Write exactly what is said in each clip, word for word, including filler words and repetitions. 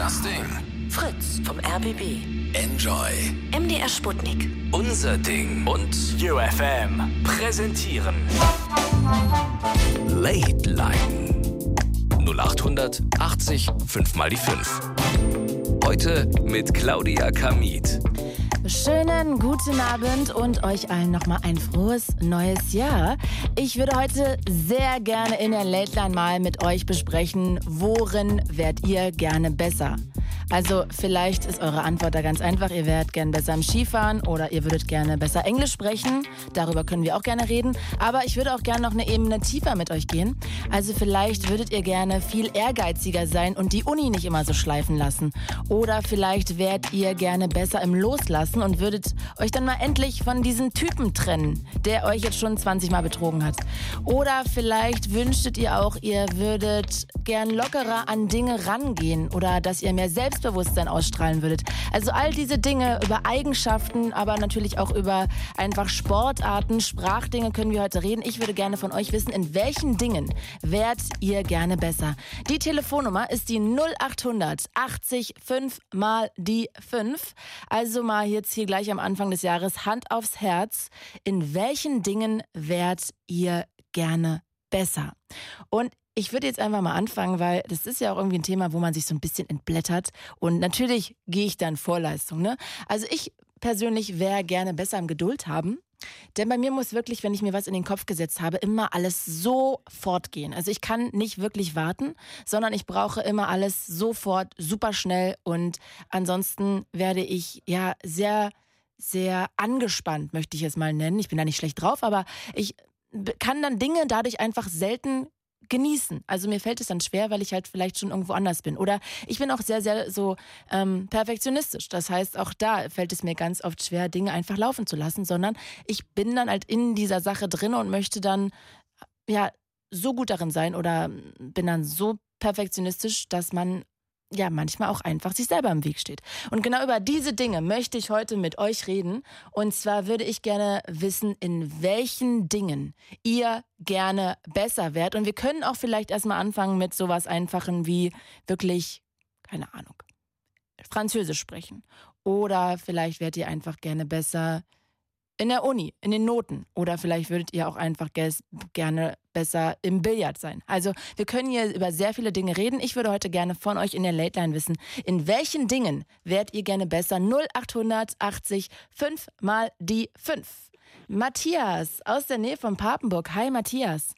Das Ding. Fritz vom R B B. Enjoy. M D R Sputnik. Unser Ding. Und U F M präsentieren Late Line. null acht achtzig fünf mal die fünf. Heute mit Claudia Kamit. Schönen guten Abend und euch allen nochmal ein frohes neues Jahr. Ich würde heute sehr gerne in der Late Line mal mit euch besprechen, worin werdet ihr gerne besser? Also vielleicht ist eure Antwort da ganz einfach, ihr wärt gerne besser im Skifahren oder ihr würdet gerne besser Englisch sprechen. Darüber können wir auch gerne reden. Aber ich würde auch gerne noch eine Ebene tiefer mit euch gehen. Also vielleicht würdet ihr gerne viel ehrgeiziger sein und die Uni nicht immer so schleifen lassen. Oder vielleicht wärt ihr gerne besser im Loslassen und würdet euch dann mal endlich von diesem Typen trennen, der euch jetzt schon zwanzig Mal betrogen hat. Oder vielleicht wünschtet ihr auch, ihr würdet gern lockerer an Dinge rangehen oder dass ihr mehr Selbstbewusstsein ausstrahlen würdet. Also all diese Dinge über Eigenschaften, aber natürlich auch über einfach Sportarten, Sprachdinge können wir heute reden. Ich würde gerne von euch wissen, in welchen Dingen wärt ihr gerne besser? Die Telefonnummer ist die null acht achtzig fünf mal die fünf. Also mal jetzt hier gleich am Anfang des Jahres Hand aufs Herz. In welchen Dingen wärt ihr gerne besser? Und ich würde jetzt einfach mal anfangen, weil das ist ja auch irgendwie ein Thema, wo man sich so ein bisschen entblättert. Und natürlich gehe ich dann Vorleistung, ne? Also ich persönlich wäre gerne besser im Geduld haben. Denn bei mir muss wirklich, wenn ich mir was in den Kopf gesetzt habe, immer alles sofort gehen. Also ich kann nicht wirklich warten, sondern ich brauche immer alles sofort, super schnell. Und ansonsten werde ich ja sehr, sehr angespannt, möchte ich es mal nennen. Ich bin da nicht schlecht drauf, aber ich kann dann Dinge dadurch einfach selten genießen. Also mir fällt es dann schwer, weil ich halt vielleicht schon irgendwo anders bin. Oder ich bin auch sehr, sehr so ähm, perfektionistisch. Das heißt, auch da fällt es mir ganz oft schwer, Dinge einfach laufen zu lassen, sondern ich bin dann halt in dieser Sache drin und möchte dann ja so gut darin sein oder bin dann so perfektionistisch, dass man ja manchmal auch einfach sich selber im Weg steht. Und genau über diese Dinge möchte ich heute mit euch reden. Und zwar würde ich gerne wissen, in welchen Dingen ihr gerne besser wärt. Und wir können auch vielleicht erstmal anfangen mit sowas Einfachen wie wirklich, keine Ahnung, Französisch sprechen. Oder vielleicht wärt ihr einfach gerne besser in der Uni, in den Noten. Oder vielleicht würdet ihr auch einfach ges- gerne besser im Billard sein. Also wir können hier über sehr viele Dinge reden. Ich würde heute gerne von euch in der Late Line wissen, in welchen Dingen wärt ihr gerne besser? null acht achtzig fünf mal die fünf. Matthias aus der Nähe von Papenburg. Hi Matthias.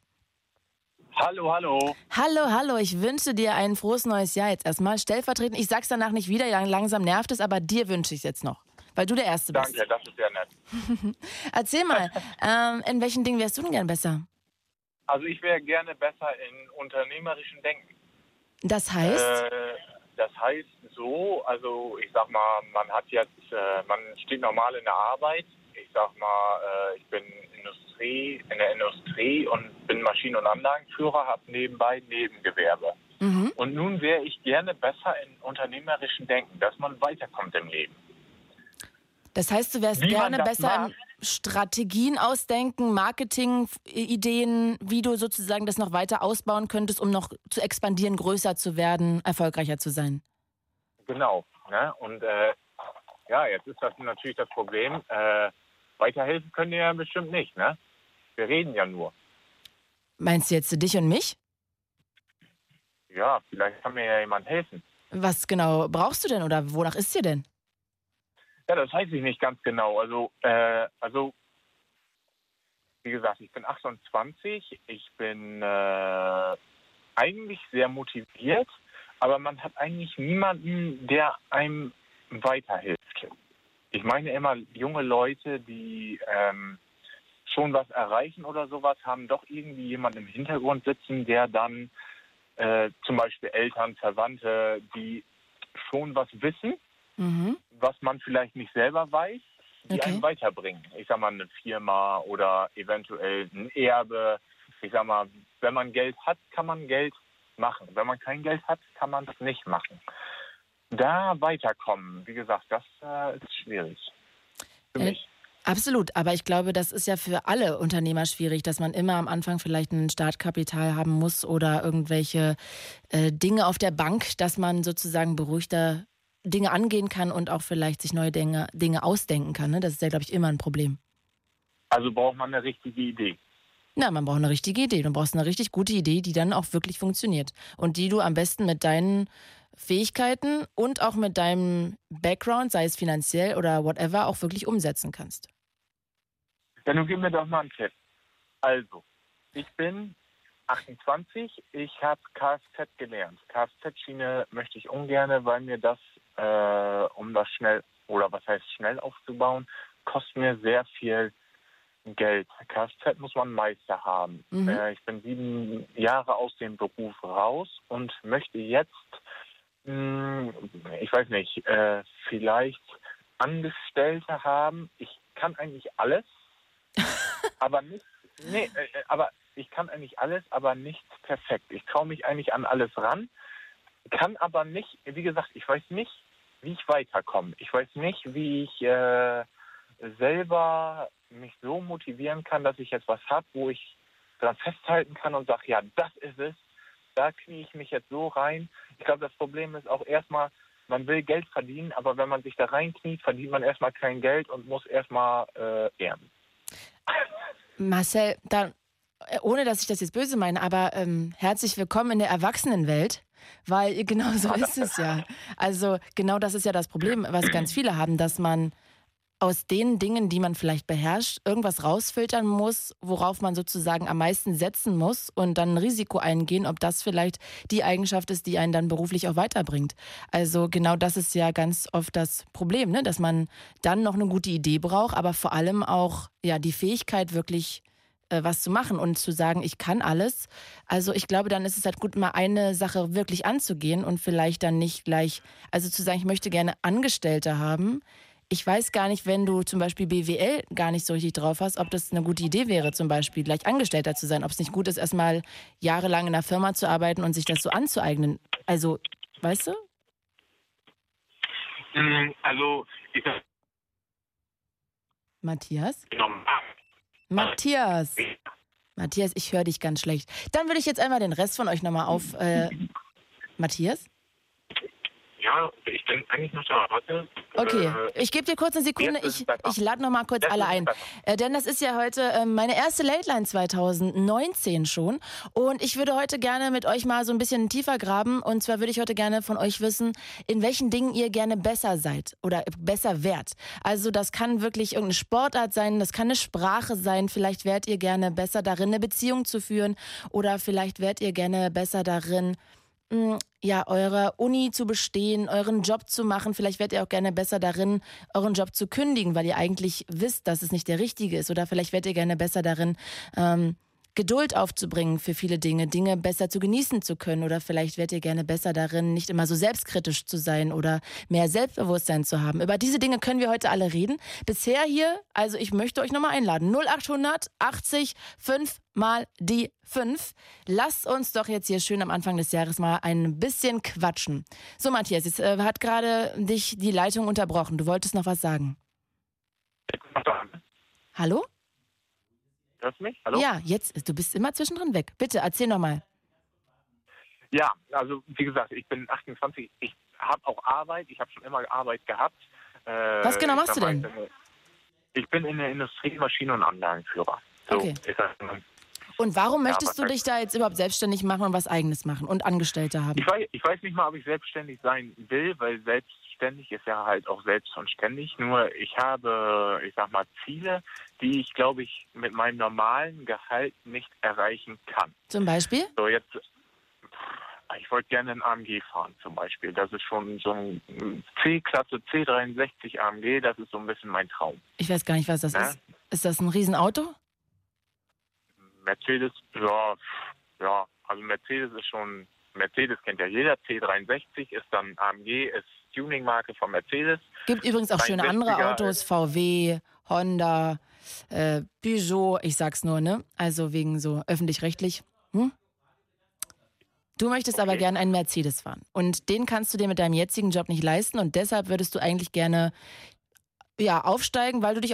Hallo, hallo. Hallo, hallo. Ich wünsche dir ein frohes neues Jahr jetzt erstmal. Stellvertretend, ich sag's danach nicht wieder, ja, langsam nervt es, aber dir wünsche ich es jetzt noch. Weil du der Erste bist. Danke, das ist sehr nett. Erzähl mal, ähm, in welchen Dingen wärst du denn gern besser? Also ich wäre gerne besser in unternehmerischen Denken. Das heißt? Äh, das heißt so, also ich sag mal, man hat jetzt, äh, man steht normal in der Arbeit. Ich sag mal, äh, ich bin Industrie, in der Industrie und bin Maschinen- und Anlagenführer, habe nebenbei Nebengewerbe. Mhm. Und nun wäre ich gerne besser in unternehmerischen Denken, dass man weiterkommt im Leben. Das heißt, du wärst wie gerne besser in Strategien ausdenken, Marketing-Ideen, wie du sozusagen das noch weiter ausbauen könntest, um noch zu expandieren, größer zu werden, erfolgreicher zu sein. Genau. Ne? Und äh, ja, jetzt ist das natürlich das Problem. Äh, weiterhelfen können die ja bestimmt nicht. Ne? Wir reden ja nur. Meinst du jetzt dich und mich? Ja, vielleicht kann mir ja jemand helfen. Was genau brauchst du denn oder wonach ist dir denn? Ja, das weiß ich nicht ganz genau. Also, äh, also wie gesagt, ich bin achtundzwanzig. Ich bin äh, eigentlich sehr motiviert, aber man hat eigentlich niemanden, der einem weiterhilft. Ich meine immer, junge Leute, die ähm, schon was erreichen oder sowas, haben doch irgendwie jemanden im Hintergrund sitzen, der dann äh, zum Beispiel Eltern, Verwandte, die schon was wissen, mhm. was man vielleicht nicht selber weiß, die okay. einen weiterbringen. Ich sag mal, eine Firma oder eventuell ein Erbe. Ich sag mal, wenn man Geld hat, kann man Geld machen. Wenn man kein Geld hat, kann man es nicht machen. Da weiterkommen, wie gesagt, das äh, ist schwierig für äh, mich. Absolut, aber ich glaube, das ist ja für alle Unternehmer schwierig, dass man immer am Anfang vielleicht ein Startkapital haben muss oder irgendwelche äh, Dinge auf der Bank, dass man sozusagen beruhigter Dinge angehen kann und auch vielleicht sich neue Dinge, Dinge ausdenken kann. Ne? Das ist ja, glaube ich, immer ein Problem. Also braucht man eine richtige Idee. Na, man braucht eine richtige Idee. Du brauchst eine richtig gute Idee, die dann auch wirklich funktioniert. Und die du am besten mit deinen Fähigkeiten und auch mit deinem Background, sei es finanziell oder whatever, auch wirklich umsetzen kannst. Ja, nun gib mir doch mal einen Tipp. Also, ich bin achtundzwanzig, ich habe Kfz gelernt. Kfz-Schiene möchte ich ungern, weil mir das, äh, um das schnell, oder was heißt schnell aufzubauen, kostet mir sehr viel Geld. Kfz muss man Meister haben. Mhm. Äh, ich bin sieben Jahre aus dem Beruf raus und möchte jetzt, mh, ich weiß nicht, äh, vielleicht Angestellte haben. Ich kann eigentlich alles, aber nicht, nee, äh, aber ich kann eigentlich alles, aber nicht perfekt. Ich traue mich eigentlich an alles ran, kann aber nicht, wie gesagt, ich weiß nicht, wie ich weiterkomme. Ich weiß nicht, wie ich äh, selber mich so motivieren kann, dass ich jetzt was habe, wo ich dran festhalten kann und sage, ja, das ist es, da knie ich mich jetzt so rein. Ich glaube, das Problem ist auch erstmal, man will Geld verdienen, aber wenn man sich da reinkniet, verdient man erstmal kein Geld und muss erstmal äh, ernten. Marcel, dann, ohne dass ich das jetzt böse meine, aber ähm, herzlich willkommen in der Erwachsenenwelt, weil genau so ist es ja. Also genau das ist ja das Problem, was ganz viele haben, dass man aus den Dingen, die man vielleicht beherrscht, irgendwas rausfiltern muss, worauf man sozusagen am meisten setzen muss und dann ein Risiko eingehen, ob das vielleicht die Eigenschaft ist, die einen dann beruflich auch weiterbringt. Also genau das ist ja ganz oft das Problem, ne? Dass man dann noch eine gute Idee braucht, aber vor allem auch ja die Fähigkeit wirklich äh, was zu machen und zu sagen, ich kann alles. Also ich glaube, dann ist es halt gut, mal eine Sache wirklich anzugehen und vielleicht dann nicht gleich, also zu sagen, ich möchte gerne Angestellte haben. Ich weiß gar nicht, wenn du zum Beispiel B W L gar nicht so richtig drauf hast, ob das eine gute Idee wäre, zum Beispiel gleich Angestellter zu sein. Ob es nicht gut ist, erstmal jahrelang in einer Firma zu arbeiten und sich das so anzueignen. Also, weißt du? Also, ich sag... Matthias? Matthias! Matthias, ich höre dich ganz schlecht. Dann würde ich jetzt einmal den Rest von euch nochmal auf... Äh, Matthias? Ja, ich bin eigentlich noch da. Warte. Okay, ich gebe dir kurz eine Sekunde. Ich, ich lade noch mal kurz alle ein. Äh, denn das ist ja heute äh, meine erste Late Line zwanzig neunzehn schon. Und ich würde heute gerne mit euch mal so ein bisschen tiefer graben. Und zwar würde ich heute gerne von euch wissen, in welchen Dingen ihr gerne besser seid oder besser wärt. Also das kann wirklich irgendeine Sportart sein, das kann eine Sprache sein. Vielleicht wärt ihr gerne besser darin, eine Beziehung zu führen. Oder vielleicht wärt ihr gerne besser darin, ja, eure Uni zu bestehen, euren Job zu machen. Vielleicht werdet ihr auch gerne besser darin, euren Job zu kündigen, weil ihr eigentlich wisst, dass es nicht der richtige ist. Oder vielleicht werdet ihr gerne besser darin, ähm, Geduld aufzubringen für viele Dinge, Dinge besser zu genießen zu können. Oder vielleicht werdet ihr gerne besser darin, nicht immer so selbstkritisch zu sein oder mehr Selbstbewusstsein zu haben. Über diese Dinge können wir heute alle reden. Bisher hier, also ich möchte euch nochmal einladen. null achthundert achtzig fünf mal die fünf. Lasst uns doch jetzt hier schön am Anfang des Jahres mal ein bisschen quatschen. So, Matthias, jetzt äh, hat gerade dich die Leitung unterbrochen. Du wolltest noch was sagen. Hallo? Hörst du mich? Hallo? Ja, jetzt, du bist immer zwischendrin weg. Bitte, erzähl nochmal. Ja, also wie gesagt, ich bin achtundzwanzig, ich habe auch Arbeit, ich habe schon immer Arbeit gehabt. Äh, Was genau machst du denn? Ich bin in der Industrie Maschinen- und Anlagenführer. So, Okay. Ist das, Und warum Ja, möchtest du aber- dich da jetzt überhaupt selbstständig machen und was Eigenes machen und Angestellte haben? ich, weiß, ich weiß nicht mal, ob ich selbstständig sein will, weil selbstständig ist ja halt auch selbst und ständig. Nur ich habe, ich sag mal, Ziele, die ich, glaube ich, mit meinem normalen Gehalt nicht erreichen kann. Zum Beispiel? So, jetzt, ich wollte gerne einen A M G fahren zum Beispiel. Das ist schon so ein C-Klasse C dreiundsechzig A M G, das ist so ein bisschen mein Traum. Ich weiß gar nicht, was das Ja? ist. Ist das ein Riesenauto? Mercedes, ja, ja, also Mercedes ist schon, Mercedes kennt ja jeder, C dreiundsechzig ist dann A M G, ist Tuning-Marke von Mercedes. Gibt übrigens auch schöne andere dreiundsechziger Autos, V W, Honda, äh, Peugeot, ich sag's nur, ne? Also wegen so öffentlich-rechtlich. Hm? Du möchtest aber Okay. gerne einen Mercedes fahren. Und den kannst du dir mit deinem jetzigen Job nicht leisten und deshalb würdest du eigentlich gerne ja, aufsteigen, weil du dich auch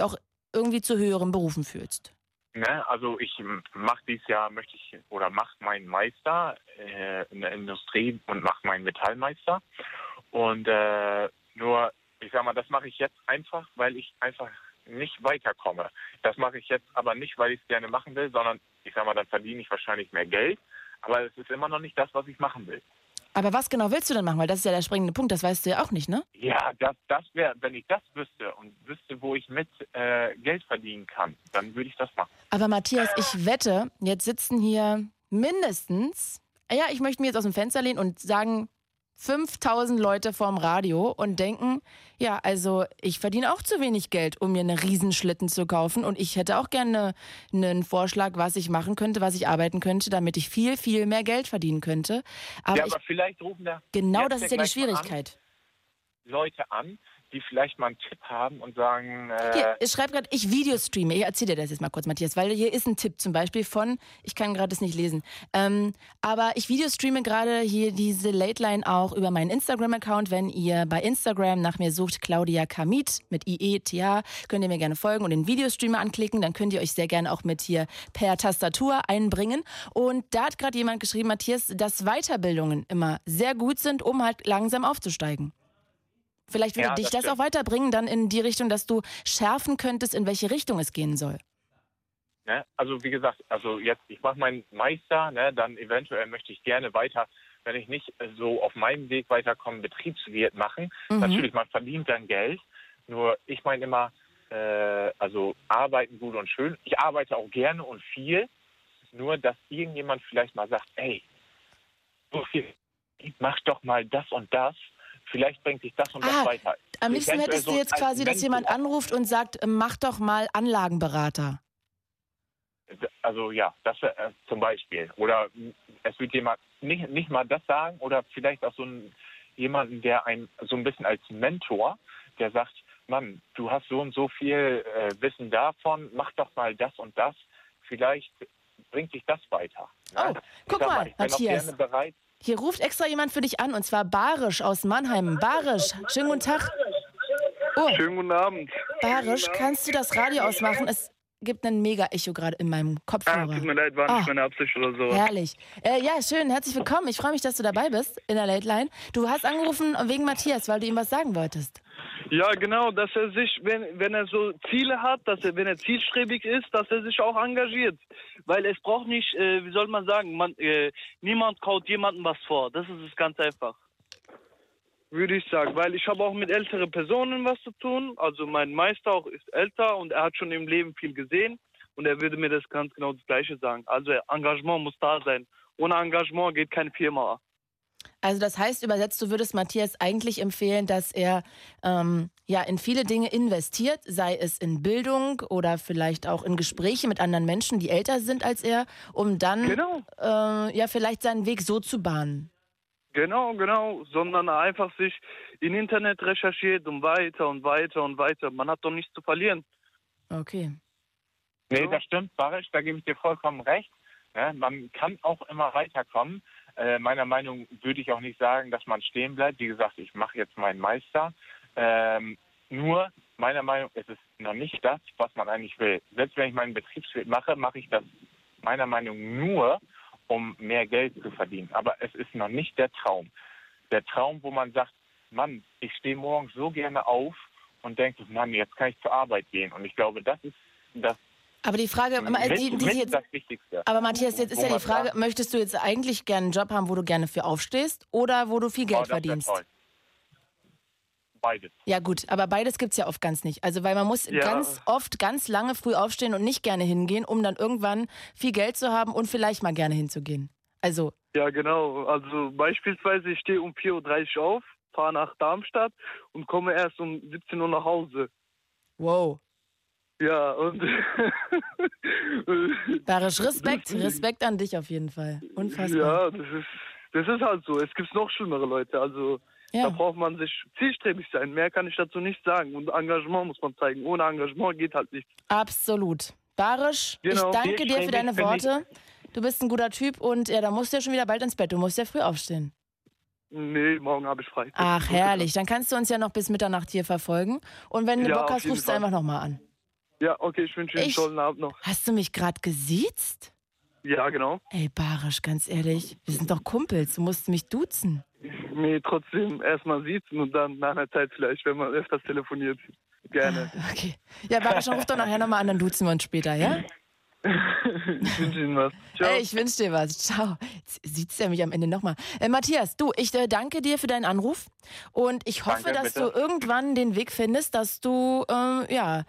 irgendwie zu höheren Berufen fühlst. Ne, also ich mache dieses Jahr, möchte ich, oder mache meinen Meister äh, in der Industrie und mache meinen Metallmeister. Und äh, nur, ich sag mal, das mache ich jetzt einfach, weil ich einfach nicht weiterkomme. Das mache ich jetzt aber nicht, weil ich es gerne machen will, sondern ich sag mal, dann verdiene ich wahrscheinlich mehr Geld. Aber es ist immer noch nicht das, was ich machen will. Aber was genau willst du denn machen? Weil das ist ja der springende Punkt, das weißt du ja auch nicht, ne? Ja, das, das wäre, wenn ich das wüsste und wüsste, wo ich mit äh, Geld verdienen kann, dann würde ich das machen. Aber Matthias, ich wette, jetzt sitzen hier mindestens, ja, ich möchte mir jetzt aus dem Fenster lehnen und sagen, fünftausend Leute vorm Radio und denken, ja, also ich verdiene auch zu wenig Geld, um mir einen Riesenschlitten zu kaufen und ich hätte auch gerne einen Vorschlag, was ich machen könnte, was ich arbeiten könnte, damit ich viel, viel mehr Geld verdienen könnte. Aber, ja, ich, aber vielleicht rufen da genau das ist ja die gleich mal Schwierigkeit. an, Leute an, die vielleicht mal einen Tipp haben und sagen... Äh, Hier, ich schreibe gerade, ich Videostreame. Ich erzähle dir das jetzt mal kurz, Matthias, weil hier ist ein Tipp zum Beispiel von, ich kann gerade das nicht lesen, ähm, aber ich videostreame gerade hier diese Late Line auch über meinen Instagram-Account. Wenn ihr bei Instagram nach mir sucht, Claudia Kamit mit I E T H, könnt ihr mir gerne folgen und den Videostreamer anklicken. Dann könnt ihr euch sehr gerne auch mit hier per Tastatur einbringen. Und da hat gerade jemand geschrieben, Matthias, dass Weiterbildungen immer sehr gut sind, um halt langsam aufzusteigen. Vielleicht würde Ja, dich das das, stimmt. auch weiterbringen, dann in die Richtung, dass du schärfen könntest, in welche Richtung es gehen soll. Ne? Also wie gesagt, also jetzt, ich mache meinen Meister, ne, dann eventuell möchte ich gerne weiter, wenn ich nicht so auf meinem Weg weiterkomme, Betriebswirt machen. Mhm. Natürlich, man verdient dann Geld, nur ich meine immer, äh, also arbeiten gut und schön. Ich arbeite auch gerne und viel, nur dass irgendjemand vielleicht mal sagt, ey, so viel, mach doch mal das und das. Vielleicht bringt sich das und das Ah, weiter. Am liebsten Eventuell hättest du so jetzt als quasi, dass jemand Mentor. anruft und sagt, mach doch mal Anlagenberater. Also ja, das wär, äh, zum Beispiel. Oder mh, es wird jemand nicht, nicht mal das sagen oder vielleicht auch so ein, jemanden, der einem so ein bisschen als Mentor, der sagt, Mann, du hast so und so viel äh, Wissen davon, mach doch mal das und das. Vielleicht bringt sich das weiter. Oh, Ne? guck Ich sag mal, ich bin auch Matthias. gerne bereit. Hier ruft extra jemand für dich an, und zwar Barisch aus Mannheim. Barisch, schönen guten Tag. Oh, Schönen guten Abend. Barisch, kannst du das Radio ausmachen? Es gibt einen Mega-Echo gerade in meinem Ah, Kopfhörer. tut mir leid, war Ah. nicht meine Absicht oder so. Herrlich. Äh, ja, schön, herzlich willkommen. Ich freue mich, dass du dabei bist in der Late Line. Du hast angerufen wegen Matthias, weil du ihm was sagen wolltest. Ja, genau, dass er sich, wenn, wenn er so Ziele hat, dass er, wenn er zielstrebig ist, dass er sich auch engagiert. Weil es braucht nicht, äh, wie soll man sagen, man, äh, niemand kaut jemandem was vor. Das ist es ganz einfach. Würde ich sagen. Weil ich habe auch mit älteren Personen was zu tun. Also mein Meister auch ist älter und er hat schon im Leben viel gesehen. Und er würde mir das ganz genau das Gleiche sagen. Also Engagement muss da sein. Ohne Engagement geht keine Firma. Also das heißt, übersetzt, du würdest Matthias eigentlich empfehlen, dass er ähm, ja in viele Dinge investiert, sei es in Bildung oder vielleicht auch in Gespräche mit anderen Menschen, die älter sind als er, um dann Genau. äh, ja vielleicht seinen Weg so zu bahnen. Genau, genau, sondern einfach sich im Internet recherchiert und weiter und weiter und weiter. Man hat doch nichts zu verlieren. Okay. Nee, Ja. das stimmt, Barisch, da gebe ich dir vollkommen recht. Ja, man kann auch immer weiterkommen. Äh, meiner Meinung nach würde ich auch nicht sagen, dass man stehen bleibt. Wie gesagt, ich mache jetzt meinen Meister. Ähm, nur, meiner Meinung nach ist es noch nicht das, was man eigentlich will. Selbst wenn ich meinen Betriebswirt mache, mache ich das meiner Meinung nach nur, um mehr Geld zu verdienen. Aber es ist noch nicht der Traum. Der Traum, wo man sagt, Mann, ich stehe morgens so gerne auf und denke, Mann, jetzt kann ich zur Arbeit gehen. Und ich glaube, das ist das Aber die Frage, mit, die, die mit jetzt, das Wichtigste. aber Matthias, jetzt ist Wo ja die man Frage, sagt, möchtest du jetzt eigentlich gerne einen Job haben, wo du gerne für aufstehst oder wo du viel oh, Geld das wär verdienst? toll. Beides. Ja gut, aber beides gibt's ja oft ganz nicht. Also weil man muss Ja. ganz oft ganz lange früh aufstehen und nicht gerne hingehen, um dann irgendwann viel Geld zu haben und vielleicht mal gerne hinzugehen. Also, Ja, genau. Also beispielsweise, ich stehe um vier Uhr dreißig auf, fahre nach Darmstadt und komme erst um siebzehn Uhr nach Hause. wow. Ja, und... Barisch, Respekt, Das- Respekt an dich auf jeden Fall. Unfassbar. Ja, das ist, das ist halt so. Es gibt noch schlimmere Leute. Also Ja. da braucht man sich zielstrebig sein. Mehr kann ich dazu nicht sagen. Und Engagement muss man zeigen. Ohne Engagement geht halt nichts. Absolut. Barisch, Genau. ich danke dir für deine Zielstrebig Worte. Du bist ein guter Typ und ja, da musst du ja schon wieder bald ins Bett. Du musst ja früh aufstehen. Nee, morgen habe ich frei. Ach, herrlich. Dann kannst du uns ja noch bis Mitternacht hier verfolgen. Und wenn du Ja, Bock auf hast, jeden rufst du Fall. einfach nochmal an. Ja, okay, ich wünsche Ihnen einen Ich- tollen Abend noch. Hast du mich gerade gesiezt? Ja, genau. Ey, Barisch, ganz ehrlich, wir sind doch Kumpels, du musst mich duzen. Nee, trotzdem erstmal sitzen und dann nach einer Zeit vielleicht, wenn man öfters telefoniert. Gerne. Okay. Ja, Barisch, dann ruf doch nachher nochmal an, dann duzen wir uns später, ja? Ich wünsche Ihnen was. Ciao. Ey, ich wünsch dir was. Ciao. Jetzt sieht's er mich am Ende nochmal. Äh, Matthias, du, ich äh, danke dir für deinen Anruf und ich hoffe, Danke, dass bitte. du irgendwann den Weg findest, dass du, äh, ja,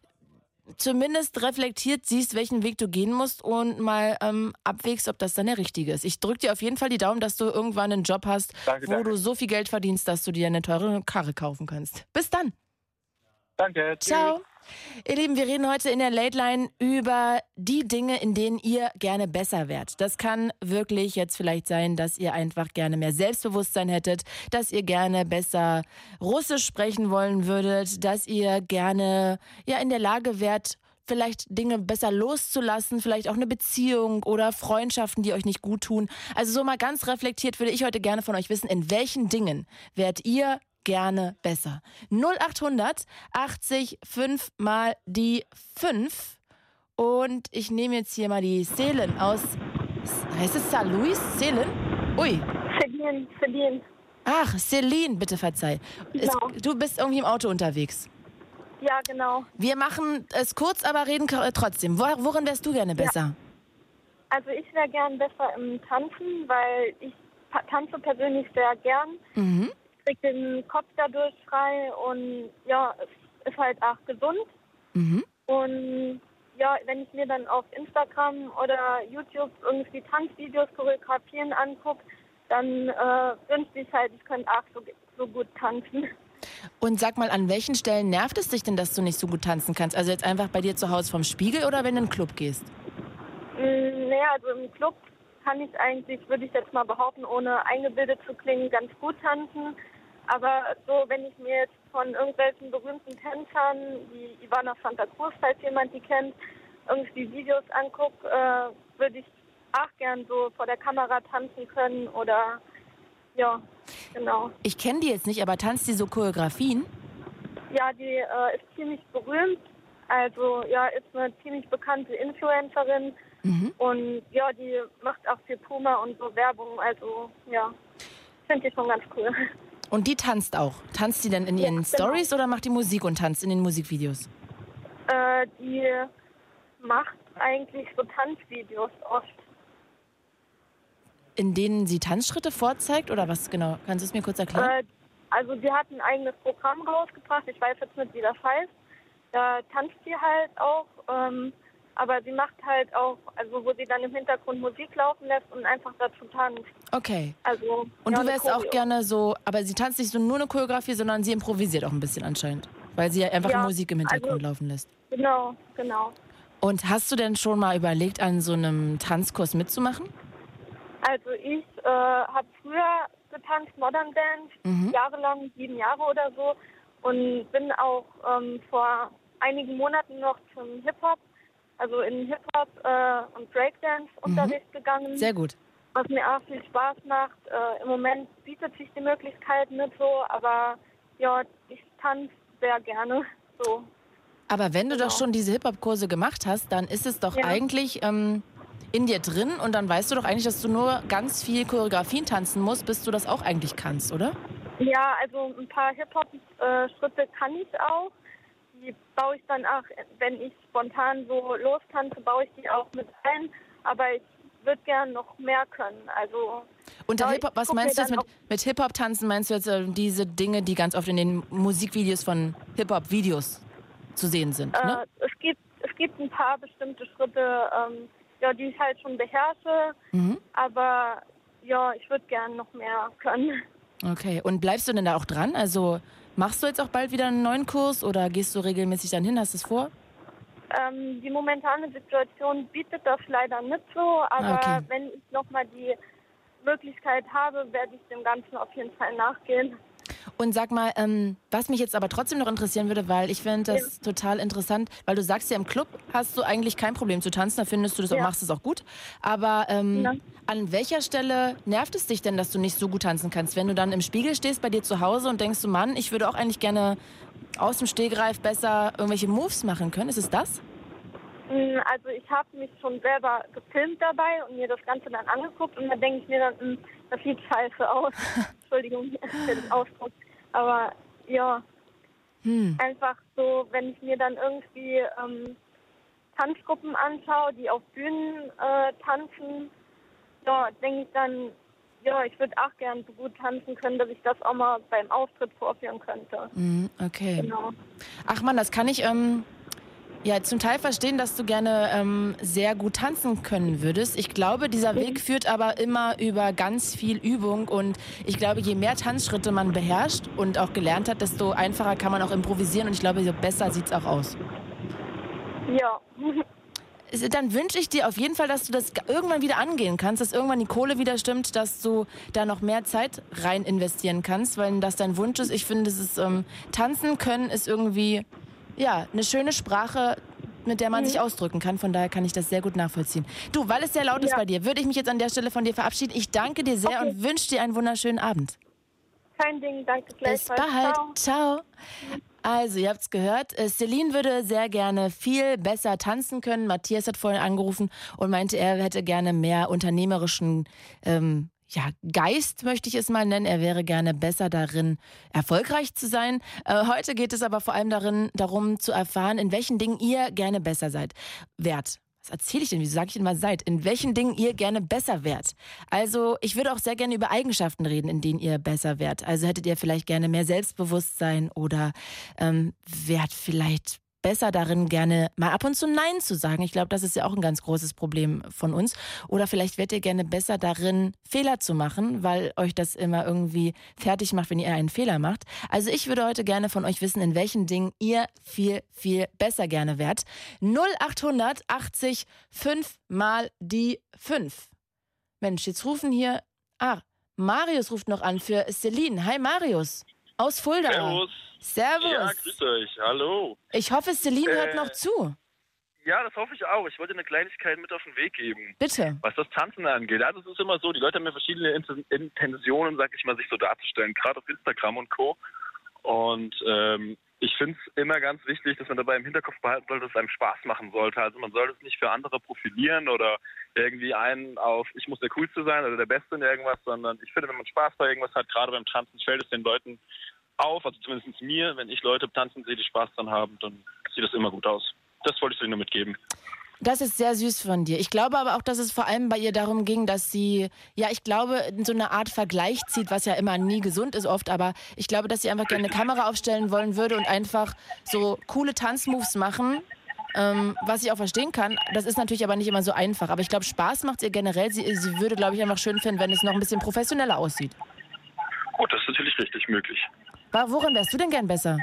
zumindest reflektiert siehst, welchen Weg du gehen musst und mal ähm, abwägst, ob das dann der richtige ist. Ich drück dir auf jeden Fall die Daumen, dass du irgendwann einen Job hast, Danke, wo danke. du so viel Geld verdienst, dass du dir eine teure Karre kaufen kannst. Bis dann. Danke. Tschüss. Ciao. Ihr Lieben, wir reden heute in der Late Line über die Dinge, in denen ihr gerne besser wärt. Das kann wirklich jetzt vielleicht sein, dass ihr einfach gerne mehr Selbstbewusstsein hättet, dass ihr gerne besser Russisch sprechen wollen würdet, dass ihr gerne ja in der Lage wärt, vielleicht Dinge besser loszulassen, vielleicht auch eine Beziehung oder Freundschaften, die euch nicht gut tun. Also so mal ganz reflektiert würde ich heute gerne von euch wissen, in welchen Dingen wärt ihr gerne besser. null acht hundert achtzig fünf mal die fünf. Und ich nehme jetzt hier mal die Selen aus. Heißt es Saint Louis? Selen? Ui. Celine, Celine. Ach, Celine, bitte verzeih. Genau. Es, du bist irgendwie im Auto unterwegs. Ja, genau. Wir machen es kurz, aber reden k- trotzdem. Wo, worin wärst du gerne besser? Also ich wäre gern besser im Tanzen, weil ich pa- tanze persönlich sehr gern. Mhm. Ich krieg den Kopf dadurch frei und ja, es ist halt auch gesund. Mhm. Und ja, wenn ich mir dann auf Instagram oder YouTube irgendwie Tanzvideos, Choreografien angucke, dann äh, wünschte ich halt, ich könnte auch so, so gut tanzen. Und sag mal, an welchen Stellen nervt es dich denn, dass du nicht so gut tanzen kannst? Also jetzt einfach bei dir zu Hause vom Spiegel oder wenn du in den Club gehst? Mm, Naja, also im Club kann ich eigentlich, würde ich jetzt mal behaupten, ohne eingebildet zu klingen, ganz gut tanzen. Aber so, wenn ich mir jetzt von irgendwelchen berühmten Tänzern, wie Ivana Santa Cruz, falls jemand die kennt, irgendwie Videos angucke, äh, würde ich auch gern so vor der Kamera tanzen können oder ja, genau. Ich kenne die jetzt nicht, aber tanzt die so Choreografien? Ja, die äh, ist ziemlich berühmt. Also ja, ist eine ziemlich bekannte Influencerin. Mhm. Und ja, die macht auch für Puma und so Werbung. Also ja, finde ich schon ganz cool. Und die tanzt auch. Tanzt die denn in ihren Ja, genau. Stories oder macht die Musik und tanzt in den Musikvideos? Äh, die macht eigentlich so Tanzvideos oft. In denen sie Tanzschritte vorzeigt oder was genau? Kannst du es mir kurz erklären? Äh, also sie hat ein eigenes Programm rausgebracht. Ich weiß jetzt nicht, wie das heißt. Da tanzt sie halt auch. Ähm, aber sie macht halt auch, also wo sie dann im Hintergrund Musik laufen lässt und einfach dazu tanzt. Okay. Also, Und ja, du eine wärst auch Choreo. gerne so, aber sie tanzt nicht so nur eine Choreografie, sondern sie improvisiert auch ein bisschen anscheinend. Weil sie ja einfach Ja, Musik im Hintergrund also- laufen lässt. Genau, genau. Und hast du denn schon mal überlegt, an so einem Tanzkurs mitzumachen? Also ich äh, habe früher getanzt, Modern Dance, Mhm. jahrelang, sieben Jahre oder so. Und bin auch ähm, vor einigen Monaten noch zum Hip-Hop, also in Hip-Hop äh, und Breakdance-Unterricht gegangen. Sehr gut. Was mir auch viel Spaß macht. Äh, Im Moment bietet sich die Möglichkeit nicht so, aber ja, ich tanze sehr gerne so. Aber wenn du Genau. doch schon diese Hip-Hop-Kurse gemacht hast, dann ist es doch Ja. eigentlich eigentlich ähm, in dir drin und dann weißt du doch eigentlich, dass du nur ganz viel Choreografien tanzen musst, bis du das auch eigentlich kannst, oder? Ja, also ein paar Hip-Hop-Schritte kann ich auch. Die baue ich dann auch, wenn ich spontan so lostanze, baue ich die auch mit ein. Aber ich würde gern noch mehr können. Also Unter Ja, ich Hip-Hop, was guck mir meinst du jetzt dann mit, mit Hip-Hop-Tanzen? Meinst du jetzt äh, diese Dinge, die ganz oft in den Musikvideos von Hip-Hop-Videos zu sehen sind, ne? äh, es gibt es gibt ein paar bestimmte Schritte, ähm, ja, die ich halt schon beherrsche. Mhm. Aber ja, ich würde gern noch mehr können. Okay, und bleibst du denn da auch dran? Also machst du jetzt auch bald wieder einen neuen Kurs oder gehst du regelmäßig dann hin? Hast du es vor? Ähm, die momentane Situation bietet das leider nicht so, aber Okay. wenn ich nochmal die Möglichkeit habe, werde ich dem Ganzen auf jeden Fall nachgehen. Und sag mal, ähm, was mich jetzt aber trotzdem noch interessieren würde, weil ich finde das total interessant, weil du sagst ja, im Club hast du eigentlich kein Problem zu tanzen, da findest du das auch, Ja. machst es auch gut. Aber ähm, Ja. an welcher Stelle nervt es dich denn, dass du nicht so gut tanzen kannst? Wenn du dann im Spiegel stehst bei dir zu Hause und denkst du, Mann, ich würde auch eigentlich gerne aus dem Stegreif besser irgendwelche Moves machen können? Ist es das? Also ich habe mich schon selber gefilmt dabei und mir das Ganze dann angeguckt und dann denke ich mir dann, mh, das sieht scheiße aus. Entschuldigung für den Ausdruck. Aber ja, hm. einfach so, wenn ich mir dann irgendwie ähm, Tanzgruppen anschaue, die auf Bühnen äh, tanzen, ja, denke ich dann, ja, ich würde auch gern so gut tanzen können, dass ich das auch mal beim Auftritt vorführen könnte. Mm, okay. Genau. Ach man, das kann ich ähm, ja zum Teil verstehen, dass du gerne ähm, sehr gut tanzen können würdest. Ich glaube, dieser Weg führt aber immer über ganz viel Übung und ich glaube, je mehr Tanzschritte man beherrscht und auch gelernt hat, desto einfacher kann man auch improvisieren und ich glaube, desto besser sieht es auch aus. Ja. Dann wünsche ich dir auf jeden Fall, dass du das irgendwann wieder angehen kannst, dass irgendwann die Kohle wieder stimmt, dass du da noch mehr Zeit rein investieren kannst, weil das dein Wunsch ist. Ich finde, das ist, ähm, tanzen können ist irgendwie, ja, eine schöne Sprache, mit der man mhm. sich ausdrücken kann. Von daher kann ich das sehr gut nachvollziehen. Du, weil es sehr laut ist ja. bei dir, würde ich mich jetzt an der Stelle von dir verabschieden. Ich danke dir sehr okay. und wünsche dir einen wunderschönen Abend. Kein Ding, danke gleichfalls. Bis bald. Ciao. Ciao. Mhm. Also, ihr habt's gehört, Celine würde sehr gerne viel besser tanzen können. Matthias hat vorhin angerufen und meinte, er hätte gerne mehr unternehmerischen ähm, ja, Geist, möchte ich es mal nennen. Er wäre gerne besser darin, erfolgreich zu sein. Äh, heute geht es aber vor allem darin, darum zu erfahren, in welchen Dingen ihr gerne besser seid. Wert. Was erzähle ich denn? Wieso sage ich denn mal seid? In welchen Dingen ihr gerne besser wärt? Also ich würde auch sehr gerne über Eigenschaften reden, in denen ihr besser wärt. Also hättet ihr vielleicht gerne mehr Selbstbewusstsein oder ähm, wärt vielleicht besser darin, gerne mal ab und zu Nein zu sagen. Ich glaube, das ist ja auch ein ganz großes Problem von uns. Oder vielleicht wärt ihr gerne besser darin, Fehler zu machen, weil euch das immer irgendwie fertig macht, wenn ihr einen Fehler macht. Also ich würde heute gerne von euch wissen, in welchen Dingen ihr viel, viel besser gerne wärt. null achthundert achtzig fünf mal die fünf. Mensch, jetzt rufen hier... Ah, Marius ruft noch an für Celine. Hi Marius, aus Fulda. Servus. Servus. Ja, grüß euch. Hallo. Ich hoffe, Celine äh, hört noch zu. Ja, das hoffe ich auch. Ich wollte eine Kleinigkeit mit auf den Weg geben. Bitte. Was das Tanzen angeht. Also es ist immer so, die Leute haben ja verschiedene Intentionen, sag ich mal, sich so darzustellen. Gerade auf Instagram und Co. Und ähm, ich finde es immer ganz wichtig, dass man dabei im Hinterkopf behalten sollte, dass es einem Spaß machen sollte. Also man sollte es nicht für andere profilieren oder irgendwie einen auf, ich muss der Coolste sein oder der Beste in irgendwas, sondern ich finde, wenn man Spaß bei irgendwas hat, gerade beim Tanzen, fällt es den Leuten auf, also zumindest mir, wenn ich Leute tanzen sehe, die Spaß dran haben, dann sieht das immer gut aus. Das wollte ich dir nur mitgeben. Das ist sehr süß von dir. Ich glaube aber auch, dass es vor allem bei ihr darum ging, dass sie, ja, ich glaube, in so eine Art Vergleich zieht, was ja immer nie gesund ist oft, aber ich glaube, dass sie einfach gerne eine Kamera aufstellen wollen würde und einfach so coole Tanzmoves machen, ähm, was ich auch verstehen kann. Das ist natürlich aber nicht immer so einfach. Aber ich glaube, Spaß macht ihr generell. Sie, sie würde, glaube ich, einfach schön finden, wenn es noch ein bisschen professioneller aussieht. Gut, das ist natürlich richtig möglich. Worin wärst du denn gern besser?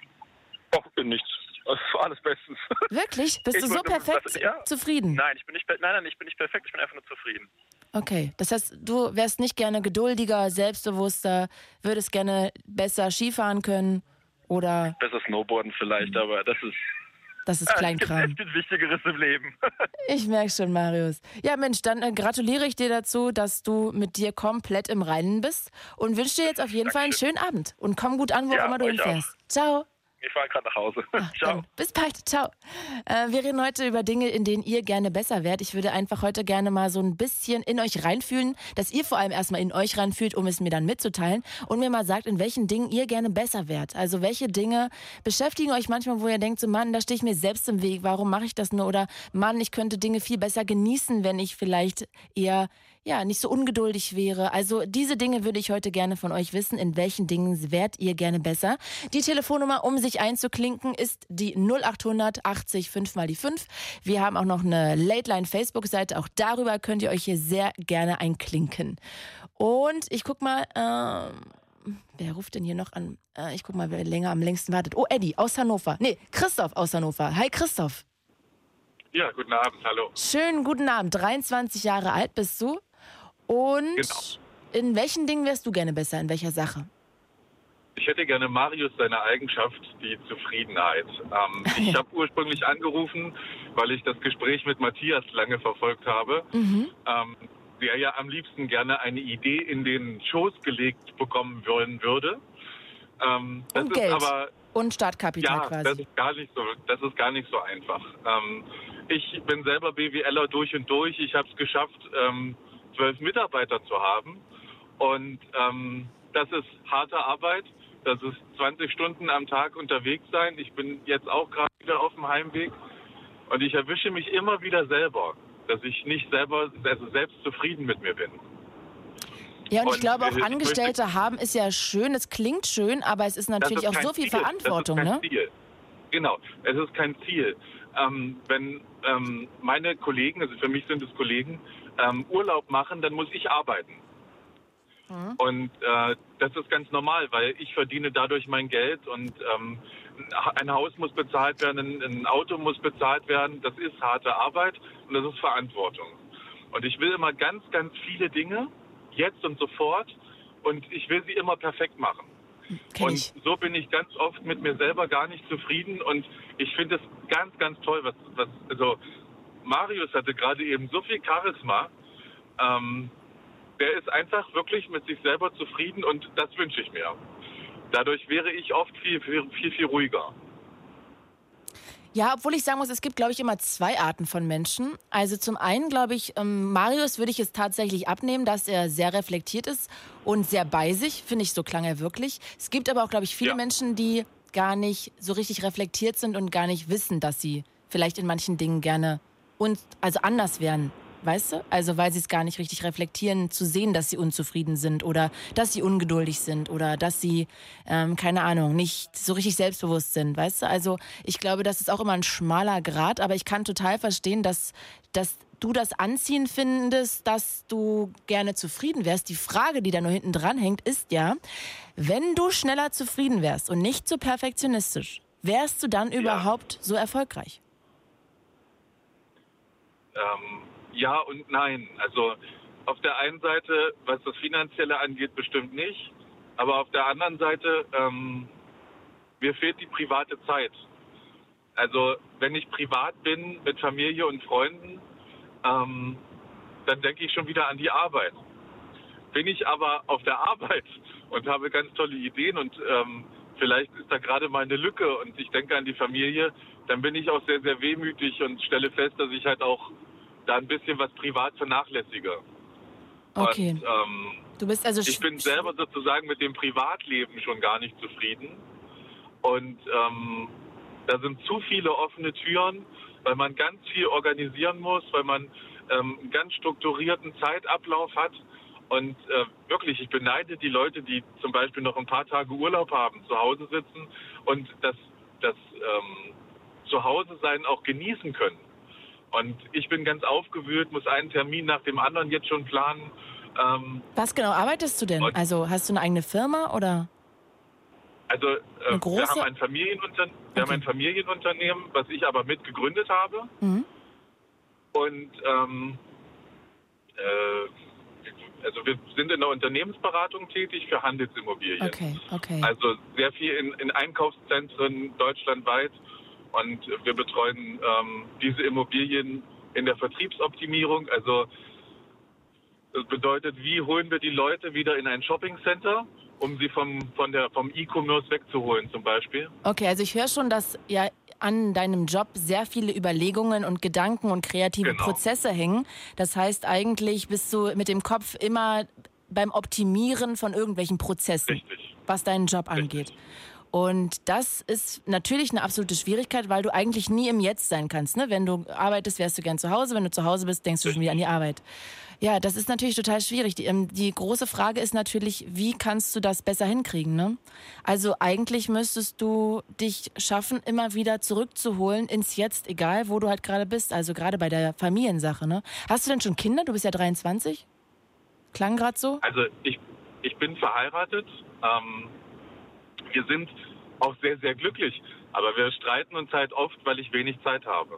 Oh, in nichts. Alles bestens. Wirklich? Bist du so perfekt das, ja. zufrieden? Nein, ich bin nicht, nein, nein, ich bin nicht perfekt, ich bin einfach nur zufrieden. Okay, das heißt, du wärst nicht gerne geduldiger, selbstbewusster, würdest gerne besser Skifahren können oder... Besser Snowboarden vielleicht, aber das ist... Das ist Kleinkram. Es gibt Wichtigeres im Leben. Ich merke schon, Marius. Ja, Mensch, dann äh, gratuliere ich dir dazu, dass du mit dir komplett im Reinen bist und wünsche dir jetzt auf jeden Dankeschön. Fall einen schönen Abend. Und komm gut an, wo ja, immer du hinfährst. Auch. Ciao. Ich fahre gerade nach Hause. Ach, ciao. Bis bald. Ciao. Äh, wir reden heute über Dinge, in denen ihr gerne besser wärt. Ich würde einfach heute gerne mal so ein bisschen in euch reinfühlen, dass ihr vor allem erstmal in euch reinfühlt, um es mir dann mitzuteilen und mir mal sagt, in welchen Dingen ihr gerne besser wärt. Also welche Dinge beschäftigen euch manchmal, wo ihr denkt, so Mann, da stehe ich mir selbst im Weg, warum mache ich das nur? Oder Mann, ich könnte Dinge viel besser genießen, wenn ich vielleicht eher ja, nicht so ungeduldig wäre. Also diese Dinge würde ich heute gerne von euch wissen. In welchen Dingen wärt ihr gerne besser? Die Telefonnummer, um sich einzuklinken, ist die null achthundert achtzig fünf mal die fünf. Wir haben auch noch eine Late-Line-Facebook-Seite. Auch darüber könnt ihr euch hier sehr gerne einklinken. Und ich guck mal, äh, wer ruft denn hier noch an? Äh, ich guck mal, wer länger am längsten wartet. Oh, Eddie aus Hannover. Nee, Christoph aus Hannover. Hi, Christoph. Ja, guten Abend, hallo. Schönen guten Abend. dreiundzwanzig Jahre alt bist du. Und genau. In welchen Dingen wärst du gerne besser? In welcher Sache? Ich hätte gerne Marius seine Eigenschaft, die Zufriedenheit. Ähm, ich habe ursprünglich angerufen, weil ich das Gespräch mit Matthias lange verfolgt habe. Mhm. Ähm, der ja am liebsten gerne eine Idee in den Schoß gelegt bekommen wollen würde. Ähm, das Und ist Geld. aber Und Startkapital Ja, quasi. das ist gar nicht so, das ist gar nicht so einfach. Ähm, ich bin selber BWLer durch und durch. Ich habe es geschafft, ähm, zwölf Mitarbeiter zu haben. Und ähm, das ist harte Arbeit. Das ist zwanzig Stunden am Tag unterwegs sein. Ich bin jetzt auch gerade wieder auf dem Heimweg. Und ich erwische mich immer wieder selber, dass ich nicht selber, also selbst zufrieden mit mir bin. Ja, und, Und ich glaube auch ich Angestellte möchte- haben ist ja schön, es klingt schön, aber es ist natürlich Das auch ist so kein viel Ziel. Verantwortung, das ist ne? kein Ziel. Genau, es ist kein Ziel. Ähm, wenn ähm, meine Kollegen, also für mich sind es Kollegen, ähm, Urlaub machen, dann muss ich arbeiten. Mhm. Und äh, das ist ganz normal, weil ich verdiene dadurch mein Geld und ähm, ein Haus muss bezahlt werden, ein, ein Auto muss bezahlt werden. Das ist harte Arbeit und das ist Verantwortung. Und ich will immer ganz, ganz viele Dinge, jetzt und sofort, und ich will sie immer perfekt machen. Kenn und ich. so bin ich ganz oft mit mir selber gar nicht zufrieden und ich finde es ganz, ganz toll, was, was also Marius hatte gerade eben so viel Charisma. Ähm, der ist einfach wirklich mit sich selber zufrieden und das wünsche ich mir. Dadurch wäre ich oft viel, viel, viel, viel ruhiger. Ja, obwohl ich sagen muss, es gibt, glaube ich, immer zwei Arten von Menschen. Also zum einen, glaube ich, ähm, Marius würde ich es tatsächlich abnehmen, dass er sehr reflektiert ist und sehr bei sich, finde ich, so klang er wirklich. Es gibt aber auch, glaube ich, viele Ja. Menschen, die gar nicht so richtig reflektiert sind und gar nicht wissen, dass sie vielleicht in manchen Dingen gerne und also anders wären. Weißt du? Also weil sie es gar nicht richtig reflektieren, zu sehen, dass sie unzufrieden sind oder dass sie ungeduldig sind oder dass sie, ähm, keine Ahnung, nicht so richtig selbstbewusst sind, weißt du? Also ich glaube, das ist auch immer ein schmaler Grat, aber ich kann total verstehen, dass, dass du das anziehend findest, dass du gerne zufrieden wärst. Die Frage, die da nur hinten dran hängt, ist ja, wenn du schneller zufrieden wärst und nicht so perfektionistisch, wärst du dann Ja. überhaupt so erfolgreich? Ähm, ja und nein. Also auf der einen Seite, was das Finanzielle angeht, bestimmt nicht. Aber auf der anderen Seite, ähm, mir fehlt die private Zeit. Also wenn ich privat bin mit Familie und Freunden, ähm, dann denke ich schon wieder an die Arbeit. Bin ich aber auf der Arbeit und habe ganz tolle Ideen und ähm, vielleicht ist da gerade mal eine Lücke und ich denke an die Familie, dann bin ich auch sehr, sehr wehmütig und stelle fest, dass ich halt auch da ein bisschen was privat vernachlässige. Okay. Und, ähm, Du bist also ich bin selber sozusagen mit dem Privatleben schon gar nicht zufrieden. Und ähm, da sind zu viele offene Türen, weil man ganz viel organisieren muss, weil man ähm, einen ganz strukturierten Zeitablauf hat. Und äh, wirklich, ich beneide die Leute, die zum Beispiel noch ein paar Tage Urlaub haben, zu Hause sitzen und das, das ähm, Zuhause-Sein auch genießen können. Und ich bin ganz aufgewühlt, muss einen Termin nach dem anderen jetzt schon planen. Ähm, Was genau arbeitest du denn? Und- Also hast du eine eigene Firma oder? Also äh, Eine große? wir, haben ein Familienunter- wir haben Okay. ein Familienunternehmen, was ich aber mit gegründet habe. Mhm. Und ähm, äh, also wir sind in der Unternehmensberatung tätig für Handelsimmobilien. Okay, okay. Also sehr viel in, in Einkaufszentren deutschlandweit. Und wir betreuen ähm, diese Immobilien in der Vertriebsoptimierung. Also das bedeutet, wie holen wir die Leute wieder in ein Shoppingcenter, um sie vom, von der, vom E-Commerce wegzuholen zum Beispiel. Okay, also ich höre schon, dass ja an deinem Job sehr viele Überlegungen und Gedanken und kreative Genau. Prozesse hängen. Das heißt, eigentlich bist du mit dem Kopf immer beim Optimieren von irgendwelchen Prozessen, Richtig. was deinen Job angeht. Und das ist natürlich eine absolute Schwierigkeit, weil du eigentlich nie im Jetzt sein kannst. Ne? Wenn du arbeitest, wärst du gern zu Hause. Wenn du zu Hause bist, denkst du schon wieder an die Arbeit. Ja, das ist natürlich total schwierig. Die, ähm, die große Frage ist natürlich, wie kannst du das besser hinkriegen? Ne? Also eigentlich müsstest du dich schaffen, immer wieder zurückzuholen ins Jetzt, egal wo du halt gerade bist. Also gerade bei der Familiensache. Ne? Hast du denn schon Kinder? Du bist ja dreiundzwanzig. Klang gerade so. Also ich, ich bin verheiratet. Ähm, wir sind auch sehr, sehr glücklich. Aber wir streiten uns halt oft, weil ich wenig Zeit habe.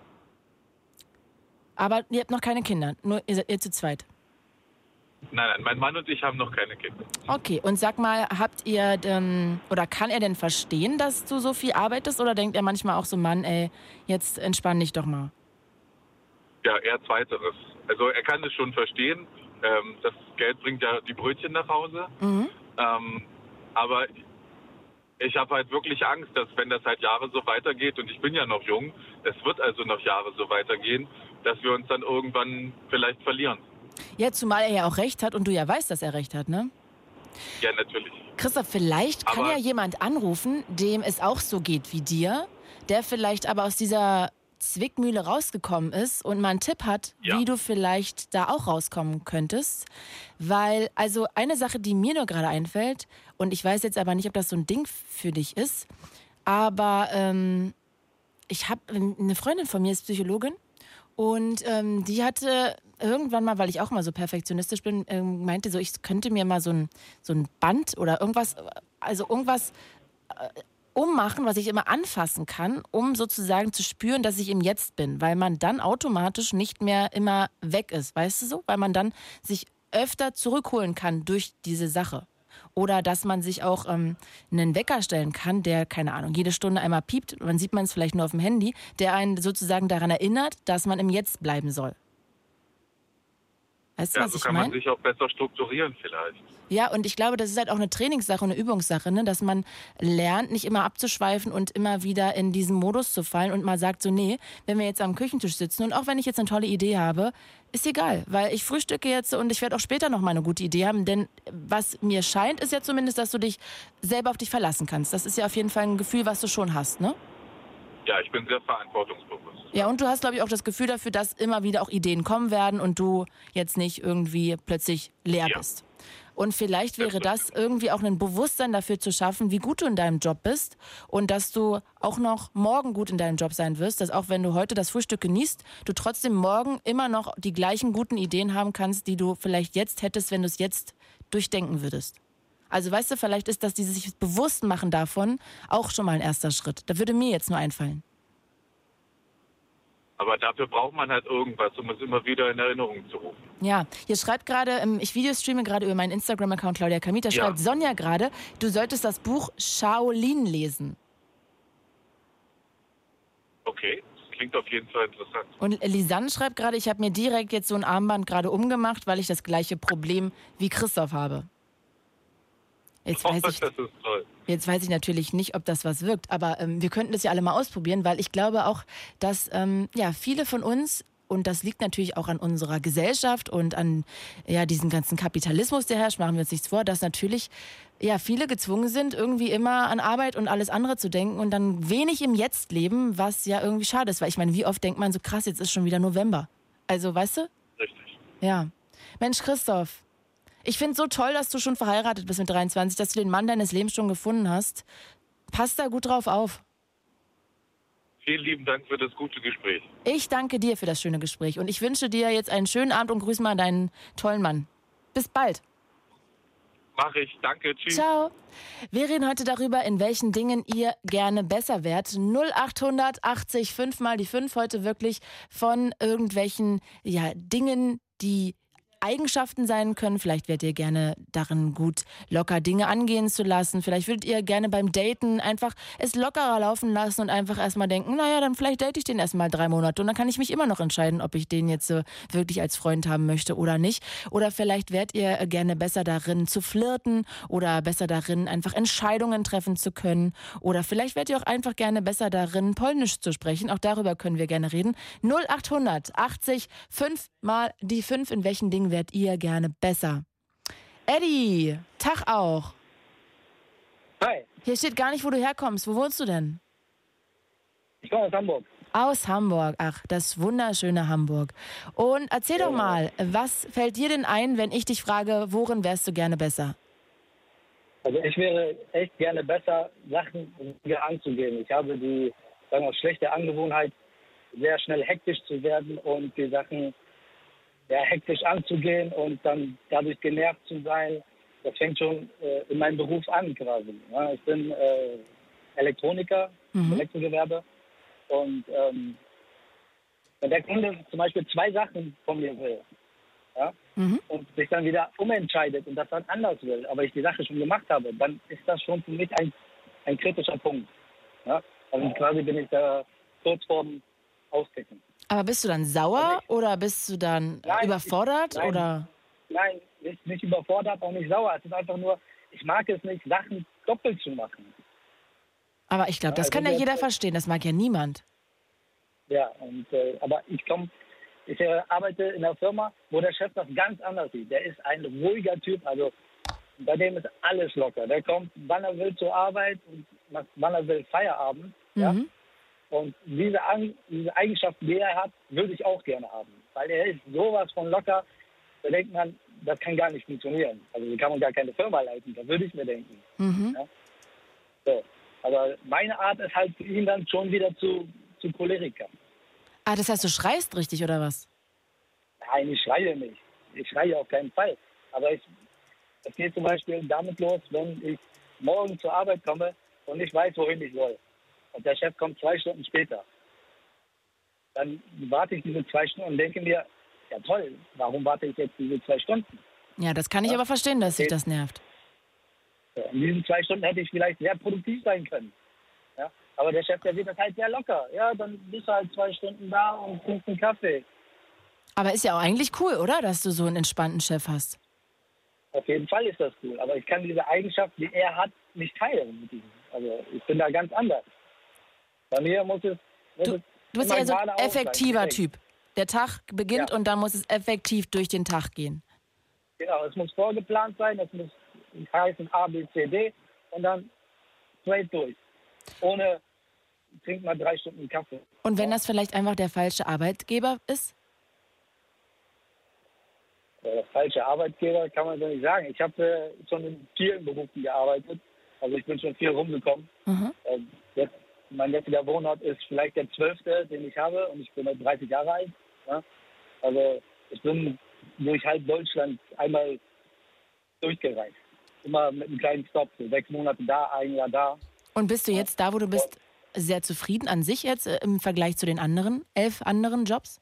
Aber ihr habt noch keine Kinder, nur ihr, seid- ihr zu zweit. Nein, nein, mein Mann und ich haben noch keine Kinder. Okay, und sag mal, habt ihr denn, oder kann er denn verstehen, dass du so viel arbeitest? Oder denkt er manchmal auch so, Mann, ey, jetzt entspann dich doch mal? Ja, eher Zweiteres. Also er kann es schon verstehen. Ähm, das Geld bringt ja die Brötchen nach Hause. Mhm. Ähm, aber ich habe halt wirklich Angst, dass wenn das halt Jahre so weitergeht, und ich bin ja noch jung, es wird also noch Jahre so weitergehen, dass wir uns dann irgendwann vielleicht verlieren. Ja, zumal er ja auch recht hat und du ja weißt, dass er recht hat, ne? Ja, natürlich. Christoph, vielleicht kann Aber ja jemand anrufen, dem es auch so geht wie dir, der vielleicht aber aus dieser Zwickmühle rausgekommen ist und mal einen Tipp hat, Ja. wie du vielleicht da auch rauskommen könntest. Weil, also eine Sache, die mir nur gerade einfällt, und ich weiß jetzt aber nicht, ob das so ein Ding für dich ist, aber ähm, ich habe, eine Freundin von mir ist Psychologin und ähm, die hatte irgendwann mal, weil ich auch mal so perfektionistisch bin, ähm, meinte so, ich könnte mir mal so ein, so ein Band oder irgendwas, also irgendwas äh, ummachen, was ich immer anfassen kann, um sozusagen zu spüren, dass ich im Jetzt bin, weil man dann automatisch nicht mehr immer weg ist, weißt du so? Weil man dann sich öfter zurückholen kann durch diese Sache. Oder dass man sich auch ähm, einen Wecker stellen kann, der, keine Ahnung, jede Stunde einmal piept, man sieht man es vielleicht nur auf dem Handy, der einen sozusagen daran erinnert, dass man im Jetzt bleiben soll. Weißt du, ja, was so ich kann meine? man sich auch besser strukturieren vielleicht. Ja, und ich glaube, das ist halt auch eine Trainingssache, eine Übungssache, ne? Dass man lernt, nicht immer abzuschweifen und immer wieder in diesen Modus zu fallen und mal sagt so, nee, wenn wir jetzt am Küchentisch sitzen und auch wenn ich jetzt eine tolle Idee habe, ist egal, weil ich frühstücke jetzt und ich werde auch später noch mal eine gute Idee haben, denn was mir scheint, ist ja zumindest, dass du dich selber auf dich verlassen kannst. Das ist ja auf jeden Fall ein Gefühl, was du schon hast, ne? Ja, ich bin sehr verantwortungsbewusst. Ja, und du hast, glaube ich, auch das Gefühl dafür, dass immer wieder auch Ideen kommen werden und du jetzt nicht irgendwie plötzlich leer Ja. bist. Und vielleicht wäre das irgendwie auch ein Bewusstsein dafür zu schaffen, wie gut du in deinem Job bist und dass du auch noch morgen gut in deinem Job sein wirst, dass auch wenn du heute das Frühstück genießt, du trotzdem morgen immer noch die gleichen guten Ideen haben kannst, die du vielleicht jetzt hättest, wenn du es jetzt durchdenken würdest. Also weißt du, vielleicht ist das dieses sich bewusst machen davon auch schon mal ein erster Schritt. Da würde mir jetzt nur einfallen. Aber dafür braucht man halt irgendwas, um es immer wieder in Erinnerung zu rufen. Ja, hier schreibt gerade, ähm, ich videostreame gerade über meinen Instagram-Account Claudia Kamita, Ja. schreibt Sonja gerade, du solltest das Buch Shaolin lesen. Okay, das klingt auf jeden Fall interessant. Und Lisanne schreibt gerade, ich habe mir direkt jetzt so ein Armband gerade umgemacht, weil ich das gleiche Problem wie Christoph habe. Jetzt weiß ich, Das ist toll. jetzt weiß ich natürlich nicht, ob das was wirkt, aber ähm, wir könnten das ja alle mal ausprobieren, weil ich glaube auch, dass ähm, ja, viele von uns, und das liegt natürlich auch an unserer Gesellschaft und an ja, diesem ganzen Kapitalismus, der herrscht, machen wir uns nichts vor, dass natürlich ja, viele gezwungen sind, irgendwie immer an Arbeit und alles andere zu denken und dann wenig im Jetzt leben, was ja irgendwie schade ist, weil ich meine, wie oft denkt man so, krass, jetzt ist schon wieder November. Also, weißt du? Richtig. Ja. Mensch, Christoph, ich finde es so toll, dass du schon verheiratet bist mit dreiundzwanzig, dass du den Mann deines Lebens schon gefunden hast. Pass da gut drauf auf. Vielen lieben Dank für das gute Gespräch. Ich danke dir für das schöne Gespräch und ich wünsche dir jetzt einen schönen Abend und grüß mal deinen tollen Mann. Bis bald. Mach ich. Danke. Tschüss. Ciao. Wir reden heute darüber, in welchen Dingen ihr gerne besser wärt. null achthundert achtzig fünf mal die fünf. Heute wirklich von irgendwelchen ja, Dingen, die Eigenschaften sein können. Vielleicht wärt ihr gerne darin gut, locker Dinge angehen zu lassen. Vielleicht würdet ihr gerne beim Daten einfach es lockerer laufen lassen und einfach erstmal denken, naja, dann vielleicht date ich den erstmal drei Monate und dann kann ich mich immer noch entscheiden, ob ich den jetzt äh, wirklich als Freund haben möchte oder nicht. Oder vielleicht wärt ihr äh, gerne besser darin zu flirten oder besser darin, einfach Entscheidungen treffen zu können. Oder vielleicht wärt ihr auch einfach gerne besser darin, Polnisch zu sprechen. Auch darüber können wir gerne reden. null achthundert achtzig fünf mal die fünf. In welchen Dingen wärt ihr gerne besser? Eddie, Tag auch. Hi, Hier steht gar nicht, wo du herkommst. Wo wohnst du denn? ich komme aus Hamburg. Aus Hamburg. Ach, das wunderschöne Hamburg. Und erzähl doch mal, was fällt dir denn ein, wenn ich dich frage, worin wärst du gerne besser? Also ich wäre echt gerne besser, Sachen wieder anzugehen. Ich habe die, sagen wir, schlechte Angewohnheit, sehr schnell hektisch zu werden und die Sachen ja, hektisch anzugehen und dann dadurch genervt zu sein. Das fängt schon äh, in meinem Beruf an quasi. Ja, ich bin äh, Elektroniker, Mhm. Elektrogewerbe und ähm, wenn der Kunde zum Beispiel zwei Sachen von mir will, ja, Mhm. und sich dann wieder umentscheidet und das dann anders will, aber ich die Sache schon gemacht habe, dann ist das schon für mich ein, ein kritischer Punkt. Ja? Also quasi bin ich da kurz vorm Austicken. Aber bist du dann sauer oder bist du dann Nein, überfordert? ich- nein. Oder? Nein, nicht, nicht überfordert, auch nicht sauer. Es ist einfach nur, ich mag es nicht, Sachen doppelt zu machen. Aber ich glaube, das Also kann ja der- jeder verstehen. Das mag ja niemand. Ja, und, äh, aber ich komme, ich äh, arbeite in einer Firma, wo der Chef das ganz anders sieht. Der ist ein ruhiger Typ, also bei dem ist alles locker. Der kommt, wann er will zur Arbeit und macht, wann er will Feierabend. Ja? Mhm. Und diese, An diese Eigenschaften, die er hat, würde ich auch gerne haben. Weil er ist sowas von locker, da denkt man, das kann gar nicht funktionieren. Also da kann man gar keine Firma leiten, da würde ich mir denken. Mhm. Ja? So. Aber meine Art ist halt für ihn dann schon wieder zu, zu Choleriker. Ah, das heißt, du schreist richtig, oder was? Nein, ich schreie nicht. Ich schreie auf keinen Fall. Aber ich, es geht zum Beispiel damit los, wenn ich morgen zur Arbeit komme und ich weiß, wohin ich soll. Und der Chef kommt zwei Stunden später. Dann warte ich diese zwei Stunden und denke mir, ja toll, warum warte ich jetzt diese zwei Stunden? Ja, das kann ich Ja. aber verstehen, dass sich Okay. das nervt. So, in diesen zwei Stunden hätte ich vielleicht sehr produktiv sein können. Ja? Aber der Chef, der sieht das halt sehr locker. Ja, dann bist du halt zwei Stunden da und trinkst einen Kaffee. Aber ist ja auch eigentlich cool, oder? Dass du so einen entspannten Chef hast. Auf jeden Fall ist das cool. Aber ich kann diese Eigenschaft, die er hat, nicht teilen mit ihm. Also ich bin da ganz anders. Bei mir muss es... Muss Du, es du bist immer ja so ein geradeaus sein, effektiver direkt. Typ. Der Tag beginnt Ja. und dann muss es effektiv durch den Tag gehen. Genau, es muss vorgeplant sein, es muss heißen A, B, C, D und dann straight durch. Ohne, trink mal drei Stunden Kaffee. Und wenn das vielleicht einfach der falsche Arbeitgeber ist? Der falsche Arbeitgeber kann man so nicht sagen. Ich habe äh, schon in vielen Berufen gearbeitet. Also ich bin schon viel rumgekommen. Mhm. Ähm, jetzt, mein jetziger Wohnort ist vielleicht der zwölfte, den ich habe und ich bin jetzt dreißig Jahre alt. Ja? Also ich bin durch halb Deutschland einmal durchgereist. Immer mit einem kleinen Stopp, so sechs Monate da, ein Jahr da. Und bist du jetzt da, wo du bist, sehr zufrieden an sich jetzt äh, im Vergleich zu den anderen, elf anderen Jobs?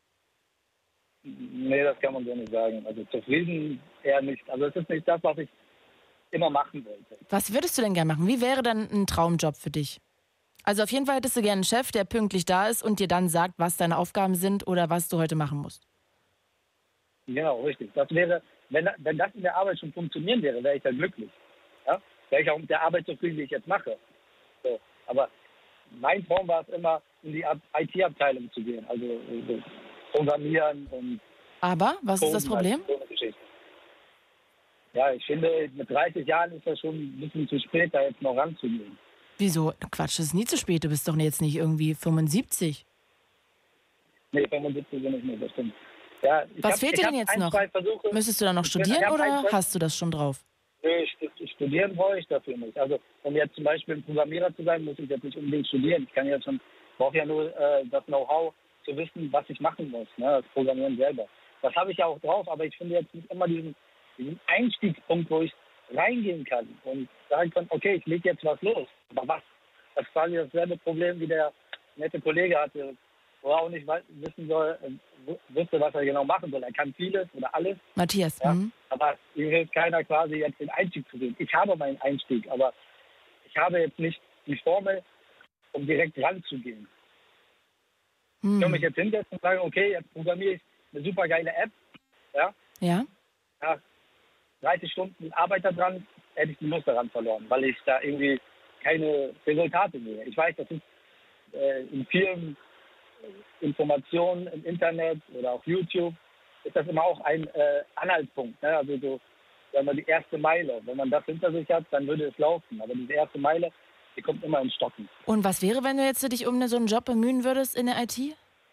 Nee, das kann man so nicht sagen. Also zufrieden eher nicht. Also es ist nicht das, was ich immer machen wollte. Was würdest du denn gerne machen? Wie wäre dann ein Traumjob für dich? Also auf jeden Fall hättest du gerne einen Chef, der pünktlich da ist und dir dann sagt, was deine Aufgaben sind oder was du heute machen musst. Genau, richtig. Das wäre, wenn, wenn das in der Arbeit schon funktionieren wäre, wäre ich dann glücklich. Ja? Wäre ich auch mit der Arbeit zufrieden, die ich jetzt mache. So. Aber mein Traum war es immer, in die I T-Abteilung zu gehen. Also äh, Programmieren und Aber, was ist das Coden, Problem? also so eine Geschichte. Ja, ich finde, mit dreißig Jahren ist das schon ein bisschen zu spät, da jetzt noch ranzugehen. Wieso? Quatsch, das ist nie zu spät. Du bist doch jetzt nicht irgendwie fünfundsiebzig. Nee, fünfundsiebzig bin ich nicht, das stimmt. Ja, ich Was hab, fehlt ich dir hab denn jetzt ein, noch? zwei Versuche. Müsstest du dann noch Ich bin- studieren ich hab ein, oder zwei- hast du das schon drauf? Nö, ich, ich, studieren brauche ich dafür nicht. Also um jetzt zum Beispiel ein Programmierer zu sein, muss ich jetzt nicht unbedingt studieren. Ich kann ja schon, brauche ja nur äh, das Know-how zu wissen, was ich machen muss, ne, das Programmieren selber. Das habe ich ja auch drauf, aber ich finde jetzt nicht immer diesen, diesen Einstiegspunkt, wo ich reingehen kann und sagen kann, okay, ich lege jetzt was los. Aber was? Das ist quasi dasselbe Problem, wie der nette Kollege hatte, wo er auch nicht wei- wissen soll, äh, w- wusste, was er genau machen soll. Er kann vieles oder alles. Matthias, Ja, mhm. aber ihm hilft keiner quasi jetzt den Einstieg zu gehen. Ich habe meinen Einstieg, aber ich habe jetzt nicht die Formel, um direkt ranzugehen. Ich kann mich Hm. jetzt hinsetzen und sagen, okay, jetzt programmiere ich eine super geile App. Ja, Ja? nach dreißig Stunden Arbeit daran hätte ich die Lust daran verloren, weil ich da irgendwie keine Resultate sehe. Ich weiß, das ist äh, in vielen Informationen im Internet oder auf YouTube ist das immer auch ein äh, Anhaltspunkt. Ne? Also so, sagen wir, die erste Meile. Wenn man das hinter sich hat, dann würde es laufen. Aber diese erste Meile, die kommt immer ins Stocken. Und was wäre, wenn du jetzt dich um so einen Job bemühen würdest in der I T?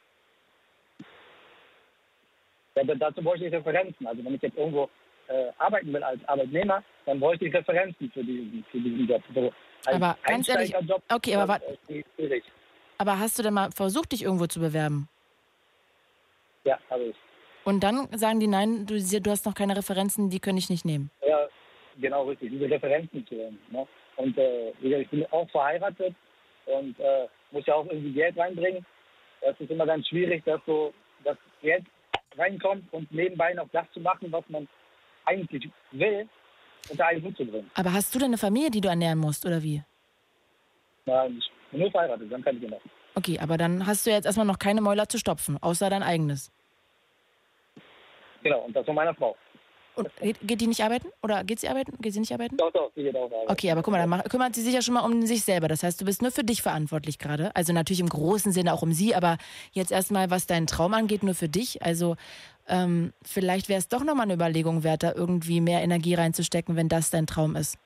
Ja, da- dazu bräuchte ich Referenzen. Also wenn ich jetzt irgendwo äh, arbeiten will als Arbeitnehmer, dann bräuchte ich Referenzen für diesen, für diesen Job. So, als Aber ganz ehrlich, Einsteigerjob, okay, aber das wa- ist schwierig. Aber hast du denn mal versucht, dich irgendwo zu bewerben? Ja, habe ich. Und dann sagen die, nein, du, du hast noch keine Referenzen, die können ich nicht nehmen. Ja, genau richtig, diese Referenzen zu hören. Ne? Und äh, wie gesagt, ich bin auch verheiratet und äh, muss ja auch irgendwie Geld reinbringen. Das ist immer ganz schwierig, dass so das Geld reinkommt und nebenbei noch das zu machen, was man eigentlich will, unter einen Hut zu bringen. Aber hast du denn eine Familie, die du ernähren musst, oder wie? Nein, ich bin nur verheiratet, dann kann ich ja machen. Okay, aber dann hast du jetzt erstmal noch keine Mäuler zu stopfen, außer dein eigenes. Genau, und das von meiner Frau. Und geht, geht die nicht arbeiten? Oder geht sie arbeiten? Geht sie nicht arbeiten? Doch, doch, sie geht auch arbeiten. Okay, aber guck mal, dann mach, kümmert sie sich ja schon mal um sich selber. Das heißt, du bist nur für dich verantwortlich gerade. Also natürlich im großen Sinne auch um sie, aber jetzt erstmal, was deinen Traum angeht, nur für dich. Also ähm, vielleicht wäre es doch nochmal eine Überlegung wert, da irgendwie mehr Energie reinzustecken, wenn das dein Traum ist.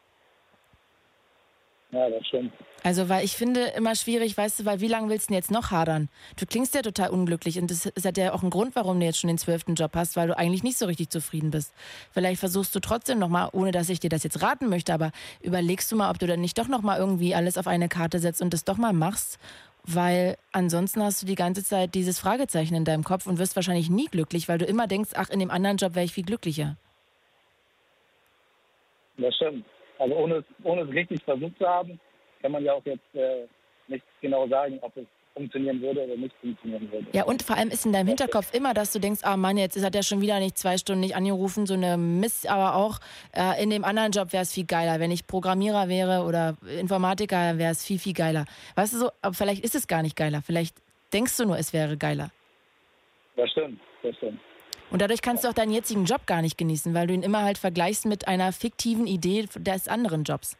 Ja, das stimmt. Also, weil ich finde immer schwierig, weißt du, weil wie lange willst du denn jetzt noch hadern? Du klingst ja total unglücklich und das ist hat ja auch einen Grund, warum du jetzt schon den zwölften Job hast, weil du eigentlich nicht so richtig zufrieden bist. Vielleicht versuchst du trotzdem nochmal, ohne dass ich dir das jetzt raten möchte, aber überlegst du mal, ob du dann nicht doch nochmal irgendwie alles auf eine Karte setzt und das doch mal machst, weil ansonsten hast du die ganze Zeit dieses Fragezeichen in deinem Kopf und wirst wahrscheinlich nie glücklich, weil du immer denkst, ach, in dem anderen Job wäre ich viel glücklicher. Das stimmt. Also ohne, ohne es richtig versucht zu haben, kann man ja auch jetzt äh, nicht genau sagen, ob es funktionieren würde oder nicht funktionieren würde. Ja, und vor allem ist in deinem Hinterkopf immer, dass du denkst, ah Mann, jetzt hat er schon wieder nicht zwei Stunden nicht angerufen, so eine Mist, aber auch äh, in dem anderen Job wäre es viel geiler. Wenn ich Programmierer wäre oder Informatiker, wäre es viel, viel geiler. Weißt du so, aber vielleicht ist es gar nicht geiler. Vielleicht denkst du nur, es wäre geiler. Das stimmt, das stimmt. Und dadurch kannst du auch deinen jetzigen Job gar nicht genießen, weil du ihn immer halt vergleichst mit einer fiktiven Idee des anderen Jobs.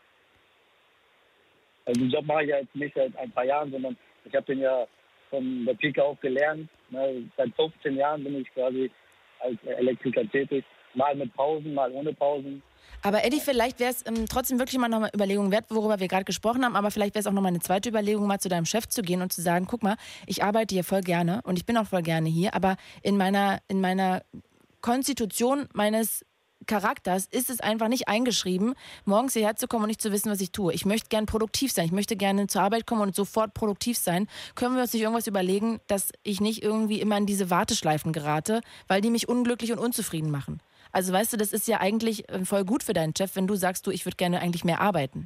Also den Job mache ich ja jetzt nicht seit ein paar Jahren, sondern ich habe den ja von der Pike auf gelernt. Ne? Seit fünfzehn Jahren bin ich quasi als Elektriker tätig. Mal mit Pausen, mal ohne Pausen. Aber Eddie, vielleicht wäre es ähm, trotzdem wirklich mal noch eine Überlegung wert, worüber wir gerade gesprochen haben, aber vielleicht wäre es auch noch mal eine zweite Überlegung, mal zu deinem Chef zu gehen und zu sagen, guck mal, ich arbeite hier voll gerne und ich bin auch voll gerne hier, aber in meiner, in meiner Konstitution meines Charakters ist es einfach nicht eingeschrieben, morgens hierher zu kommen und nicht zu wissen, was ich tue. Ich möchte gerne produktiv sein. Ich möchte gerne zur Arbeit kommen und sofort produktiv sein. Können wir uns nicht irgendwas überlegen, dass ich nicht irgendwie immer in diese Warteschleifen gerate, weil die mich unglücklich und unzufrieden machen? Also weißt du, das ist ja eigentlich voll gut für deinen Chef, wenn du sagst, du, ich würde gerne eigentlich mehr arbeiten.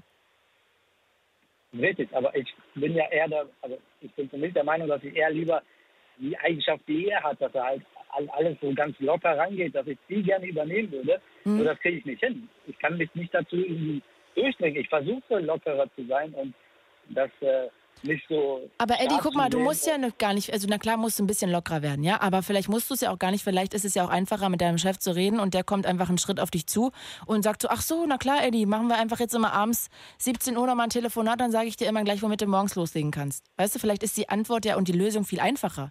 Richtig, aber ich bin ja eher der, also ich bin für mich der Meinung, dass ich eher lieber die Eigenschaft, die er hat, dass er halt alles so ganz locker rangeht, dass ich die gerne übernehmen würde. Mhm. Nur das kriege ich nicht hin. Ich kann mich nicht dazu irgendwie durchdringen. Ich versuche lockerer zu sein und das äh, nicht so. Aber Eddie, guck mal, du musst ja noch gar nicht, also na klar musst du ein bisschen lockerer werden, ja, aber vielleicht musst du es ja auch gar nicht, vielleicht ist es ja auch einfacher, mit deinem Chef zu reden und der kommt einfach einen Schritt auf dich zu und sagt so, ach so, na klar, Eddie, machen wir einfach jetzt immer abends siebzehn Uhr nochmal ein Telefonat, dann sage ich dir immer gleich, womit du morgens loslegen kannst. Weißt du, vielleicht ist die Antwort ja und die Lösung viel einfacher.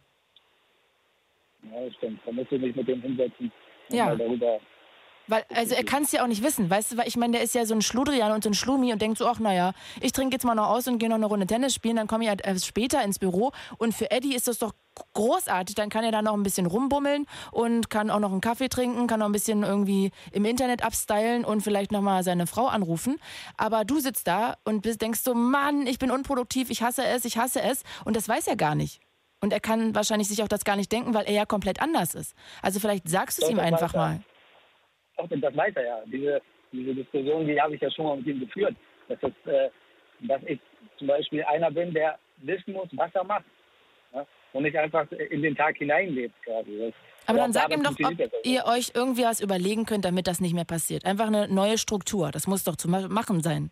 Ja, das stimmt. Da musst du dich mit dem hinsetzen und ja. mal darüber. Weil, also er kann es ja auch nicht wissen, weißt du, weil ich meine, der ist ja so ein Schludrian und so ein Schlumi und denkt so, ach naja, ich trinke jetzt mal noch aus und gehe noch eine Runde Tennis spielen, dann komme ich halt erst später ins Büro und für Eddie ist das doch großartig, dann kann er da noch ein bisschen rumbummeln und kann auch noch einen Kaffee trinken, kann noch ein bisschen irgendwie im Internet abstylen und vielleicht nochmal seine Frau anrufen, aber du sitzt da und bist, denkst so, Mann, ich bin unproduktiv, ich hasse es, ich hasse es und das weiß er gar nicht. Und er kann wahrscheinlich sich auch das gar nicht denken, weil er ja komplett anders ist. Also vielleicht sagst du es ihm einfach mal. Auch das weiß er ja. Diese, diese Diskussion, die habe ich ja schon mal mit ihm geführt. Dass, das, äh, dass ich zum Beispiel einer bin, der wissen muss, was er macht. Ja? Und nicht einfach in den Tag hineinlebt quasi. Das, aber dann sag ihm doch, ob ihr euch irgendwie was überlegen könnt, damit das nicht mehr passiert. Einfach eine neue Struktur. Das muss doch zu machen sein.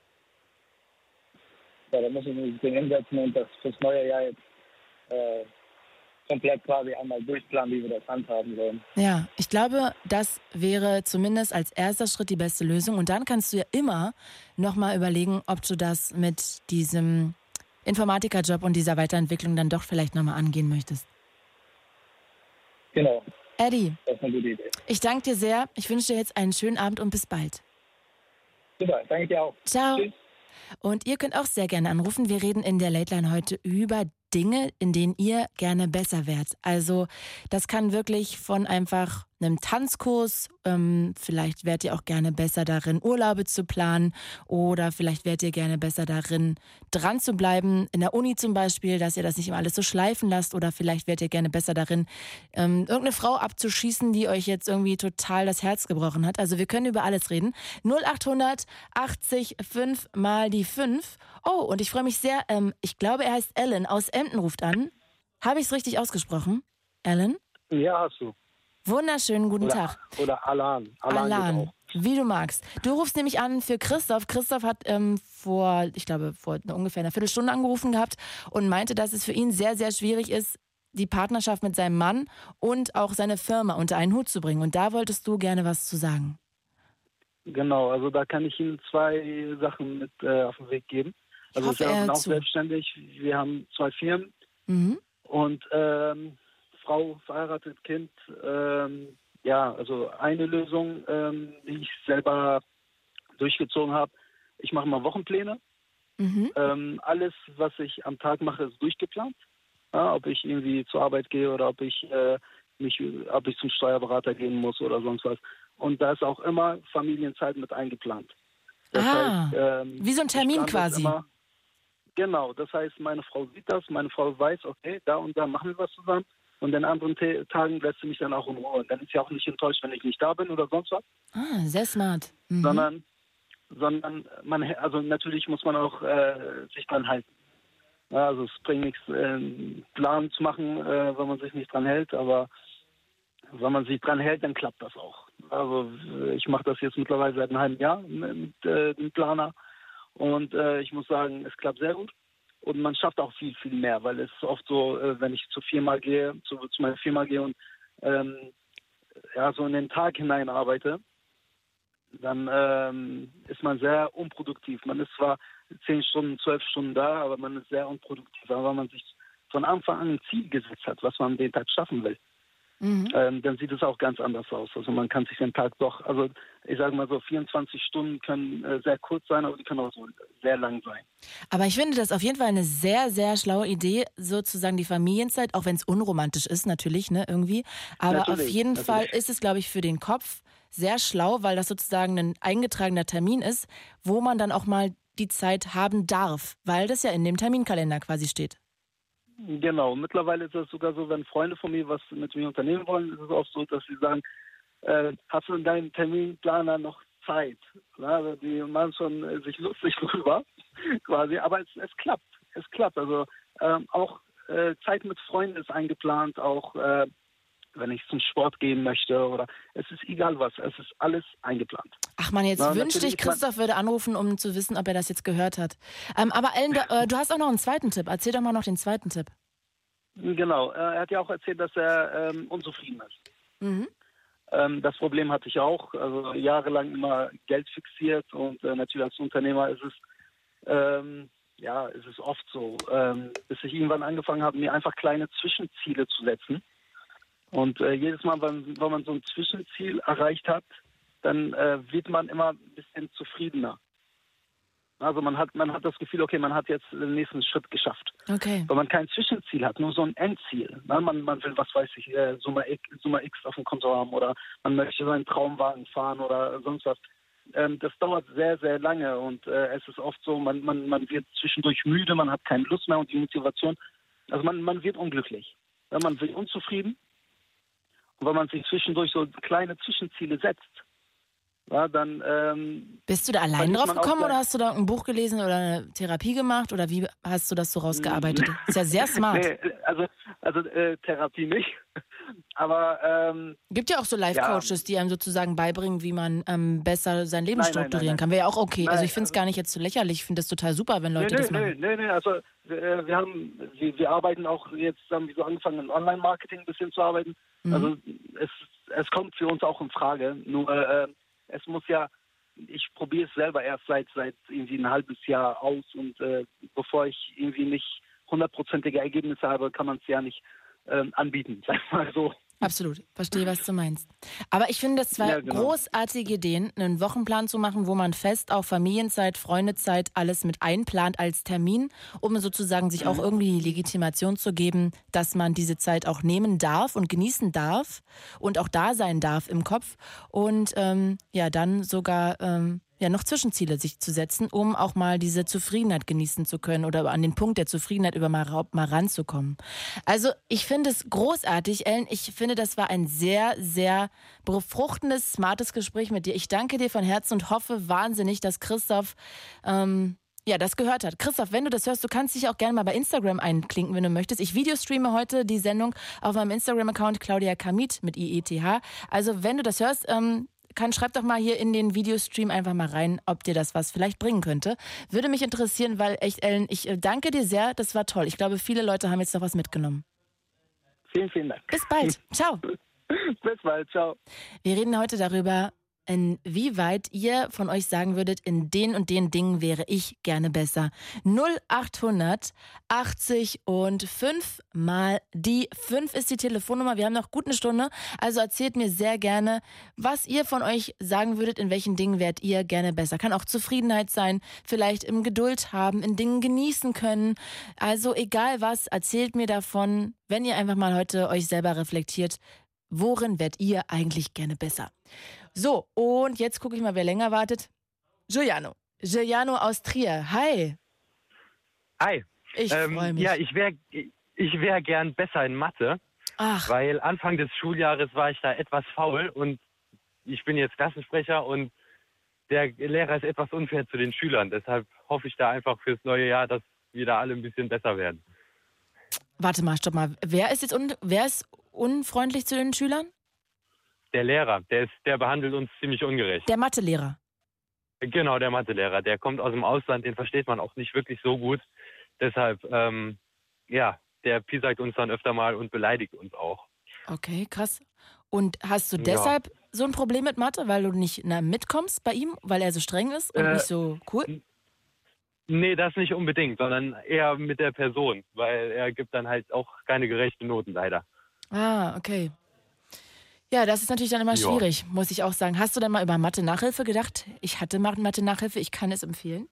Ja, da muss ich mich hinsetzen und das fürs neue Jahr jetzt Äh, komplett quasi einmal durchplanen, wie wir das handhaben sollen. Ja, ich glaube, das wäre zumindest als erster Schritt die beste Lösung. Und dann kannst du ja immer nochmal überlegen, ob du das mit diesem Informatikerjob und dieser Weiterentwicklung dann doch vielleicht nochmal angehen möchtest. Genau. Eddie, das ist eine gute Idee. Ich danke dir sehr. Ich wünsche dir jetzt einen schönen Abend und bis bald. Super, danke dir auch. Ciao. Tschüss. Und ihr könnt auch sehr gerne anrufen. Wir reden in der Late Line heute über Dinge, in denen ihr gerne besser wärt. Also das kann wirklich von einfach einem Tanzkurs, ähm, vielleicht wärt ihr auch gerne besser darin, Urlaube zu planen oder vielleicht wärt ihr gerne besser darin, dran zu bleiben, in der Uni zum Beispiel, dass ihr das nicht immer alles so schleifen lasst oder vielleicht wärt ihr gerne besser darin, ähm, irgendeine Frau abzuschießen, die euch jetzt irgendwie total das Herz gebrochen hat. Also wir können über alles reden. null achthundert achtzig fünf mal die fünf. Oh, und ich freue mich sehr, ähm, ich glaube, er heißt Alan aus Emden ruft an. Habe ich es richtig ausgesprochen? Alan? Ja, hast du. Wunderschönen guten oder, Tag. Oder Alan. Alan, Alan, wie du magst. Du rufst nämlich an für Christoph. Christoph hat ähm, vor, ich glaube, vor ungefähr einer Viertelstunde angerufen gehabt und meinte, dass es für ihn sehr, sehr schwierig ist, die Partnerschaft mit seinem Mann und auch seine Firma unter einen Hut zu bringen. Und da wolltest du gerne was zu sagen. Genau, also da kann ich Ihnen zwei Sachen mit äh, auf den Weg geben. Also hoffe, wir sind er auch zu. selbstständig. Wir haben zwei Firmen Mhm. und ähm, Frau, verheiratet, Kind. Ähm, ja, also eine Lösung, ähm, die ich selber durchgezogen habe. Ich mache mal Wochenpläne. Mhm. Ähm, alles, was ich am Tag mache, ist durchgeplant. Ja, ob ich irgendwie zur Arbeit gehe oder ob ich äh, mich, ob ich zum Steuerberater gehen muss oder sonst was. Und da ist auch immer Familienzeit mit eingeplant. Das Ah, heißt, ähm, wie so ein ich Termin plane das quasi. immer- Genau, das heißt, meine Frau sieht das, meine Frau weiß, okay, da und da machen wir was zusammen. Und an anderen T- Tagen lässt sie mich dann auch in Ruhe. Und dann ist sie auch nicht enttäuscht, wenn ich nicht da bin oder sonst was. Ah, sehr smart. Mhm. Sondern, sondern man, also natürlich muss man auch äh, sich dran halten. Ja, also es bringt nichts, äh, einen Plan zu machen, äh, wenn man sich nicht dran hält, aber wenn man sich dran hält, dann klappt das auch. Also äh, ich mache das jetzt mittlerweile seit einem halben Jahr mit äh, dem Planer und äh, ich muss sagen, es klappt sehr gut und man schafft auch viel, viel mehr, weil es ist oft so, äh, wenn ich zur Firma gehe, zu, zu meiner Firma gehe und ähm, ja, so in den Tag hinein arbeite, dann ähm, ist man sehr unproduktiv. Man ist zwar zehn Stunden, zwölf Stunden da, aber man ist sehr unproduktiv, weil man sich von Anfang an ein Ziel gesetzt hat, was man den Tag schaffen will. Mhm. Ähm, dann sieht es auch ganz anders aus. Also man kann sich den Tag doch, also ich sage mal so, vierundzwanzig Stunden können äh, sehr kurz sein, aber die können auch so sehr lang sein. Aber ich finde das auf jeden Fall eine sehr, sehr schlaue Idee, sozusagen die Familienzeit, auch wenn es unromantisch ist natürlich, ne, irgendwie. Aber Natürlich, auf jeden natürlich. Fall ist es, glaube ich, für den Kopf sehr schlau, weil das sozusagen ein eingetragener Termin ist, wo man dann auch mal die Zeit haben darf, weil das ja in dem Terminkalender quasi steht. Genau, mittlerweile ist es sogar so, wenn Freunde von mir was mit mir unternehmen wollen, ist es auch so, dass sie sagen, äh, hast du in deinem Terminplaner noch Zeit? Ja, also die machen schon äh, sich lustig drüber, quasi, aber es, es klappt, es klappt. Also ähm, auch äh, Zeit mit Freunden ist eingeplant, auch äh, wenn ich zum Sport gehen möchte oder es ist egal was, es ist alles eingeplant. Ach man, jetzt Na, wünschte ich, natürlich, man- Christoph würde anrufen, um zu wissen, ob er das jetzt gehört hat. Ähm, aber Ellen, du, äh, du hast auch noch einen zweiten Tipp. Erzähl doch mal noch den zweiten Tipp. Genau, äh, er hat ja auch erzählt, dass er ähm, unzufrieden ist. Mhm. Ähm, das Problem hatte ich auch, also jahrelang immer Geld fixiert und äh, natürlich als Unternehmer ist es, ähm, ja, ist es oft so, ähm, bis ich irgendwann angefangen habe, mir einfach kleine Zwischenziele zu setzen. Und äh, jedes Mal, wenn, wenn man so ein Zwischenziel erreicht hat, dann äh, wird man immer ein bisschen zufriedener. Also man hat, man hat das Gefühl, okay, man hat jetzt den nächsten Schritt geschafft. Okay. Wenn man kein Zwischenziel hat, nur so ein Endziel. Ne? Man, man will, was weiß ich, äh, Summe, X, Summe X auf dem Konto haben oder man möchte seinen Traumwagen fahren oder sonst was. Ähm, das dauert sehr, sehr lange und äh, es ist oft so, man, man, man wird zwischendurch müde, man hat keine Lust mehr und die Motivation. Also man, man wird unglücklich. Ja, man wird unzufrieden. Und wenn man sich zwischendurch so kleine Zwischenziele setzt, ja, dann... Ähm, Bist du da allein verliert drauf man auch gekommen gleich- oder hast du da ein Buch gelesen oder eine Therapie gemacht oder wie hast du das so rausgearbeitet? Ist ja sehr smart. Nee, also also äh, Therapie nicht. Aber ähm, Gibt ja auch so Life-Coaches, die einem sozusagen beibringen, wie man ähm, besser sein Leben Nein, nein, strukturieren nein, kann. Wäre ja auch okay. Nein, Also ich finde es gar nicht jetzt so lächerlich. Ich finde das total super, wenn Leute nee, das nee, machen. nee, nee, nee, also äh, wir haben, wir, wir arbeiten auch jetzt, haben wir so angefangen, in Online-Marketing ein bisschen zu arbeiten. Mhm. Also es, es kommt für uns auch in Frage. Nur äh, es muss ja, ich probiere es selber erst seit seit irgendwie ein halbes Jahr aus und äh, bevor ich irgendwie nicht hundertprozentige Ergebnisse habe, kann man es ja nicht ähm, anbieten, sag mal so. Absolut, verstehe, was du meinst. Aber ich finde das zwei Ja, genau. großartige Ideen, einen Wochenplan zu machen, wo man fest auch Familienzeit, Freundezeit, alles mit einplant als Termin, um sozusagen sich auch irgendwie die Legitimation zu geben, dass man diese Zeit auch nehmen darf und genießen darf und auch da sein darf im Kopf und ähm, ja, dann sogar ähm, ja noch Zwischenziele sich zu setzen, um auch mal diese Zufriedenheit genießen zu können oder an den Punkt der Zufriedenheit über mal, mal ranzukommen. Also ich finde es großartig, Ellen. Ich finde, das war ein sehr, sehr befruchtendes, smartes Gespräch mit dir. Ich danke dir von Herzen und hoffe wahnsinnig, dass Christoph ähm, ja, das gehört hat. Christoph, wenn du das hörst, du kannst dich auch gerne mal bei Instagram einklinken, wenn du möchtest. Ich videostreame heute die Sendung auf meinem Instagram-Account Claudia Kamit mit I E T H. Also wenn du das hörst, ähm, kann, schreib doch mal hier in den Videostream einfach mal rein, ob dir das was vielleicht bringen könnte. Würde mich interessieren, weil echt, Ellen, ich äh, danke dir sehr, das war toll. Ich glaube, viele Leute haben jetzt noch was mitgenommen. Vielen, vielen Dank. Bis bald. Ciao. Bis bald. Ciao. Wir reden heute darüber, inwieweit ihr von euch sagen würdet, in den und den Dingen wäre ich gerne besser. null achthundert achtzig und fünf mal die fünf ist die Telefonnummer. Wir haben noch gut eine Stunde, also erzählt mir sehr gerne, was ihr von euch sagen würdet, in welchen Dingen wärt ihr gerne besser. Kann auch Zufriedenheit sein, vielleicht im Geduld haben, in Dingen genießen können. Also egal was, erzählt mir davon, wenn ihr einfach mal heute euch selber reflektiert, worin wärt ihr eigentlich gerne besser? So, und jetzt gucke ich mal, wer länger wartet. Giuliano. Giuliano aus Trier. Hi. Hi. Ich ähm, freue mich. Ja, ich wäre ich wär gern besser in Mathe, Ach. weil Anfang des Schuljahres war ich da etwas faul und ich bin jetzt Klassensprecher und der Lehrer ist etwas unfair zu den Schülern. Deshalb hoffe ich da einfach fürs neue Jahr, dass wir da alle ein bisschen besser werden. Warte mal, stopp mal. Wer ist jetzt un wer ist unfreundlich zu den Schülern? Der Lehrer, der, ist, der behandelt uns ziemlich ungerecht. Der Mathelehrer. Genau, der Mathelehrer. Der kommt aus dem Ausland, den versteht man auch nicht wirklich so gut. Deshalb, ähm, ja, der piesackt uns dann öfter mal und beleidigt uns auch. Okay, krass. Und hast du deshalb ja. so ein Problem mit Mathe, weil du nicht na, mitkommst bei ihm, weil er so streng ist und äh, nicht so cool? Nee, das nicht unbedingt, sondern eher mit der Person, weil er gibt dann halt auch keine gerechten Noten, leider. Ah, okay. Ja, das ist natürlich dann immer ja. schwierig, muss ich auch sagen. Hast du denn mal über Mathe-Nachhilfe gedacht? Ich hatte Mathe-Nachhilfe, ich kann es empfehlen.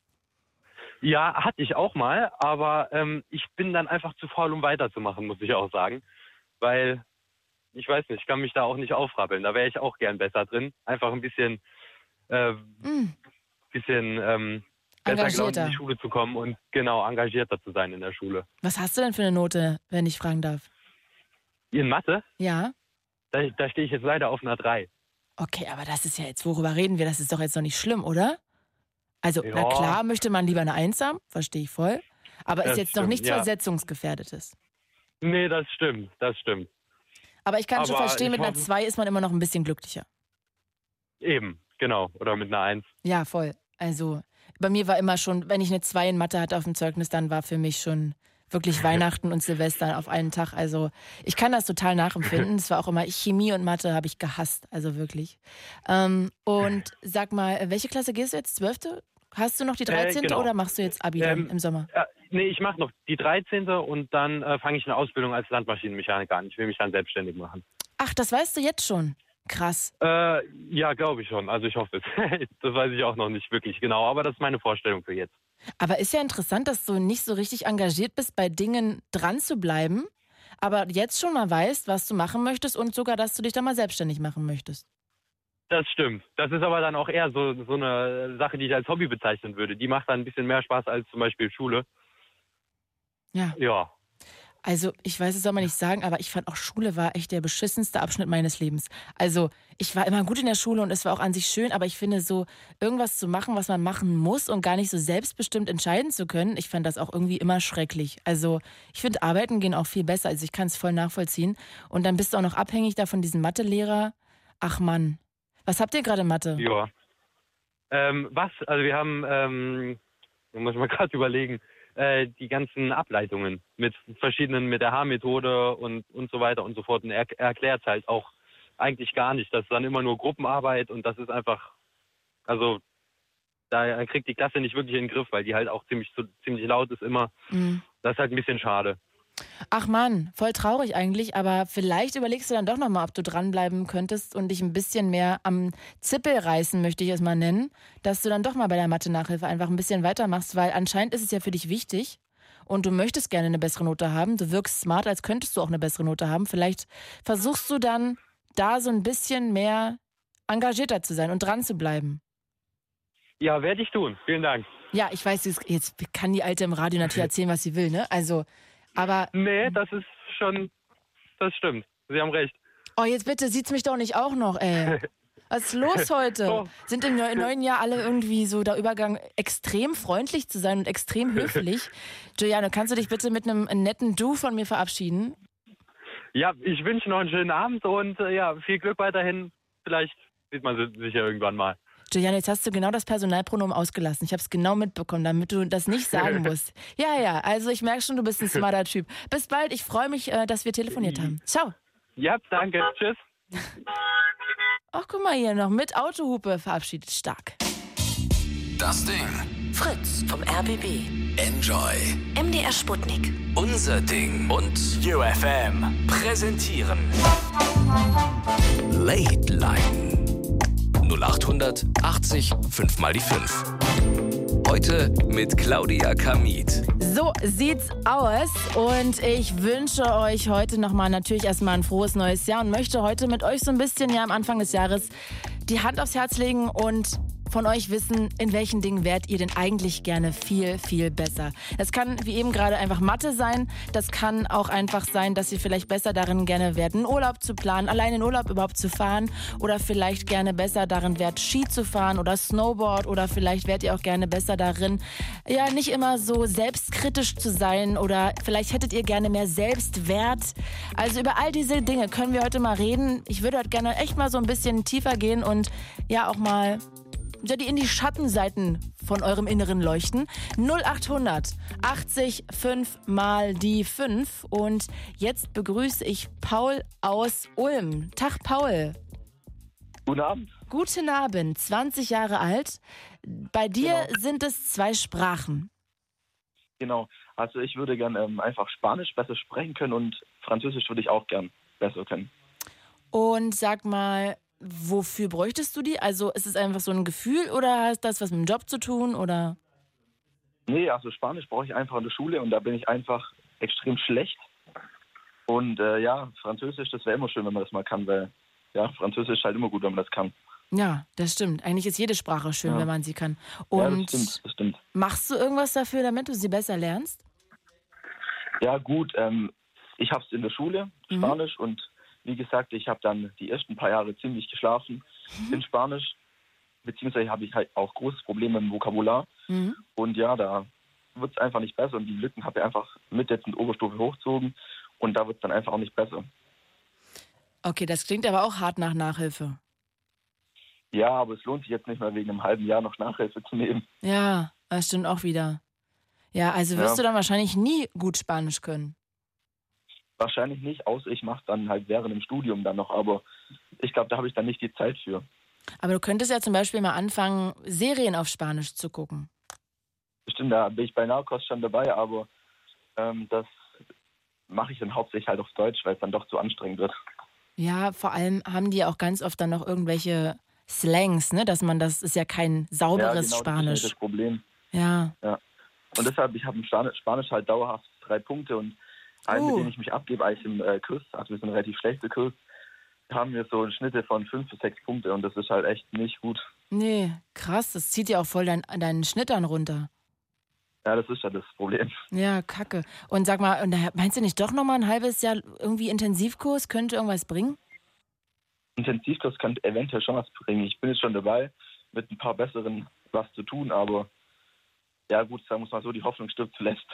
Ja, hatte ich auch mal, aber ähm, ich bin dann einfach zu faul, um weiterzumachen, muss ich auch sagen. Weil, ich weiß nicht, ich kann mich da auch nicht aufrappeln. Da wäre ich auch gern besser drin. Einfach ein bisschen, äh, mm. bisschen ähm, besser gelaunt in die Schule zu kommen und genau engagierter zu sein in der Schule. Was hast du denn für eine Note, wenn ich fragen darf? In Mathe? Ja. Da, da stehe ich jetzt leider auf einer drei. Okay, aber das ist ja jetzt, worüber reden wir? Das ist doch jetzt noch nicht schlimm, oder? Also, ja. na klar, möchte man lieber eine Eins haben, verstehe ich voll. Aber das ist jetzt stimmt, noch nichts ja. Versetzungsgefährdetes. Nee, das stimmt, das stimmt. Aber ich kann aber schon verstehen, mit hoffe, einer zwei ist man immer noch ein bisschen glücklicher. Eben, genau. Oder mit einer Eins. Ja, voll. Also, bei mir war immer schon, wenn ich eine zwei in Mathe hatte auf dem Zeugnis, dann war für mich schon wirklich Weihnachten und Silvester auf einen Tag. Also ich kann das total nachempfinden. Es war auch immer Chemie und Mathe habe ich gehasst, also wirklich. Ähm, und sag mal, welche Klasse gehst du jetzt? Zwölfte? Hast du noch die dreizehnte Äh, genau. Oder machst du jetzt Abi ähm, im Sommer? Äh, nee, ich mache noch die dreizehnte und dann äh, fange ich eine Ausbildung als Landmaschinenmechaniker an. Ich will mich dann selbstständig machen. Ach, das weißt du jetzt schon? Krass. Äh, ja, glaube ich schon. Also ich hoffe es. Das weiß ich auch noch nicht wirklich genau, aber das ist meine Vorstellung für jetzt. Aber ist ja interessant, dass du nicht so richtig engagiert bist, bei Dingen dran zu bleiben, aber jetzt schon mal weißt, was du machen möchtest und sogar, dass du dich da mal selbstständig machen möchtest. Das stimmt. Das ist aber dann auch eher so, so eine Sache, die ich als Hobby bezeichnen würde. Die macht dann ein bisschen mehr Spaß als zum Beispiel Schule. Ja. Ja. Also, ich weiß, es soll man nicht sagen, aber ich fand auch, Schule war echt der beschissenste Abschnitt meines Lebens. Also, ich war immer gut in der Schule und es war auch an sich schön, aber ich finde so, irgendwas zu machen, was man machen muss und gar nicht so selbstbestimmt entscheiden zu können, ich fand das auch irgendwie immer schrecklich. Also, ich finde, arbeiten gehen auch viel besser, also ich kann es voll nachvollziehen. Und dann bist du auch noch abhängig da von diesem Mathelehrer. Ach Mann, was habt ihr gerade in Mathe? Ja. Ähm, was? Also, wir haben, ähm, da muss ich mal gerade überlegen, die ganzen Ableitungen mit verschiedenen, mit der H-Methode und, und so weiter und so fort. Und er, er erklärt es halt auch eigentlich gar nicht. Das ist dann immer nur Gruppenarbeit und das ist einfach, also da kriegt die Klasse nicht wirklich in den Griff, weil die halt auch ziemlich, ziemlich laut ist immer. Mhm. Das ist halt ein bisschen schade. Ach Mann, voll traurig eigentlich, aber vielleicht überlegst du dann doch nochmal, ob du dranbleiben könntest und dich ein bisschen mehr am Zippel reißen, möchte ich es mal nennen, dass du dann doch mal bei der Mathe-Nachhilfe einfach ein bisschen weitermachst, weil anscheinend ist es ja für dich wichtig und du möchtest gerne eine bessere Note haben. Du wirkst smart, als könntest du auch eine bessere Note haben. Vielleicht versuchst du dann da so ein bisschen mehr engagierter zu sein und dran zu bleiben. Ja, werde ich tun. Vielen Dank. Ja, ich weiß, jetzt kann die Alte im Radio natürlich erzählen, was sie will, ne? Also... Aber nee, das ist schon, das stimmt. Sie haben recht. Oh, jetzt bitte, sieht's mich doch nicht auch noch, ey. Was ist los heute? Oh. Sind im neuen Jahr alle irgendwie so der Übergang, extrem freundlich zu sein und extrem höflich? Giuliano, kannst du dich bitte mit einem netten Du von mir verabschieden? Ja, ich wünsche noch einen schönen Abend und äh, ja, viel Glück weiterhin. Vielleicht sieht man sich ja irgendwann mal. Julian, jetzt hast du genau das Personalpronomen ausgelassen. Ich habe es genau mitbekommen, damit du das nicht sagen musst. Ja, ja, also ich merke schon, du bist ein smarter Typ. Bis bald, ich freue mich, dass wir telefoniert haben. Ciao. Ja, danke. Tschüss. Ach, guck mal hier, noch mit Autohupe verabschiedet. Stark. Das Ding. Fritz vom R B B. Enjoy. M D R Sputnik. Unser Ding. Und U F M präsentieren Late Line. null acht hundert achtzig fünf mal die fünf. Heute mit Claudia Kamit. So sieht's aus und ich wünsche euch heute nochmal natürlich erstmal ein frohes neues Jahr und möchte heute mit euch so ein bisschen ja am Anfang des Jahres die Hand aufs Herz legen und von euch wissen, in welchen Dingen wärt ihr denn eigentlich gerne viel, viel besser. Das kann wie eben gerade einfach Mathe sein. Das kann auch einfach sein, dass ihr vielleicht besser darin gerne wärt, einen Urlaub zu planen, allein in Urlaub überhaupt zu fahren oder vielleicht gerne besser darin wärt, Ski zu fahren oder Snowboard oder vielleicht wärt ihr auch gerne besser darin, ja, nicht immer so selbstkritisch zu sein oder vielleicht hättet ihr gerne mehr Selbstwert. Also über all diese Dinge können wir heute mal reden. Ich würde heute gerne echt mal so ein bisschen tiefer gehen und ja auch mal die in die Schattenseiten von eurem Inneren leuchten. null acht hundert achtzig fünf mal die fünf. Und jetzt begrüße ich Paul aus Ulm. Tag, Paul. Guten Abend. Guten Abend, zwanzig Jahre alt. Bei dir Genau. sind es zwei Sprachen. Genau, also ich würde gern ähm, einfach Spanisch besser sprechen können und Französisch würde ich auch gern besser können. Und sag mal, wofür bräuchtest du die? Also ist es einfach so ein Gefühl oder hat das was mit dem Job zu tun? Oder? Nee, also Spanisch brauche ich einfach in der Schule und da bin ich einfach extrem schlecht. Und äh, ja, Französisch, das wäre immer schön, wenn man das mal kann, weil ja, Französisch ist halt immer gut, wenn man das kann. Ja, das stimmt. Eigentlich ist jede Sprache schön, Ja. wenn man sie kann. Ja, Und das stimmt, das stimmt. machst du irgendwas dafür, damit du sie besser lernst? Ja gut, ähm, ich habe es in der Schule, Mhm. Spanisch, und wie gesagt, ich habe dann die ersten paar Jahre ziemlich geschlafen in Spanisch, beziehungsweise habe ich halt auch großes Problem mit dem Vokabular. Mhm. Und ja, da wird es einfach nicht besser und die Lücken habe ich einfach mit jetzt in die Oberstufe hochgezogen und da wird es dann einfach auch nicht besser. Okay, das klingt aber auch hart nach Nachhilfe. Ja, aber es lohnt sich jetzt nicht mehr wegen einem halben Jahr noch Nachhilfe zu nehmen. Ja, das stimmt auch wieder. Ja, also wirst Ja. du dann wahrscheinlich nie gut Spanisch können. Wahrscheinlich nicht, außer ich mache es dann halt während dem Studium dann noch, aber ich glaube, da habe ich dann nicht die Zeit für. Aber du könntest ja zum Beispiel mal anfangen, Serien auf Spanisch zu gucken. Bestimmt, da bin ich bei Narcos schon dabei, aber ähm, das mache ich dann hauptsächlich halt auf Deutsch, weil es dann doch zu anstrengend wird. Ja, vor allem haben die auch ganz oft dann noch irgendwelche Slangs, ne? Dass man, das ist ja kein sauberes ja, genau, Spanisch. Das ist das Problem. Ja. Ja. Und deshalb, ich habe im Spanisch, Spanisch halt dauerhaft drei Punkte und einen, Uh. mit dem ich mich abgebe, eigentlich im äh, Kurs, also wir sind ein relativ schlechter Kurs, haben wir so Schnitte von fünf bis sechs Punkte und das ist halt echt nicht gut. Nee, krass, das zieht ja auch voll dein, deinen Schnitt dann runter. Ja, das ist ja das Problem. Ja, kacke. Und sag mal, und da- meinst du nicht doch nochmal ein halbes Jahr irgendwie Intensivkurs könnte irgendwas bringen? Intensivkurs könnte eventuell schon was bringen. Ich bin jetzt schon dabei, mit ein paar besseren was zu tun, aber ja gut, sagen wir es mal so, die Hoffnung stirbt zuletzt.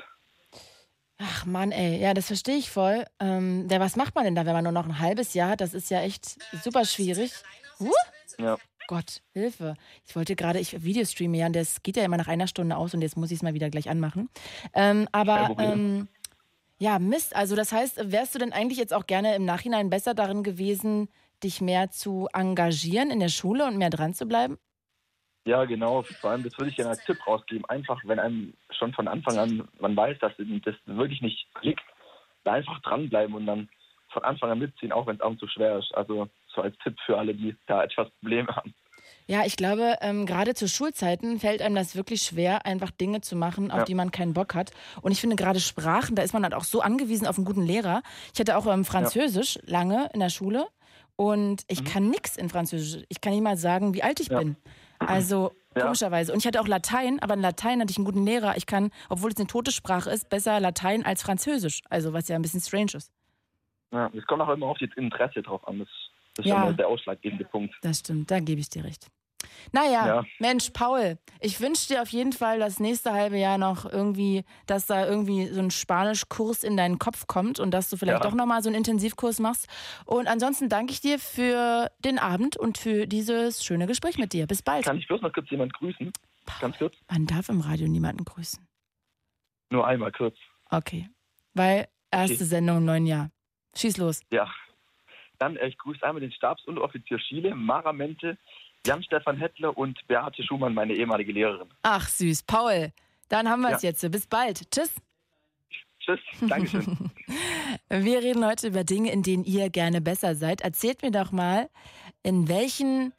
Ach Mann, ey, ja, das verstehe ich voll. Ähm, ja, was macht man denn da, wenn man nur noch ein halbes Jahr hat? Das ist ja echt super schwierig. Huh? Ja. Gott, Hilfe. Ich wollte gerade, ich Videostreame ja, und das geht ja immer nach einer Stunde aus und jetzt muss ich es mal wieder gleich anmachen. Ähm, aber, Kein Problem. ähm, ja, Mist. Also das heißt, wärst du denn eigentlich jetzt auch gerne im Nachhinein besser darin gewesen, dich mehr zu engagieren in der Schule und mehr dran zu bleiben? Ja, genau. Vor allem, das würde ich gerne als Tipp rausgeben. Einfach, wenn einem schon von Anfang an, man weiß, dass das wirklich nicht liegt, da einfach dranbleiben und dann von Anfang an mitziehen, auch wenn es auch zu schwer ist. Also so als Tipp für alle, die da etwas Probleme haben. Ja, ich glaube, ähm, gerade zu Schulzeiten fällt einem das wirklich schwer, einfach Dinge zu machen, auf Ja. die man keinen Bock hat. Und ich finde gerade Sprachen, da ist man halt auch so angewiesen auf einen guten Lehrer. Ich hatte auch ähm, Französisch lange in der Schule und ich kann nichts in Französisch. Ich kann nicht mal sagen, wie alt ich Ja. bin. Also Ja. komischerweise. Und ich hatte auch Latein, aber in Latein hatte ich einen guten Lehrer. Ich kann, obwohl es eine tote Sprache ist, besser Latein als Französisch. Also was ja ein bisschen strange ist. Ja, es kommt auch immer auf das Interesse drauf an. Das, das ist Ja. schon der ausschlaggebende Punkt. Das stimmt, da gebe ich dir recht. Naja, Ja. Mensch, Paul, ich wünsche dir auf jeden Fall das nächste halbe Jahr noch irgendwie, dass da irgendwie so ein Spanischkurs in deinen Kopf kommt und dass du vielleicht Ja. doch nochmal so einen Intensivkurs machst. Und ansonsten danke ich dir für den Abend und für dieses schöne Gespräch mit dir. Bis bald. Kann ich bloß noch kurz jemand grüßen? Ganz kurz? Man darf im Radio niemanden grüßen. Nur einmal kurz. Okay, weil erste Okay. Sendung im neuen Jahr. Schieß los. Ja. Dann, äh, ich grüße einmal den Stabsunteroffizier Schiele, Mara Mente, Jan-Stefan Hettler und Beate Schumann, meine ehemalige Lehrerin. Ach süß, Paul, dann haben wir es Ja. jetzt. Bis bald. Tschüss. Tschüss, Dankeschön. Wir reden heute über Dinge, in denen ihr gerne besser seid. Erzählt mir doch mal, in welchen,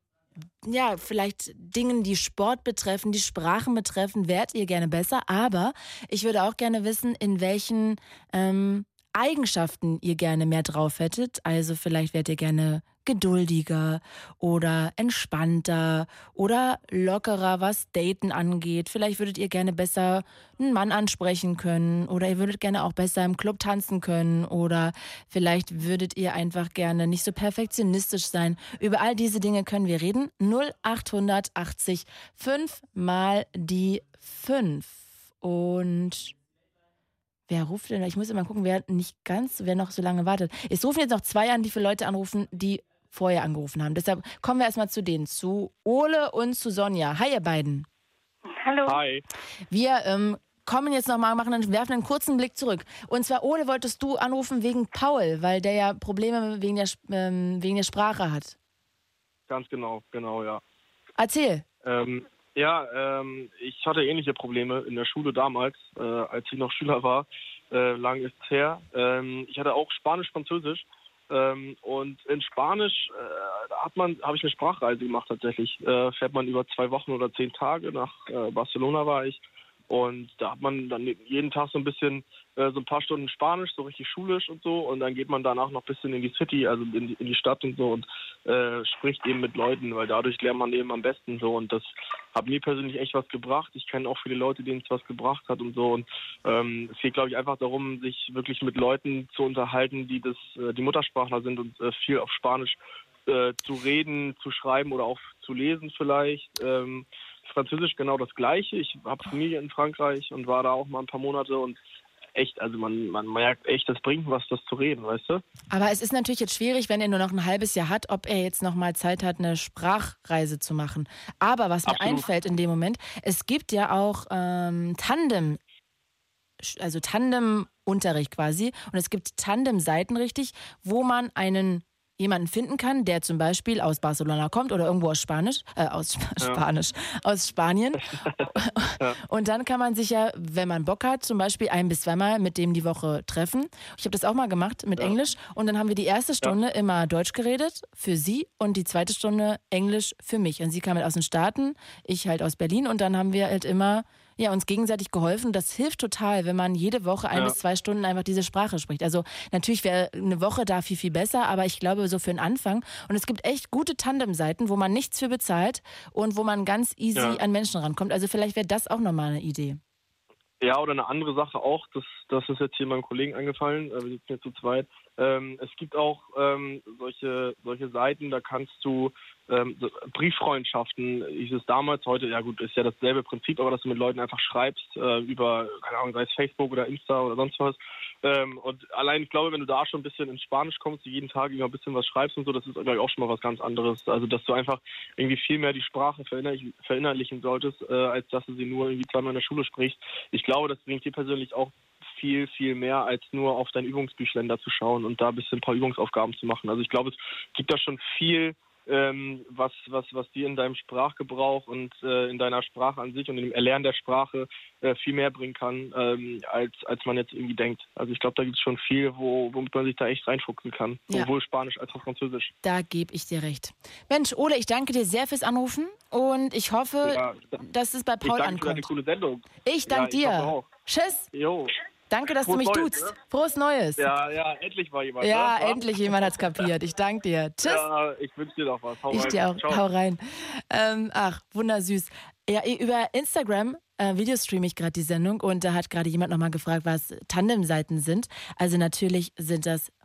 ja, vielleicht Dingen, die Sport betreffen, die Sprachen betreffen, wärt ihr gerne besser. Aber ich würde auch gerne wissen, in welchen ähm, Eigenschaften ihr gerne mehr drauf hättet. Also vielleicht wärt ihr gerne geduldiger oder entspannter oder lockerer, was Daten angeht. Vielleicht würdet ihr gerne besser einen Mann ansprechen können oder ihr würdet gerne auch besser im Club tanzen können oder vielleicht würdet ihr einfach gerne nicht so perfektionistisch sein. Über all diese Dinge können wir reden. null acht achtzig fünf mal die fünf. Und wer ruft denn? Ich muss immer gucken, wer nicht ganz, wer noch so lange wartet. Es rufen jetzt noch zwei an, die für Leute anrufen, die vorher angerufen haben. Deshalb kommen wir erstmal zu denen, zu Ole und zu Sonja. Hi, ihr beiden. Hallo. Hi. Wir ähm, kommen jetzt nochmal, machen einen, werfen einen kurzen Blick zurück. Und zwar, Ole, wolltest du anrufen wegen Paul, weil der ja Probleme wegen der, ähm, wegen der Sprache hat. Ganz genau, genau, ja. Erzähl. Ähm, ja, ähm, ich hatte ähnliche Probleme in der Schule damals, äh, als ich noch Schüler war. Äh, lang ist es her. Ähm, ich hatte auch Spanisch, Französisch. Ähm, und in Spanisch äh, hat man, habe ich eine Sprachreise gemacht tatsächlich. Äh, fährt man über zwei Wochen oder zehn Tage, nach äh, Barcelona war ich. Und da hat man dann jeden Tag so ein bisschen, äh, so ein paar Stunden Spanisch, so richtig schulisch und so. Und dann geht man danach noch ein bisschen in die City, also in die, in die Stadt und so und äh, spricht eben mit Leuten, weil dadurch lernt man eben am besten so. Und das hat mir persönlich echt was gebracht. Ich kenne auch viele Leute, denen es was gebracht hat und so. Und ähm, es geht, glaube ich, einfach darum, sich wirklich mit Leuten zu unterhalten, die das, äh, die Muttersprachler sind und äh, viel auf Spanisch äh, zu reden, zu schreiben oder auch zu lesen vielleicht. Ähm, Französisch genau das Gleiche. Ich habe Familie in Frankreich und war da auch mal ein paar Monate und echt, also man, man merkt echt, das bringt was, das zu reden, weißt du? Aber es ist natürlich jetzt schwierig, wenn er nur noch ein halbes Jahr hat, ob er jetzt noch mal Zeit hat, eine Sprachreise zu machen. Aber was mir Absolut. einfällt in dem Moment, es gibt ja auch ähm, Tandem, also Tandem-Unterricht quasi. Und es gibt Tandem-Seiten, richtig, wo man einen jemanden finden kann, der zum Beispiel aus Barcelona kommt oder irgendwo aus Spanisch, äh, aus Sp- Ja. Spanisch, aus Spanien. Ja. Und dann kann man sich ja, wenn man Bock hat, zum Beispiel ein- bis zweimal mit dem die Woche treffen. Ich habe das auch mal gemacht mit Ja. Englisch. Und dann haben wir die erste Stunde immer Deutsch geredet für sie und die zweite Stunde Englisch für mich. Und sie kam halt aus den Staaten, ich halt aus Berlin. Und dann haben wir halt immer ja, uns gegenseitig geholfen. Das hilft total, wenn man jede Woche ein Ja. bis zwei Stunden einfach diese Sprache spricht. Also natürlich wäre eine Woche da viel, viel besser, aber ich glaube so für den Anfang. Und es gibt echt gute Tandem-Seiten, wo man nichts für bezahlt und wo man ganz easy Ja. an Menschen rankommt. Also vielleicht wäre das auch nochmal eine Idee. Ja, oder eine andere Sache auch, das, das ist jetzt hier meinem Kollegen eingefallen, äh, wir sitzen hier zu zweit. Ähm, es gibt auch ähm, solche, solche Seiten, da kannst du ähm, so Brieffreundschaften, hieß es damals, heute, ja gut, ist ja dasselbe Prinzip, aber dass du mit Leuten einfach schreibst, äh, über, keine Ahnung, sei es Facebook oder Insta oder sonst was. Ähm, und allein, ich glaube, wenn du da schon ein bisschen ins Spanisch kommst, jeden Tag immer ein bisschen was schreibst und so, das ist, glaube ich, auch schon mal was ganz anderes. Also, dass du einfach irgendwie viel mehr die Sprache verinnerlichen, verinnerlichen solltest, äh, als dass du sie nur irgendwie zweimal in der Schule sprichst. Ich glaube, das bringt dir persönlich auch viel, viel mehr, als nur auf dein Übungsbüchlein da zu schauen und da ein bisschen ein paar Übungsaufgaben zu machen. Also ich glaube, es gibt da schon viel, ähm, was, was, was dir in deinem Sprachgebrauch und äh, in deiner Sprache an sich und im Erlernen der Sprache äh, viel mehr bringen kann, ähm, als, als man jetzt irgendwie denkt. Also ich glaube, da gibt es schon viel, wo, womit man sich da echt reinfuchsen kann. Ja. Sowohl Spanisch als auch Französisch. Da gebe ich dir recht. Mensch, Ole, ich danke dir sehr fürs Anrufen und ich hoffe, Ja, dass es bei Paul ich danke für deine ankommt. coole Sendung. Ich danke ja, ich dir. hoffe auch. Tschüss. Jo. Danke, dass Frohes du mich Neues, duzt. ne? Frohes Neues. Ja, ja, endlich mal jemand. Ja, ne? endlich jemand hat's kapiert. Ich danke dir. Tschüss. Ja, ich wünsche dir noch was. Hau Ich rein. dir auch. Ciao. Hau rein. Ähm, ach, wundersüß. Ja, über Instagram äh, videostreame ich gerade die Sendung und da hat gerade jemand nochmal gefragt, was Tandemseiten sind. Also natürlich sind das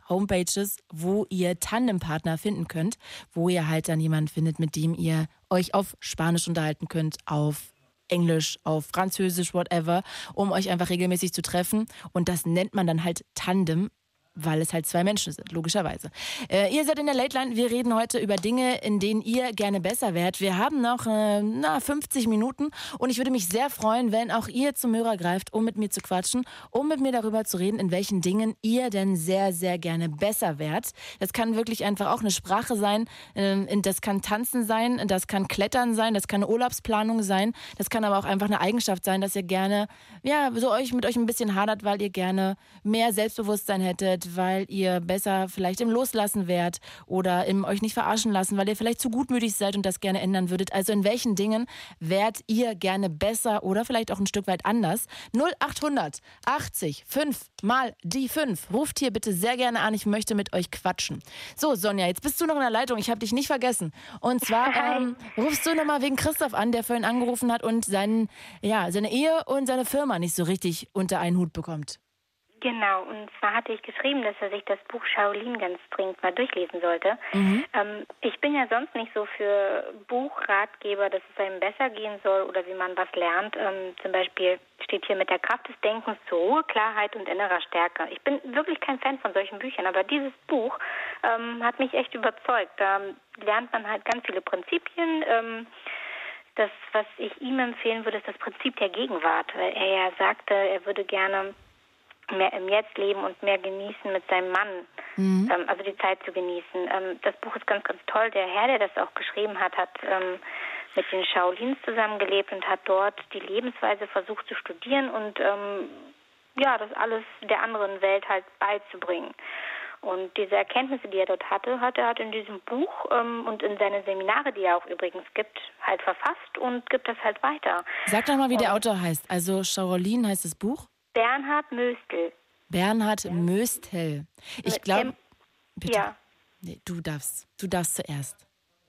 Homepages, wo ihr Tandempartner finden könnt, wo ihr halt dann jemanden findet, mit dem ihr euch auf Spanisch unterhalten könnt, auf Englisch, auf Französisch, whatever, um euch einfach regelmäßig zu treffen. Und das nennt man dann halt Tandem, weil es halt zwei Menschen sind, logischerweise. Äh, ihr seid in der Late Line. Wir reden heute über Dinge, in denen ihr gerne besser wärt. Wir haben noch äh, na, fünfzig Minuten und ich würde mich sehr freuen, wenn auch ihr zum Hörer greift, um mit mir zu quatschen, um mit mir darüber zu reden, in welchen Dingen ihr denn sehr, sehr gerne besser wärt. Das kann wirklich einfach auch eine Sprache sein, äh, das kann Tanzen sein, das kann Klettern sein, das kann eine Urlaubsplanung sein, das kann aber auch einfach eine Eigenschaft sein, dass ihr gerne, ja, so euch mit euch ein bisschen hadert, weil ihr gerne mehr Selbstbewusstsein hättet, weil ihr besser vielleicht im Loslassen wärt oder im euch nicht verarschen lassen, weil ihr vielleicht zu gutmütig seid und das gerne ändern würdet. Also in welchen Dingen wärt ihr gerne besser oder vielleicht auch ein Stück weit anders? null achthundert achtzig fünf mal die fünf. Ruft hier bitte sehr gerne an, ich möchte mit euch quatschen. So, Sonja, jetzt bist du noch in der Leitung, ich habe dich nicht vergessen. Und zwar ähm, rufst du nochmal wegen Christoph an, der vorhin angerufen hat und seinen, ja, seine Ehe und seine Firma nicht so richtig unter einen Hut bekommt. Genau, und zwar hatte ich geschrieben, dass er sich das Buch Shaolin ganz dringend mal durchlesen sollte. Mhm. Ähm, ich bin ja sonst nicht so für Buchratgeber, dass es einem besser gehen soll oder wie man was lernt. Ähm, zum Beispiel steht hier mit der Kraft des Denkens zur Ruhe, Klarheit und innerer Stärke. Ich bin wirklich kein Fan von solchen Büchern, aber dieses Buch ähm, hat mich echt überzeugt. Da lernt man halt ganz viele Prinzipien. Ähm, das, was ich ihm empfehlen würde, ist das Prinzip der Gegenwart, weil er ja sagte, er würde gerne mehr im Jetzt leben und mehr genießen mit seinem Mann, mhm. ähm, also die Zeit zu genießen. Ähm, das Buch ist ganz, ganz toll. Der Herr, der das auch geschrieben hat, hat ähm, mit den Shaolins zusammengelebt und hat dort die Lebensweise versucht zu studieren und ähm, ja, das alles der anderen Welt halt beizubringen. Und diese Erkenntnisse, die er dort hatte, hat er halt in diesem Buch ähm, und in seine Seminare, die er auch übrigens gibt, halt verfasst und gibt das halt weiter. Sag doch mal, wie und der Autor heißt. Also Shaolin heißt das Buch? Bernhard Möstl. Bernhard ja. Möstl. Ich glaube. Ja. Nee, du darfst. Du darfst zuerst.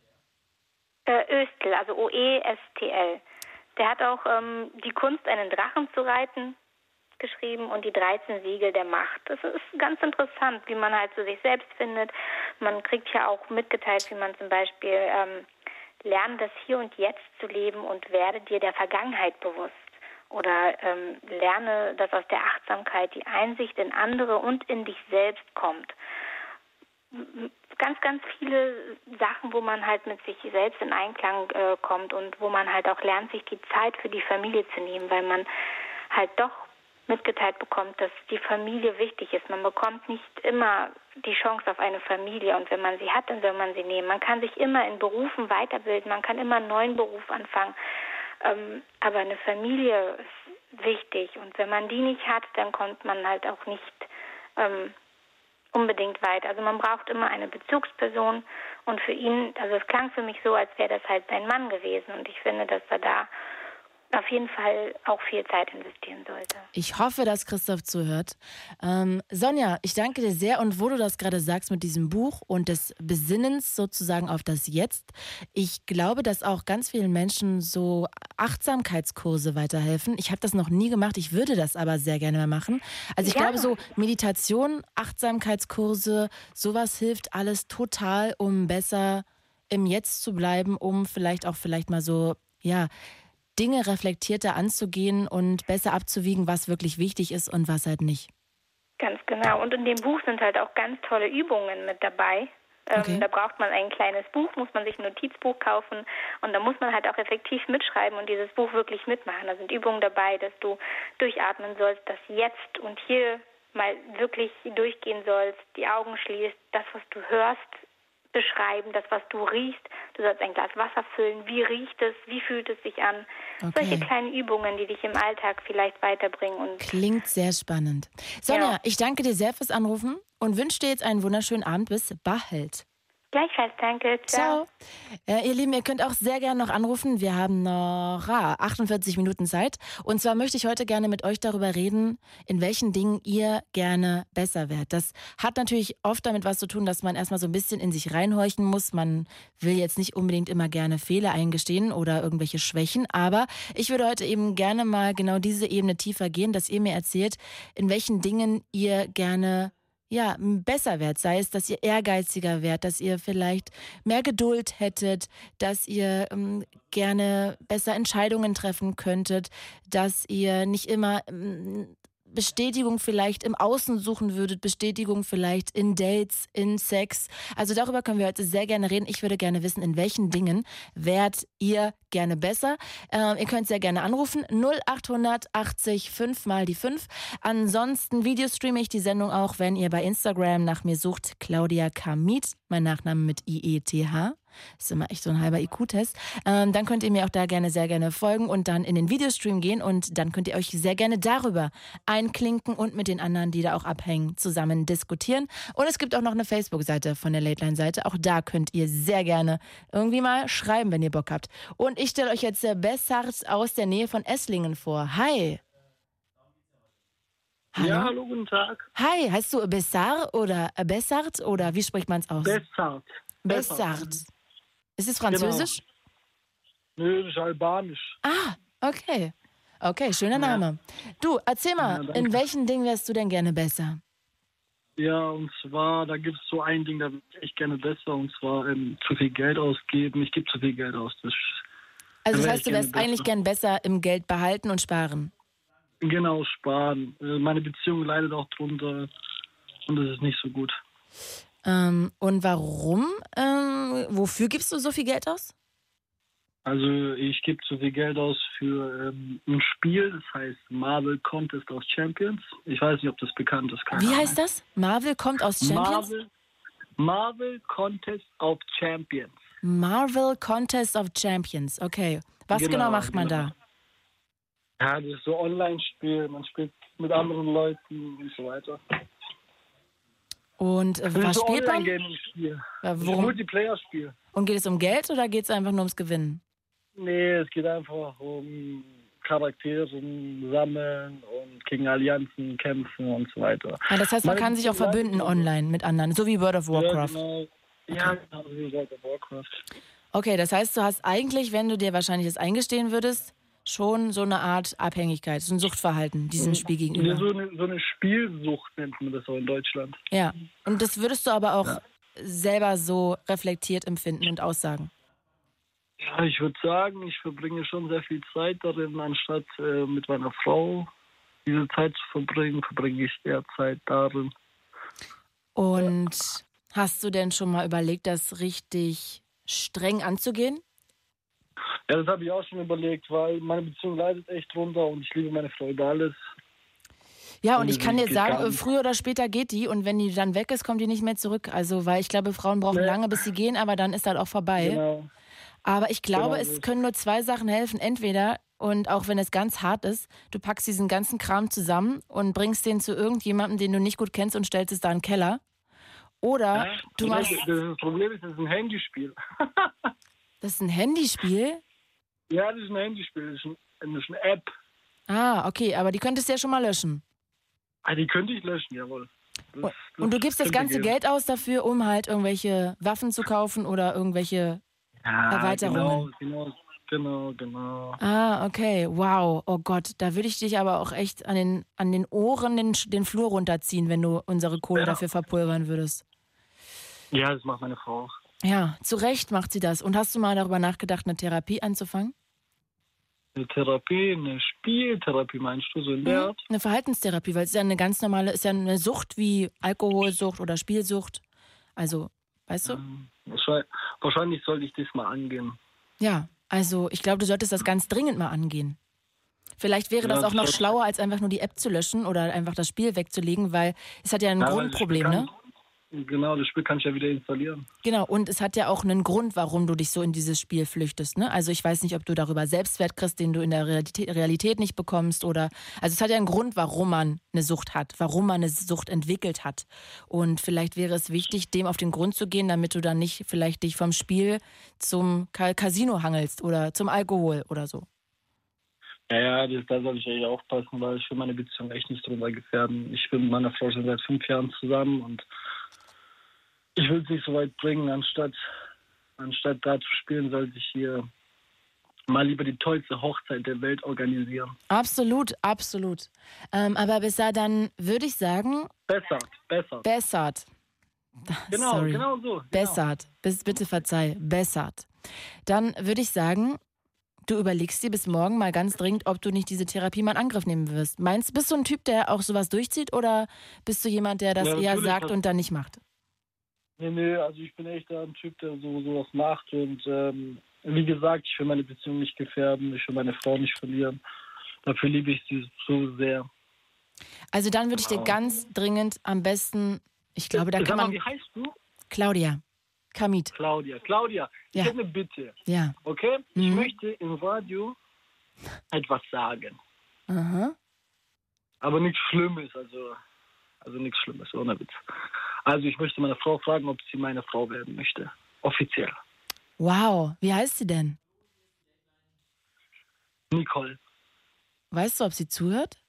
Äh, Östl, also O E S T L. Der hat auch ähm, die Kunst, einen Drachen zu reiten, geschrieben und die dreizehn Siegel der Macht. Das ist ganz interessant, wie man halt zu sich selbst findet. Man kriegt ja auch mitgeteilt, wie man zum Beispiel ähm, lernt, das Hier und Jetzt zu leben und werde dir der Vergangenheit bewusst. Oder ähm, lerne, dass aus der Achtsamkeit die Einsicht in andere und in dich selbst kommt. Ganz, ganz viele Sachen, wo man halt mit sich selbst in Einklang äh, kommt und wo man halt auch lernt, sich die Zeit für die Familie zu nehmen, weil man halt doch mitgeteilt bekommt, dass die Familie wichtig ist. Man bekommt nicht immer die Chance auf eine Familie und wenn man sie hat, dann soll man sie nehmen. Man kann sich immer in Berufen weiterbilden, man kann immer einen neuen Beruf anfangen. Ähm, aber eine Familie ist wichtig und wenn man die nicht hat, dann kommt man halt auch nicht ähm, unbedingt weit. Also man braucht immer eine Bezugsperson und für ihn, also es klang für mich so, als wäre das halt sein Mann gewesen und ich finde, dass er da auf jeden Fall auch viel Zeit investieren sollte. Ich hoffe, dass Christoph zuhört. Ähm, Sonja, ich danke dir sehr und wo du das gerade sagst mit diesem Buch und des Besinnens sozusagen auf das Jetzt, ich glaube, dass auch ganz vielen Menschen so Achtsamkeitskurse weiterhelfen. Ich habe das noch nie gemacht, ich würde das aber sehr gerne mal machen. Also ich ja. glaube so Meditation, Achtsamkeitskurse, sowas hilft alles total, um besser im Jetzt zu bleiben, um vielleicht auch vielleicht mal so, ja, Dinge reflektierter anzugehen und besser abzuwiegen, was wirklich wichtig ist und was halt nicht. Ganz genau. Und in dem Buch sind halt auch ganz tolle Übungen mit dabei. Okay. Ähm, da braucht man ein kleines Buch, muss man sich ein Notizbuch kaufen und da muss man halt auch effektiv mitschreiben und dieses Buch wirklich mitmachen. Da sind Übungen dabei, dass du durchatmen sollst, das Jetzt und hier mal wirklich durchgehen sollst, die Augen schließt, das, was du hörst, beschreiben, das, was du riechst. Du sollst ein Glas Wasser füllen. Wie riecht es? Wie fühlt es sich an? Okay. Solche kleinen Übungen, die dich im Alltag vielleicht weiterbringen. Und klingt sehr spannend. Sonja, ja. ich danke dir sehr fürs Anrufen und wünsche dir jetzt einen wunderschönen Abend. Bis bald. Gleichfalls, danke. Ciao. Ciao. Ja, ihr Lieben, ihr könnt auch sehr gerne noch anrufen. Wir haben noch ah, achtundvierzig Minuten Zeit. Und zwar möchte ich heute gerne mit euch darüber reden, in welchen Dingen ihr gerne besser wärt. Das hat natürlich oft damit was zu tun, dass man erstmal so ein bisschen in sich reinhorchen muss. Man will jetzt nicht unbedingt immer gerne Fehler eingestehen oder irgendwelche Schwächen. Aber ich würde heute eben gerne mal genau diese Ebene tiefer gehen, dass ihr mir erzählt, in welchen Dingen ihr gerne ja, besser wärt, sei es, dass ihr ehrgeiziger wärt, dass ihr vielleicht mehr Geduld hättet, dass ihr ähm, gerne besser Entscheidungen treffen könntet, dass ihr nicht immer ähm, Bestätigung vielleicht im Außen suchen würdet, Bestätigung vielleicht in Dates, in Sex. Also darüber können wir heute sehr gerne reden. Ich würde gerne wissen, in welchen Dingen wärt ihr gerne besser. Ähm, ihr könnt sehr gerne anrufen. null acht achtzig fünf mal die fünf. Ansonsten videostreame ich die Sendung auch, wenn ihr bei Instagram nach mir sucht. Claudia Kamit, mein Nachname mit I E T H. Ist immer echt so ein halber I Q-Test. Ähm, dann könnt ihr mir auch da gerne, sehr gerne folgen und dann in den Videostream gehen und dann könnt ihr euch sehr gerne darüber einklinken und mit den anderen, die da auch abhängen, zusammen diskutieren. Und es gibt auch noch eine Facebook-Seite von der Late-Line-Seite. Auch da könnt ihr sehr gerne irgendwie mal schreiben, wenn ihr Bock habt. Und ich stelle euch jetzt äh, Bessart aus der Nähe von Esslingen vor. Hi. Hallo? Ja, hallo, guten Tag. Hi, heißt du Bessart oder Bessart oder wie spricht man es aus? Bessart. Bessart. Ist es französisch? Genau. Nö, das ist albanisch. Ah, okay. Okay, schöner Name. Du, erzähl mal, Ja, in welchen Dingen wärst du denn gerne besser? Ja, und zwar, da gibt es so ein Ding, da würde ich echt gerne besser, und zwar ähm, zu viel Geld ausgeben. Ich gebe zu viel Geld aus. Das, Also da das wär heißt, ich du gerne wärst eigentlich besser. gern besser im Geld behalten und sparen. Genau, sparen. Äh, Meine Beziehung leidet auch drunter und das ist nicht so gut. Ähm, und warum? Ähm, wofür gibst du so viel Geld aus? Also ich gebe zu viel Geld aus für ähm, ein Spiel, das heißt Marvel Contest of Champions. Ich weiß nicht, ob das bekannt ist. keine Wie Ahnung. heißt das? Marvel kommt aus Champions? Marvel, Marvel Contest of Champions. Marvel Contest of Champions, okay. Was genau, Genau, macht man genau. da? Ja, das ist so Online-Spiel, man spielt mit anderen Leuten und so weiter. Und äh, Das ist was so spielt man? Online-Gaming-Spiel. Äh, Das ist ein worum? Multiplayer-Spiel. Und geht es um Geld oder geht es einfach nur ums Gewinnen? Nee, es geht einfach um Charaktere sammeln und gegen Allianzen kämpfen und so weiter. Ah, das heißt, man Meine kann sich auch Beziehung verbünden leidet- online mit anderen, so wie World of Warcraft. Ja, genau. Ja, genau, wie World of Warcraft. Okay, das heißt, du hast eigentlich, wenn du dir wahrscheinlich das eingestehen würdest, schon so eine Art Abhängigkeit, so ein Suchtverhalten diesem Spiel Ja, gegenüber. so, eine, so eine Spielsucht nennt man das auch in Deutschland. Ja, und das würdest du aber auch selber so reflektiert empfinden und aussagen. Ja, ich würde sagen, ich verbringe schon sehr viel Zeit darin, anstatt äh, mit meiner Frau diese Zeit zu verbringen, verbringe ich eher Zeit darin. Und hast du denn schon mal überlegt, das richtig streng anzugehen? Ja, das habe ich auch schon überlegt, weil meine Beziehung leidet echt drunter und ich liebe meine Frau über alles. Ja, und ich kann dir Geht sagen, gar äh, nicht. früher oder später geht die und wenn die dann weg ist, kommt die nicht mehr zurück. Also, weil ich glaube, Frauen brauchen Nee. lange, bis sie gehen, aber dann ist halt auch vorbei. Genau. Aber ich glaube, Genau, es das- können nur zwei Sachen helfen. Entweder, und auch wenn es ganz hart ist, du packst diesen ganzen Kram zusammen und bringst den zu irgendjemandem, den du nicht gut kennst und stellst es da in den Keller. Oder Ja, du das, machst... das Problem ist, das ist ein Handyspiel. Das ist ein Handyspiel? Ja, das ist ein Handyspiel, das ist, ein, das ist eine App. Ah, okay, aber die könntest du ja schon mal löschen. Ah, die könnte ich löschen, jawohl. Das, Und, und du gibst das könnte ganze gehen. Geld aus dafür, um halt irgendwelche Waffen zu kaufen oder irgendwelche Ja, Erweiterungen. Genau, genau, genau, genau. Ah, okay, wow. Oh Gott, da würde ich dich aber auch echt an den, an den Ohren den, den Flur runterziehen, wenn du unsere Kohle Ja. dafür verpulvern würdest. Ja, das macht meine Frau auch. Ja, zu Recht macht sie das. Und hast du mal darüber nachgedacht, eine Therapie anzufangen? Eine Therapie, eine Spieltherapie meinst du, so in der Art? Eine Verhaltenstherapie, weil es ist ja eine ganz normale, ist ja eine Sucht wie Alkoholsucht oder Spielsucht. Also, weißt du? Wahrscheinlich, wahrscheinlich sollte ich das mal angehen. Ja, also ich glaube, du solltest das ganz dringend mal angehen. Vielleicht wäre Ja, das auch noch das- schlauer, als einfach nur die App zu löschen oder einfach das Spiel wegzulegen, weil es hat ja ein Ja, weil das Grundproblem, Spiel ne? kann- Genau, das Spiel kann ich ja wieder installieren. Genau, und es hat ja auch einen Grund, warum du dich so in dieses Spiel flüchtest, ne? Also ich weiß nicht, ob du darüber Selbstwert kriegst, den du in der Realität, Realität nicht bekommst oder, also es hat ja einen Grund, warum man eine Sucht hat, warum man eine Sucht entwickelt hat. Und vielleicht wäre es wichtig, dem auf den Grund zu gehen, damit du dann nicht vielleicht dich vom Spiel zum Ka- Casino hangelst oder zum Alkohol oder so. Ja, ja, das, da soll ich echt aufpassen, weil ich will meine Beziehung echt nicht drunter gefährden. Ich bin mit meiner Frau schon seit fünf Jahren zusammen und ich will es nicht so weit bringen. Anstatt, anstatt da zu spielen, sollte ich hier mal lieber die tollste Hochzeit der Welt organisieren. Absolut, absolut. Ähm, aber Bessart, dann würde ich sagen... Bessart, Bessart. Bessart. Genau, Sorry. genau so. Genau. Bessart. Bis, bitte verzeih. Bessart. Dann würde ich sagen, du überlegst dir bis morgen mal ganz dringend, ob du nicht diese Therapie mal in Angriff nehmen wirst. Meinst du, bist du ein Typ, der auch sowas durchzieht oder bist du jemand, der das Ja, eher natürlich, sagt das- und dann nicht macht? Nee, nee, also ich bin echt ein Typ, der so sowas macht und ähm, wie gesagt, ich will meine Beziehung nicht gefährden, ich will meine Frau nicht verlieren. Dafür liebe ich sie so sehr. Also dann würde ich dir Genau. ganz dringend am besten, ich glaube, da Sag kann mal, man... wie heißt du? Claudia. Kamit. Claudia. Claudia, Ja. ich hätte eine Bitte. Ja. Okay? Ich Mhm. möchte im Radio etwas sagen. Aha. Aber nichts Schlimmes, also, also nichts Schlimmes, ohne Witz. Also ich möchte meine Frau fragen, ob sie meine Frau werden möchte. Offiziell. Wow, wie heißt sie denn? Nicole. Weißt du, ob sie zuhört?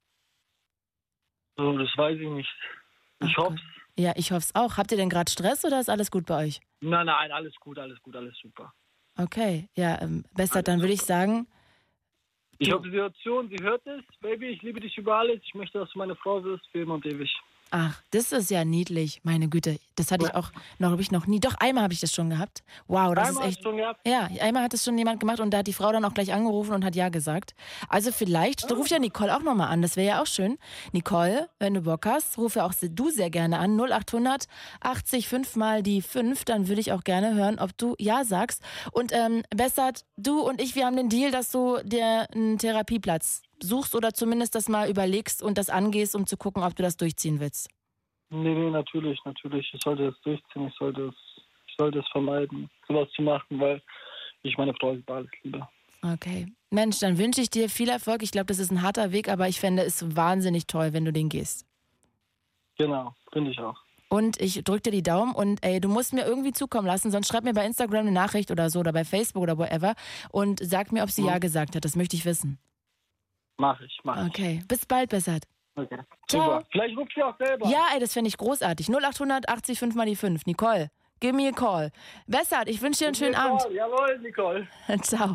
So, das weiß ich nicht. Ich hoffe. Ja, ich hoffe es auch. Habt ihr denn gerade Stress oder ist alles gut bei euch? Nein, nein, alles gut, alles gut, alles super. Okay, ja, ähm, Bessart, dann würde ich sagen, Ich hoffe, sie hört zu und sie hört es. Baby, ich liebe dich über alles. Ich möchte, dass du meine Frau wirst, für immer und ewig. ach, das ist ja niedlich, meine Güte. Das hatte ich auch, noch habe ich noch nie. Doch, einmal habe ich das schon gehabt. Wow, das Einmal ist hast echt. du schon gehabt? Ja, einmal hat es schon jemand gemacht und da hat die Frau dann auch gleich angerufen und hat ja gesagt. Also vielleicht, da ruft ja Nicole auch nochmal an, das wäre ja auch schön. Nicole, wenn du Bock hast, ruf ja auch du sehr gerne an. null achthundert achtzig fünf mal die fünf, dann würde ich auch gerne hören, ob du ja sagst. Und ähm, Bessart, du und ich, wir haben den Deal, dass du dir einen Therapieplatz suchst oder zumindest das mal überlegst und das angehst, um zu gucken, ob du das durchziehen willst. Nee, nee, natürlich, natürlich. Ich sollte es durchziehen, ich sollte es, ich sollte es vermeiden, sowas zu machen, weil ich meine Frau über alles liebe. Okay. Mensch, dann wünsche ich dir viel Erfolg. Ich glaube, das ist ein harter Weg, aber ich fände es wahnsinnig toll, wenn du den gehst. Genau, finde ich auch. Und ich drücke dir die Daumen und ey, du musst mir irgendwie zukommen lassen, sonst schreib mir bei Instagram eine Nachricht oder so oder bei Facebook oder whatever und sag mir, ob sie Mhm. ja gesagt hat. Das möchte ich wissen. Mach ich, mach ich. Okay, bis bald, Bessart. Okay. Ciao. Super. Vielleicht ruft sie auch selber. Ja, ey, das fände ich großartig. null achthundert achtzig fünf mal die fünf. Nicole, give me a call. Bessart, ich wünsche dir einen schönen Abend. Jawohl, Nicole. Ciao.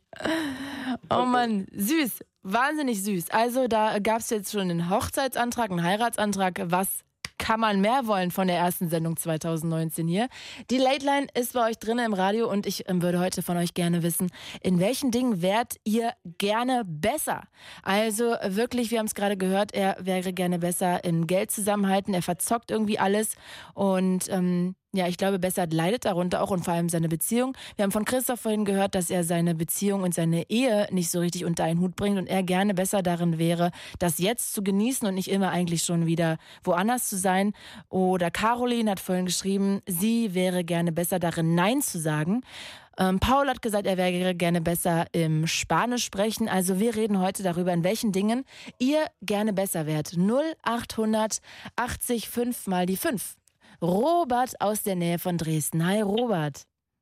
Oh Mann, süß, wahnsinnig süß. Also da gab es jetzt schon einen Hochzeitsantrag, einen Heiratsantrag. Was kann man mehr wollen von der ersten Sendung zwanzig neunzehn hier? Die Late Line ist bei euch drin im Radio und ich ähm, würde heute von euch gerne wissen, in welchen Dingen wärt ihr gerne besser? Also wirklich, wir haben es gerade gehört, er wäre gerne besser im Geld zusammenhalten, er verzockt irgendwie alles und ähm, ja, ich glaube, Bessart leidet darunter auch und vor allem seine Beziehung. Wir haben von Christoph vorhin gehört, dass er seine Beziehung und seine Ehe nicht so richtig unter einen Hut bringt und er gerne besser darin wäre, das jetzt zu genießen und nicht immer eigentlich schon wieder woanders zu sein. Oder Caroline hat vorhin geschrieben, sie wäre gerne besser darin, Nein zu sagen. Ähm, Paul hat gesagt, er wäre gerne besser im Spanisch sprechen. Also wir reden heute darüber, in welchen Dingen ihr gerne besser wärt. null achthundert achtzig fünf mal die fünf. Robert aus der Nähe von Dresden. Hi Robert.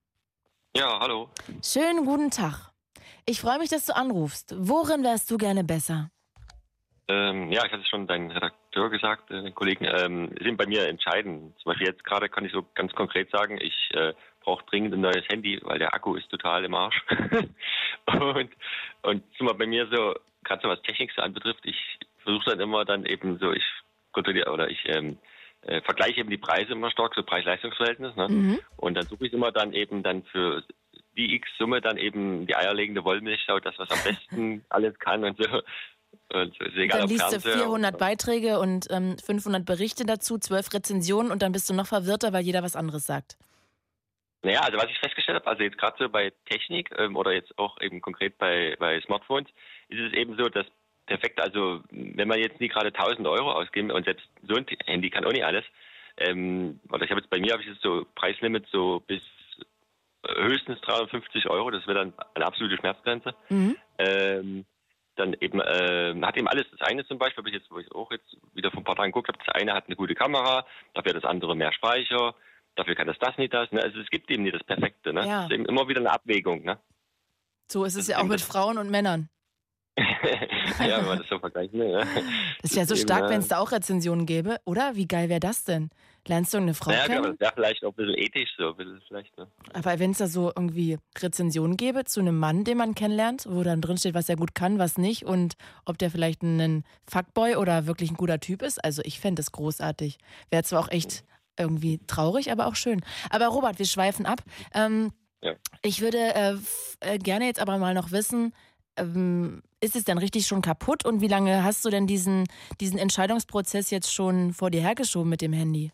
Ja, hallo. Schönen guten Tag. Ich freue mich, dass du anrufst. Worin wärst du gerne besser? Ähm, ja, ich hatte es schon deinen Redakteur gesagt, äh, den Kollegen, ähm, sind bei mir entscheidend. Zum Beispiel jetzt gerade kann ich so ganz konkret sagen, ich äh, brauche dringend ein neues Handy, weil der Akku ist total im Arsch. und und zum Beispiel bei mir so, gerade so was Technik so anbetrifft, ich versuche dann immer dann eben so, ich kontrolliere oder ich ähm, äh, vergleiche eben die Preise immer stark, so Preis-Leistungs-Verhältnis, ne? Mhm. Und dann suche ich immer dann eben dann für die X-Summe dann eben die eierlegende Wollmilchsau, das was am besten alles kann und so. Und ist egal, Dann ob liest du Fernseher vierhundert Beiträge und ähm, fünfhundert Berichte dazu, zwölf Rezensionen und dann bist du noch verwirrter, weil jeder was anderes sagt. Naja, also was ich festgestellt habe, also jetzt gerade so bei Technik ähm, oder jetzt auch eben konkret bei, bei Smartphones, ist es eben so, dass perfekt, also wenn man jetzt nie gerade tausend Euro ausgeben und selbst so ein Handy kann auch nicht alles, ähm, oder ich habe jetzt bei mir habe ich jetzt so Preislimit so bis höchstens dreihundertfünfzig Euro, das wäre dann eine absolute Schmerzgrenze. Mhm. Ähm, dann eben, äh, hat eben alles, das eine zum Beispiel, habe ich jetzt, wo ich auch jetzt wieder vor ein paar Tagen geguckt habe, das eine hat eine gute Kamera, dafür hat das andere mehr Speicher, dafür kann das das nicht das, ne? Also es gibt eben nicht das Perfekte, ne? Ja. Es ist eben immer wieder eine Abwägung, ne? So ist es ja auch mit Frauen und Männern. Ja, wenn man das so vergleicht. Ne? Ja. Das ist ja so stark, wenn es da auch Rezensionen gäbe, oder? Wie geil wäre das denn? Lernst du eine Frau naja, kennen? Genau, das wäre vielleicht auch ein bisschen ethisch so. Ein bisschen vielleicht, ne? Aber wenn es da so irgendwie Rezensionen gäbe zu einem Mann, den man kennenlernt, wo dann drin steht, was er gut kann, was nicht und ob der vielleicht ein Fuckboy oder wirklich ein guter Typ ist, also ich fände das großartig. Wäre zwar auch echt irgendwie traurig, aber auch schön. Aber Robert, wir schweifen ab. Ähm, ja. Ich würde äh, f- äh, gerne jetzt aber mal noch wissen, ähm, ist es denn richtig schon kaputt und wie lange hast du denn diesen, diesen Entscheidungsprozess jetzt schon vor dir hergeschoben mit dem Handy?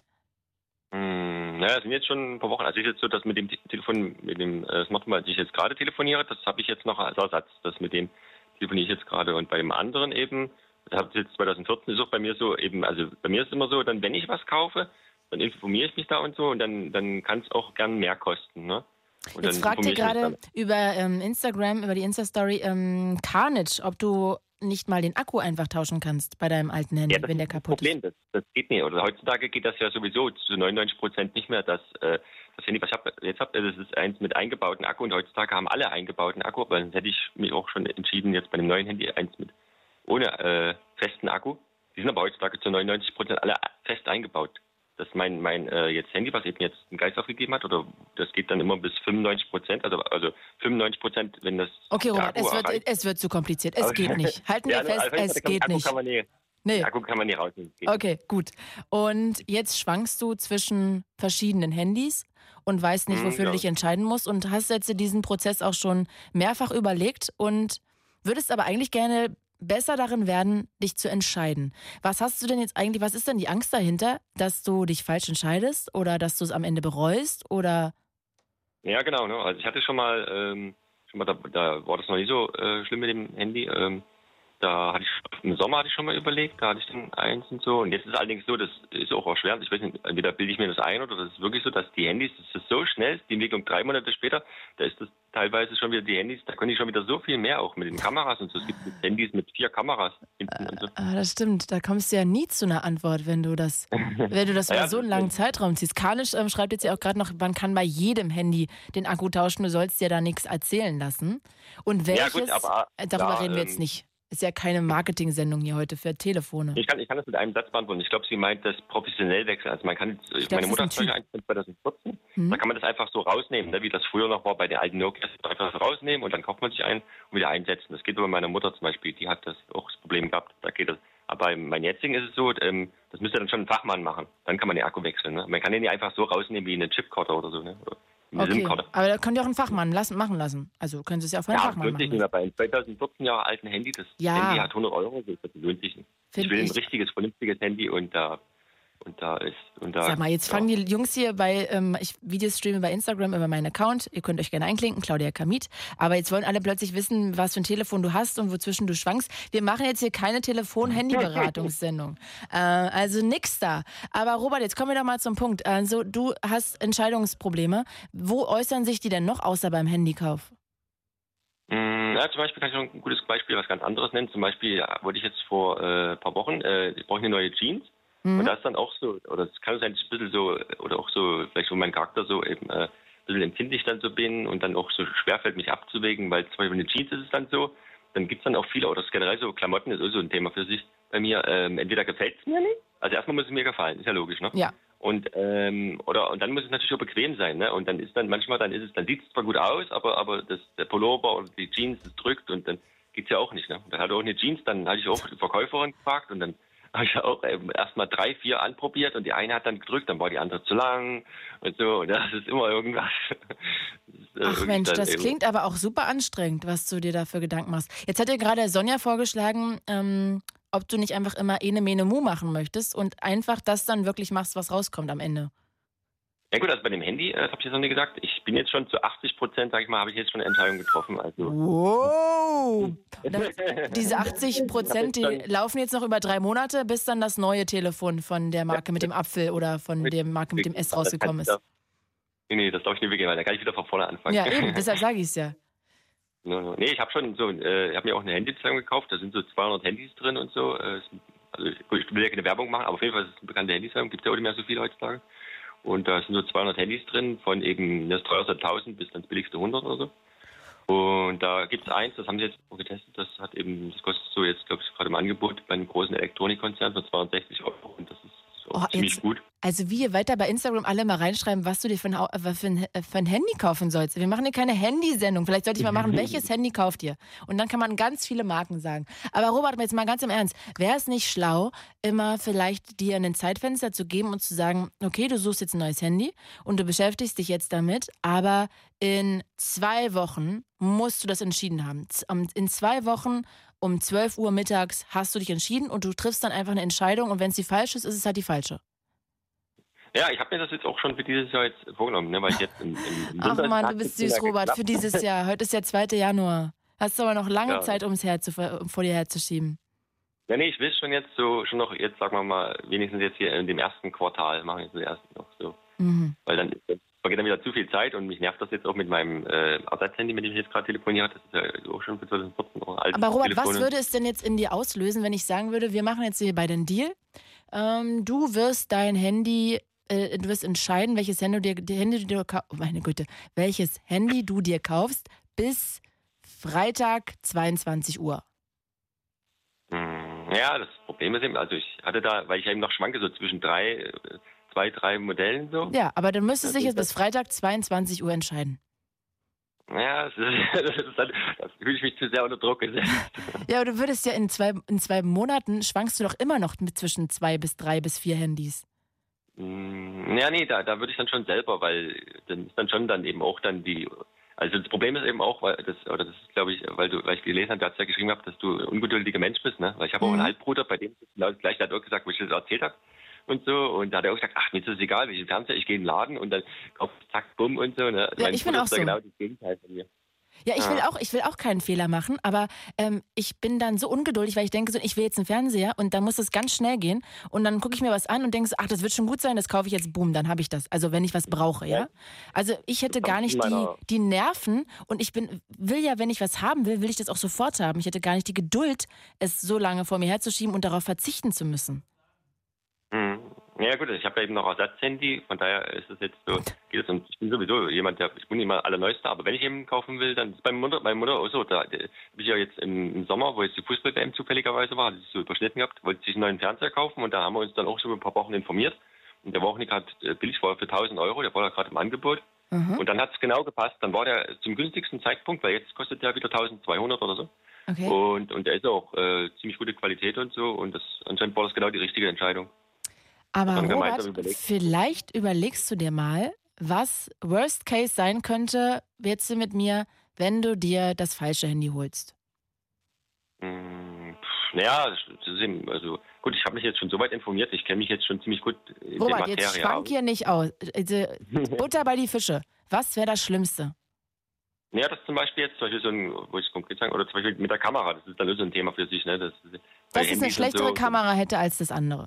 Hm, naja, es sind jetzt schon ein paar Wochen. Also es ist jetzt so, dass mit dem Te- Telefon, mit dem äh, Smartphone, als ich jetzt gerade telefoniere, das habe ich jetzt noch als Ersatz. Das mit dem telefoniere ich jetzt gerade. Und bei dem anderen eben, das habe ich jetzt zwanzig vierzehn, ist auch bei mir so eben, also bei mir ist immer so, dann wenn ich was kaufe, dann informiere ich mich da und so und dann, dann kann es auch gern mehr kosten, ne? Und Jetzt dann fragt ihr informiere ich mich gerade über ähm, Instagram, über die Insta-Story, ähm, Carnage, ob du nicht mal den Akku einfach tauschen kannst bei deinem alten Handy, Ja, das wenn der ist das kaputt Problem, ist. das, das geht nicht. Oder heutzutage geht das ja sowieso zu neunundneunzig Prozent nicht mehr. Das, äh, das Handy, was ich hab, jetzt habe, das ist eins mit eingebauten Akku und heutzutage haben alle eingebauten Akku. Aber dann hätte ich mich auch schon entschieden, jetzt bei dem neuen Handy eins mit ohne äh, festen Akku. Die sind aber heutzutage zu neunundneunzig Prozent alle fest eingebaut. Das ist mein, mein äh, jetzt Handy, was eben jetzt einen Geist aufgegeben hat, oder das geht dann immer bis fünfundneunzig Prozent, also, also fünfundneunzig Prozent, wenn das Okay, der Robert, Akku es wird, erreicht. es wird zu kompliziert. Es geht nicht. Halten wir Ja, fest, also, es Akku geht Akku nicht. Kann man nie, Nee. Akku kann man nie rausnehmen. Geht Okay, gut. Und jetzt schwankst du zwischen verschiedenen Handys und weißt nicht, Hm, wofür ja. du dich entscheiden musst und hast jetzt diesen Prozess auch schon mehrfach überlegt und würdest aber eigentlich gerne besser darin werden, dich zu entscheiden. Was hast du denn jetzt eigentlich, was ist denn die Angst dahinter, dass du dich falsch entscheidest oder dass du es am Ende bereust oder? Ja, genau. Ne? Also ich hatte schon mal, ähm, schon mal da, da war das noch nicht so äh, schlimm mit dem Handy. Ähm, da hatte ich im Sommer hatte ich schon mal überlegt, da hatte ich dann eins und so. Und jetzt ist es allerdings so, das ist auch erschwerend. Ich weiß nicht, entweder bilde ich mir das ein oder das ist wirklich so, dass die Handys, das ist so schnell, die Entwicklung drei Monate später, da ist das teilweise schon wieder die Handys, da können die schon wieder so viel mehr auch mit den Kameras und so. Es gibt Handys mit vier Kameras hinten und so. Ah, das stimmt, da kommst du ja nie zu einer Antwort, wenn du das, wenn du das über Ja, so einen das langen Zeitraum ziehst. Karnisch ähm, schreibt jetzt ja auch gerade noch, man kann bei jedem Handy den Akku tauschen, du sollst dir da nichts erzählen lassen. Und Ja, welches, gut, aber, äh, darüber klar, reden wir ähm, jetzt nicht. Ist ja keine Marketing-Sendung hier heute für Telefone. Ich kann, ich kann das mit einem Satz beantworten. Ich glaube, sie meint das professionell wechseln. Also man kann, Ich glaub, meine das Mutter ist hat ein solche eins von zwanzig vierzehn. Hm? Da kann man das einfach so rausnehmen, ne? Wie das früher noch war bei den alten Nokia. Einfach so rausnehmen und dann kauft man sich einen und wieder einsetzen. Das geht bei meiner Mutter zum Beispiel. Die hat das auch das Problem gehabt. Da geht das. Aber bei meinem jetzigen ist es so, ähm, das müsste dann schon ein Fachmann machen. Dann kann man den Akku wechseln. Ne? Man kann den nicht einfach so rausnehmen wie eine Chipkarte oder so. Ne? Oder eine Okay, SIM-Karte. aber da könnt ihr auch einen Fachmann lassen, machen lassen. Also können Sie es ja auch von einem Ja, Fachmann lohnt machen sich nicht lassen. mehr. Bei einem zwanzig vierzehn Jahre alten Handy, das Ja. Handy hat hundert Euro, das lohnt sich nicht. Find Ich will ich. ein richtiges, vernünftiges Handy und da, und da ist, und da. Sag mal, jetzt fangen die Jungs hier bei, ähm, ich Videos streame bei Instagram über meinen Account. Ihr könnt euch gerne einklinken, Claudia Kamit. Aber jetzt wollen alle plötzlich wissen, was für ein Telefon du hast und wozwischen du schwankst. Wir machen jetzt hier keine Telefon-Handy-Beratungssendung. äh, also nix da. Aber Robert, jetzt kommen wir doch mal zum Punkt. Also du hast Entscheidungsprobleme. Wo äußern sich die denn noch außer beim Handykauf? Mm, Ja, zum Beispiel kann ich noch ein gutes Beispiel, was ganz anderes nennen. Zum Beispiel ja, wollte ich jetzt vor äh, ein paar Wochen, äh, ich brauche eine neue Jeans. Mhm. Und das ist dann auch so, oder es kann sein, dass ich ein bisschen so, oder auch so, vielleicht so mein Charakter so eben äh, ein bisschen empfindlich dann so bin und dann auch so schwerfällt, mich abzuwägen, weil zum Beispiel eine Jeans ist es dann so, dann gibt es dann auch viele, oder das generell so, Klamotten ist auch so ein Thema für sich bei mir. Ähm, entweder gefällt es mir nicht, also erstmal muss es mir gefallen, ist ja logisch, ne? Ja. Und ähm, oder und dann muss es natürlich auch bequem sein, ne? Und dann ist dann manchmal, dann ist es, dann sieht es zwar gut aus, aber aber das der Pullover oder die Jeans das drückt und dann geht's ja auch nicht, ne? Da hatte auch eine Jeans, dann hatte ich auch die Verkäuferin gefragt und dann habe ich auch ähm, erstmal drei, vier anprobiert und die eine hat dann gedrückt, dann war die andere zu lang und so. Und das ist immer irgendwas. Das ist, äh, Ach irgendwie Mensch, dann das eben- klingt aber auch super anstrengend, was du dir dafür Gedanken machst. Jetzt hat dir gerade Sonja vorgeschlagen, ähm, ob du nicht einfach immer ene mene mu machen möchtest und einfach das dann wirklich machst, was rauskommt am Ende. Ja gut, also bei dem Handy, äh, das habe ich jetzt noch nie gesagt, ich bin jetzt schon zu achtzig Prozent, sag ich mal, habe ich jetzt schon eine Entscheidung getroffen. Also Wow! Das, diese achtzig Prozent, die laufen jetzt noch über drei Monate, bis dann das neue Telefon von der Marke mit dem Apfel oder von der Marke mit dem S rausgekommen ist. Nee, nee, das darf ich nicht weggehen, weil dann kann ich wieder von vorne anfangen. Ja, eben, deshalb sage ich es ja. No, no. Nee, ich habe schon so, äh, ich habe mir auch eine Handybestellung gekauft, da sind so zweihundert Handys drin und so. Äh, ist- also ich, gut, ich will ja keine Werbung machen, aber auf jeden Fall ist es eine bekannte Handybestellung, gibt ja auch nicht mehr so viele heutzutage. Und da sind so zweihundert Handys drin, von eben das teuerste tausend bis dann das billigste hundert oder so. Und da gibt es eins, das haben sie jetzt getestet, das hat eben, das kostet so jetzt, glaube ich, gerade im Angebot bei einem großen Elektronikkonzern für zweihundertsechzig Euro und das ist auch Oh, ziemlich jetzt- gut. Also wie ihr weiter bei Instagram alle mal reinschreiben, was du dir für ein, Hau- äh, für ein, äh, für ein Handy kaufen sollst. Wir machen hier keine Handysendung. Vielleicht sollte ich mal machen, welches Handy kauft ihr? Und dann kann man ganz viele Marken sagen. Aber Robert, jetzt mal ganz im Ernst, wäre es nicht schlau, immer vielleicht dir ein Zeitfenster zu geben und zu sagen, okay, du suchst jetzt ein neues Handy und du beschäftigst dich jetzt damit, aber in zwei Wochen musst du das entschieden haben. Z- um- In zwei Wochen um zwölf Uhr mittags hast du dich entschieden und du triffst dann einfach eine Entscheidung und wenn es die falsche ist, ist es halt die falsche. Ja, ich habe mir das jetzt auch schon für dieses Jahr jetzt vorgenommen, ne, weil ich jetzt im, im Ach Winter- Mann, du bist süß, Robert, für dieses Jahr. Heute ist der zweite Januar. Hast du aber noch lange Ja. Zeit, ums Her zu, ver- um vor dir herzuschieben. Ja, nee, ich will schon jetzt so, schon noch jetzt, sagen wir mal, wenigstens jetzt hier in dem ersten Quartal machen, jetzt den ersten noch so. Mhm. Weil dann vergeht dann wieder zu viel Zeit und mich nervt das jetzt auch mit meinem äh, Ersatzhandy, mit dem ich jetzt gerade telefoniere. Das ist ja auch schon für zwanzig vierzehn Euro alt. Aber Robert, was würde es denn jetzt in dir auslösen, wenn ich sagen würde, wir machen jetzt hier beide einen Deal? Ähm, du wirst dein Handy, äh, du wirst entscheiden, welches Handy du dir, die Handy du dir kau- oh meine Güte, welches Handy du dir kaufst bis Freitag zweiundzwanzig Uhr. Ja, das Problem ist eben, also ich hatte da, weil ich eben noch schwanke, so zwischen drei, äh, zwei, drei Modellen so. Ja, aber dann müsstest du dich Ja, jetzt bis Freitag zweiundzwanzig Uhr entscheiden. Ja, das, ist, das, ist dann, das fühle ich mich zu sehr unter Druck gesetzt. Ja, aber du würdest ja in zwei, in zwei Monaten schwankst du doch immer noch mit zwischen zwei bis drei bis vier Handys. Mm, Ja, nee, da, da würde ich dann schon selber, weil dann ist dann schon dann eben auch dann die, also das Problem ist eben auch, weil das, oder das ist glaube ich, weil du, weil ich gelesen habe, du hast ja geschrieben gehabt, dass du ein ungeduldiger Mensch bist, ne? Weil ich habe auch Mhm. einen Halbbruder, bei dem ist es genau das Gleiche, der hat auch gesagt, wo ich das erzählt habe und so, und da hat er auch gesagt, ach, mir ist das egal, welchen Fernseher, ich gehe in den Laden und dann kauf zack, bumm und so, ne? Ja, Mein ich bin Bruder auch ist da so. genau das Gegenteil von mir. Ja, ich will Ja. auch, ich will auch keinen Fehler machen, aber ähm, ich bin dann so ungeduldig, weil ich denke so, ich will jetzt einen Fernseher und dann muss es ganz schnell gehen und dann gucke ich mir was an und denke so, ach, das wird schon gut sein, das kaufe ich jetzt, boom, dann habe ich das. Also wenn ich was brauche, ja. Also ich hätte gar nicht die, meiner- die Nerven und ich bin, will ja, wenn ich was haben will, will ich das auch sofort haben. Ich hätte gar nicht die Geduld, es so lange vor mir herzuschieben und darauf verzichten zu müssen. Mhm. Ja gut, ich habe ja eben noch Ersatzhandy, von daher ist es jetzt so, geht es um, ich bin sowieso jemand, der, ich bin immer allerneuester, aber wenn ich eben kaufen will, dann ist bei meiner Mutter, meine Mutter auch so, da habe ich ja jetzt im, im Sommer, wo jetzt die Fußball-W M zufälligerweise war, hat sie so überschnitten gehabt, wollte sich einen neuen Fernseher kaufen und da haben wir uns dann auch schon ein paar Wochen informiert und der war auch nicht gerade äh, billig, war für tausend Euro, der war da gerade im Angebot Mhm. und dann hat es genau gepasst, dann war der zum günstigsten Zeitpunkt, weil jetzt kostet der wieder tausendzweihundert oder so. Okay. Und, und der ist auch äh, ziemlich gute Qualität und so und das anscheinend war das genau die richtige Entscheidung. Aber haben wir Robert, gemeinsam überlegt. vielleicht überlegst du dir mal, was Worst Case sein könnte, jetzt mit mir, wenn du dir das falsche Handy holst. Mm, pff, Naja, das ist eben, also gut, ich habe mich jetzt schon so weit informiert, ich kenne mich jetzt schon ziemlich gut in der Robert, Materie jetzt schwank aus. hier nicht aus. Also, Butter bei die Fische. Was wäre das Schlimmste? Ja, das zum Beispiel jetzt, zum Beispiel so ein, wo ich es konkret sagen, oder zum Beispiel mit der Kamera, das ist dann so ein Thema für sich, ne? Das, bei Dass es eine Handys und schlechtere so. Kamera hätte als das andere.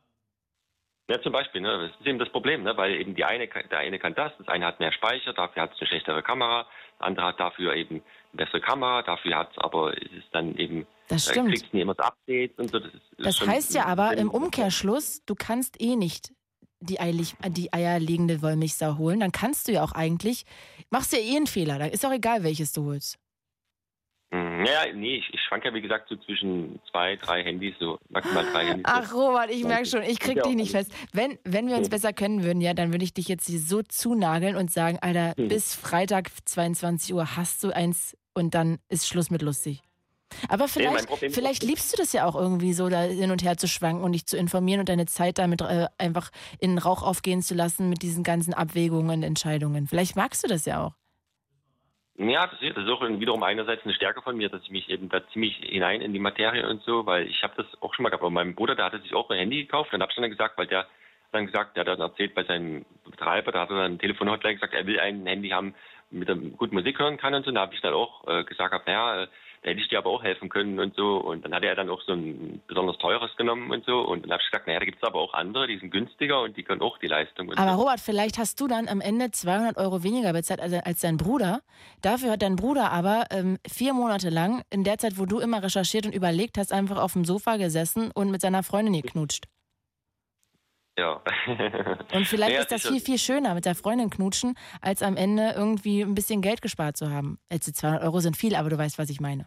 Ja, zum Beispiel, ne? Das ist eben das Problem, ne? Weil eben die eine, kann- der eine kann das, das eine hat mehr Speicher, dafür hat es eine schlechtere Kamera, das andere hat dafür eben eine bessere Kamera, dafür hat es aber, es ist dann eben, Das da stimmt. kriegst du nie immer das Update und so. Das, ist, ist Das schon heißt ja ein aber Sinn. im Umkehrschluss, du kannst eh nicht die, eilig, die eierlegende Wollmilchsau holen. Dann kannst du ja auch eigentlich, machst ja eh einen Fehler. Da ist auch egal, welches du holst. Mm, Ja, nee, ich, ich schwank ja wie gesagt so zwischen zwei, drei Handys, so maximal drei Handys. Ach Robert, ich merke schon, ich krieg Ja, dich nicht fest. Wenn, wenn wir uns Ja. besser kennen würden, ja, dann würde ich dich jetzt hier so zunageln und sagen, Alter, Mhm. bis Freitag zweiundzwanzig Uhr hast du eins und dann ist Schluss mit lustig. Aber mein vielleicht, Problem ist- vielleicht liebst du das ja auch irgendwie so, da hin und her zu schwanken und dich zu informieren und deine Zeit damit äh, einfach in den Rauch aufgehen zu lassen mit diesen ganzen Abwägungen und Entscheidungen. Vielleicht magst du das ja auch. Ja, das ist, das ist auch wiederum einerseits eine Stärke von mir, dass ich mich eben da ziemlich hinein in die Materie und so, weil ich habe das auch schon mal gehabt. Aber mein Bruder, der hatte sich auch ein Handy gekauft, dann habe ich dann gesagt, weil der hat dann gesagt, der hat dann erzählt bei seinem Betreiber, da hat er dann ein Telefonhotline gesagt, er will ein Handy haben, mit dem gut Musik hören kann und so. Da habe ich dann auch äh, gesagt, naja, äh, da hätte ich dir aber auch helfen können und so. Und dann hat er dann auch so ein besonders teures genommen und so. Und dann habe ich gesagt, naja, da gibt es aber auch andere, die sind günstiger und die können auch die Leistung. Und Aber so. Robert, vielleicht hast du dann am Ende zweihundert Euro weniger bezahlt als, als dein Bruder. Dafür hat dein Bruder aber ähm, vier Monate lang, in der Zeit, wo du immer recherchiert und überlegt hast, einfach auf dem Sofa gesessen und mit seiner Freundin geknutscht. Ja. Und vielleicht Naja, ist das sicher. viel, viel schöner, mit der Freundin knutschen, als am Ende irgendwie ein bisschen Geld gespart zu haben. Jetzt die zweihundert Euro sind viel, aber du weißt, was ich meine.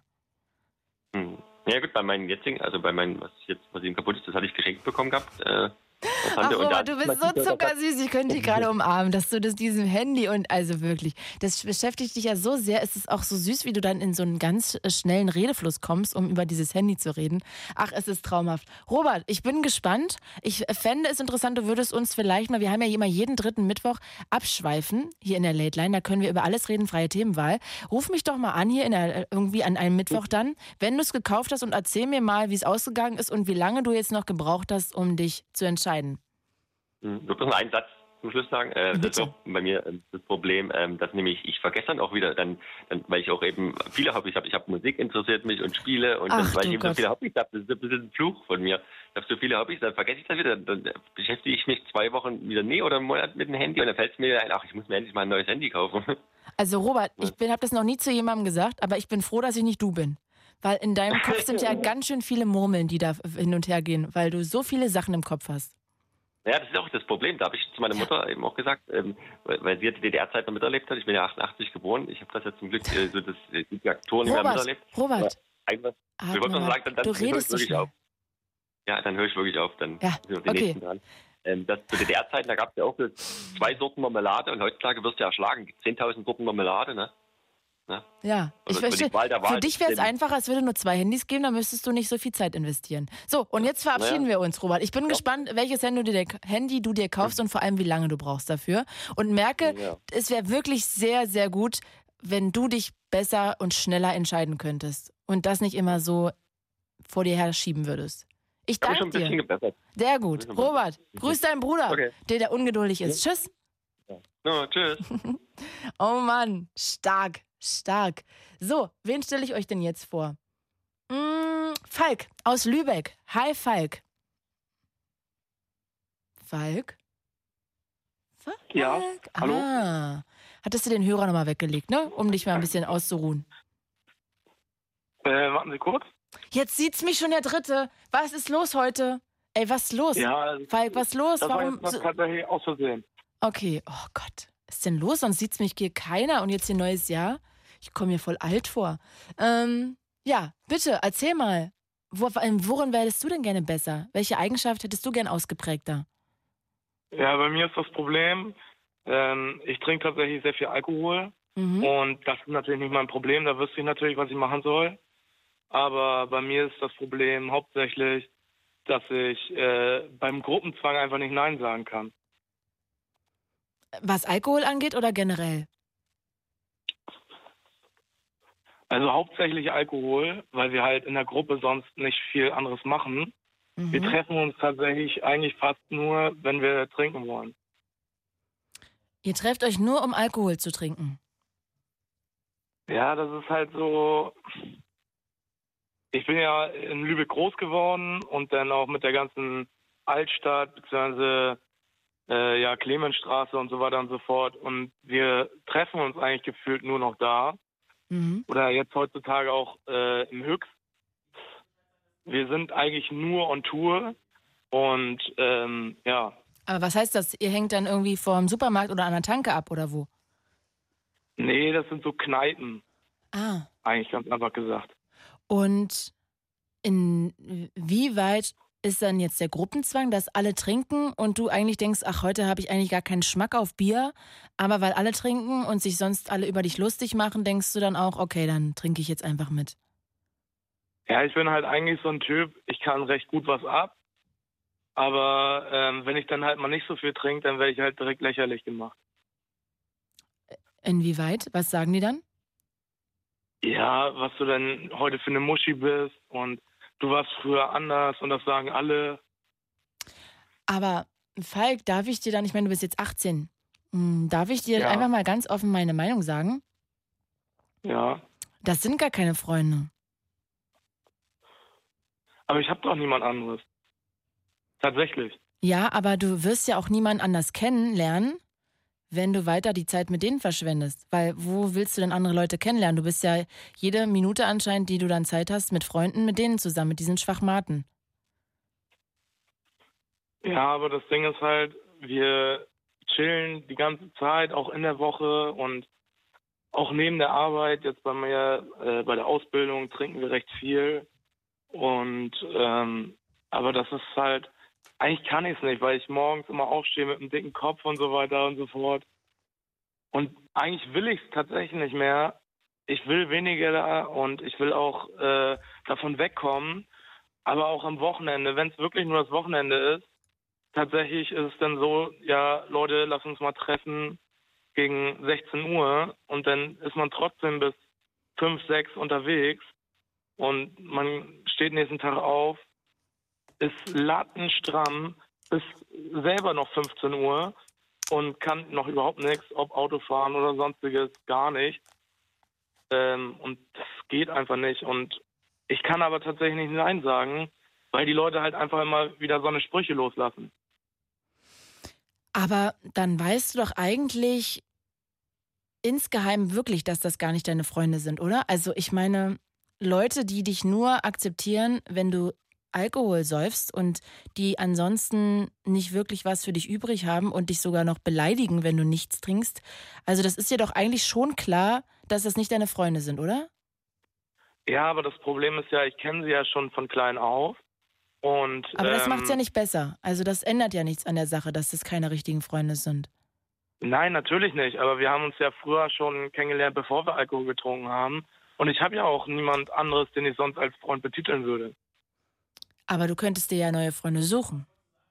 Hm. Ja gut, bei meinen jetzigen, also bei meinen, was jetzt, was ihm kaputt ist, das hatte ich geschenkt bekommen gehabt. Äh, Ach, Robert, du bist so zuckersüß, ich könnte dich gerade umarmen, dass du das diesem Handy und also wirklich, das beschäftigt dich ja so sehr, es ist auch so süß, wie du dann in so einen ganz schnellen Redefluss kommst, um über dieses Handy zu reden. Ach, es ist traumhaft. Robert, ich bin gespannt, ich fände es interessant, du würdest uns vielleicht mal, wir haben ja immer jeden dritten Mittwoch abschweifen, hier in der Late Line, da können wir über alles reden, freie Themenwahl. Ruf mich doch mal an hier in der, irgendwie an einem Mittwoch dann, wenn du es gekauft hast und erzähl mir mal, wie es ausgegangen ist und wie lange du jetzt noch gebraucht hast, um dich zu entscheiden. Hm, Ich würde noch einen Satz zum Schluss sagen. Äh, das ist auch bei mir äh, das Problem, ähm, dass nämlich ich vergesse dann auch wieder, dann, dann, weil ich auch eben viele Hobbys habe. Ich habe Musik interessiert mich und Spiele und Ach, dann, weil du ich eben so Gott. viele Hobbys habe, das ist ein bisschen ein Fluch von mir. Ich habe so viele Hobbys, dann vergesse ich das wieder. Dann beschäftige ich mich zwei Wochen wieder nie oder einen Monat mit dem Handy und dann fällt es mir ein, ach, ich muss mir endlich mal ein neues Handy kaufen. Also Robert, ich habe das noch nie zu jemandem gesagt, aber ich bin froh, dass ich nicht du bin. Weil in deinem Kopf sind ja ganz schön viele Murmeln, die da hin und her gehen, weil du so viele Sachen im Kopf hast. Ja, das ist auch das Problem. Da habe ich zu meiner Mutter eben auch gesagt, ähm, weil, weil sie die D D R-Zeit noch miterlebt hat. Ich bin ja achtundachtzig geboren. Ich habe das ja zum Glück äh, so das, äh, die Aktoren nicht mehr Robert, miterlebt. Robert. Aber Einfach, ich wollte noch mal. sagen, dann, dann Du höre ich redest so wirklich schnell. auf. Ja, dann höre ich wirklich auf. Dann Ja, sind noch die okay. nächsten dran. Ähm, das, zu D D R-Zeiten, da gab es ja auch so zwei Sorten Marmelade und heutzutage wirst du ja erschlagen. zehntausend Sorten Marmelade, ne? Ne? Ja, ich Oder- oder die verstehe. Qual der Wahl Für dich wäre es bestimmen. einfacher, es würde nur zwei Handys geben, dann müsstest du nicht so viel Zeit investieren. So, und jetzt verabschieden Ja. wir uns, Robert. Ich bin gespannt, welches Handy du, dir, Handy du dir kaufst und vor allem, wie lange du brauchst dafür. Und merke, Ja. es wäre wirklich sehr, sehr gut, wenn du dich besser und schneller entscheiden könntest und das nicht immer so vor dir her schieben würdest. Ich Ich habe mich danke schon ein bisschen dir. gebessert. Sehr gut. Ein bisschen Robert, grüß deinen Bruder, Okay. der, der ungeduldig ist. Tschüss. No, tschüss. Oh Mann, stark, stark. So, wen stelle ich euch denn jetzt vor? Mm, Falk aus Lübeck. Hi, Falk. Falk? Falk? Ja, hallo? Ah, hattest du den Hörer nochmal weggelegt, ne? Um dich mal ein bisschen auszuruhen. Äh, warten Sie kurz. Jetzt sieht's mich schon der Dritte. Was ist los heute? Ey, was ist los? Ja, Falk, was ist los? Das war Warum? jetzt mal so- tatsächlich aus Versehen. Okay, oh Gott. Was ist denn los? Sonst sieht's mich hier keiner und jetzt hier neues Jahr. Ich komme mir voll alt vor. Ähm, ja, bitte, erzähl mal. Wo, worin wärst du denn gerne besser? Welche Eigenschaft hättest du gern ausgeprägter? Ja, bei mir ist das Problem, ähm, ich trinke tatsächlich sehr viel Alkohol. Mhm. Und das ist natürlich nicht mein Problem. Da wüsste ich natürlich, was ich machen soll. Aber bei mir ist das Problem hauptsächlich, dass ich äh, beim Gruppenzwang einfach nicht Nein sagen kann. Was Alkohol angeht oder generell? Also hauptsächlich Alkohol, weil wir halt in der Gruppe sonst nicht viel anderes machen. Mhm. Wir treffen uns tatsächlich eigentlich fast nur, wenn wir trinken wollen. Ihr trefft euch nur, um Alkohol zu trinken. Ja, das ist halt so. Ich bin ja in Lübeck groß geworden und dann auch mit der ganzen Altstadt bzw. Äh, ja, Clemensstraße und so weiter und so fort. Und wir treffen uns eigentlich gefühlt nur noch da. Mhm. Oder jetzt heutzutage auch äh, im Höchst. Wir sind eigentlich nur on Tour und ähm, ja. Aber was heißt das? Ihr hängt dann irgendwie vorm Supermarkt oder an der Tanke ab oder wo? Nee, das sind so Kneipen, Ah. eigentlich ganz einfach gesagt. Und inwieweit ist dann jetzt der Gruppenzwang, dass alle trinken und du eigentlich denkst, ach, heute habe ich eigentlich gar keinen Geschmack auf Bier, aber weil alle trinken und sich sonst alle über dich lustig machen, denkst du dann auch, okay, dann trinke ich jetzt einfach mit. Ja, ich bin halt eigentlich so ein Typ, ich kann recht gut was ab. Aber ähm, wenn ich dann halt mal nicht so viel trinke, dann werde ich halt direkt lächerlich gemacht. Inwieweit? Was sagen die dann? Ja, was du denn heute für eine Muschi bist und du warst früher anders und das sagen alle. Aber Falk, darf ich dir dann, ich meine, du bist jetzt achtzehn, hm, darf ich dir Ja. einfach mal ganz offen meine Meinung sagen? Ja, Das sind gar keine Freunde. aber ich habe doch niemand anderes. Tatsächlich. Ja, aber du wirst ja auch niemand anders kennenlernen, wenn du weiter die Zeit mit denen verschwendest. Weil wo willst du denn andere Leute kennenlernen? Du bist ja jede Minute anscheinend, die du dann Zeit hast, mit Freunden, mit denen zusammen, mit diesen Schwachmaten. Ja, aber das Ding ist halt, wir chillen die ganze Zeit, auch in der Woche und auch neben der Arbeit. Jetzt bei mir, äh, bei der Ausbildung trinken wir recht viel. Und, ähm, aber das ist halt, eigentlich kann ich es nicht, weil ich morgens immer aufstehe mit einem dicken Kopf und so weiter und so fort. Und eigentlich will ich es tatsächlich nicht mehr. Ich will weniger da und ich will auch äh, davon wegkommen. Aber auch am Wochenende, wenn es wirklich nur das Wochenende ist, tatsächlich ist es dann so, ja, Leute, lass uns mal treffen gegen sechzehn Uhr und dann ist man trotzdem bis fünf, sechs unterwegs und man steht nächsten Tag auf, ist lattenstramm bis selber noch fünfzehn Uhr und kann noch überhaupt nichts, ob Autofahren oder sonstiges, gar nicht. Ähm, und das geht einfach nicht. Und ich kann aber tatsächlich nicht Nein sagen, weil die Leute halt einfach immer wieder so eine Sprüche loslassen. Aber dann weißt du doch eigentlich insgeheim wirklich, dass das gar nicht deine Freunde sind, oder? Also ich meine, Leute, die dich nur akzeptieren, wenn du Alkohol säufst und die ansonsten nicht wirklich was für dich übrig haben und dich sogar noch beleidigen, wenn du nichts trinkst. Also das ist dir doch eigentlich schon klar, dass das nicht deine Freunde sind, oder? Ja, aber das Problem ist ja, ich kenne sie ja schon von klein auf. Und, aber das ähm, macht's ja nicht besser. Also das ändert ja nichts an der Sache, dass das keine richtigen Freunde sind. Nein, natürlich nicht. Aber wir haben uns ja früher schon kennengelernt, bevor wir Alkohol getrunken haben. Und ich habe ja auch niemand anderes, den ich sonst als Freund betiteln würde. Aber du könntest dir ja neue Freunde suchen.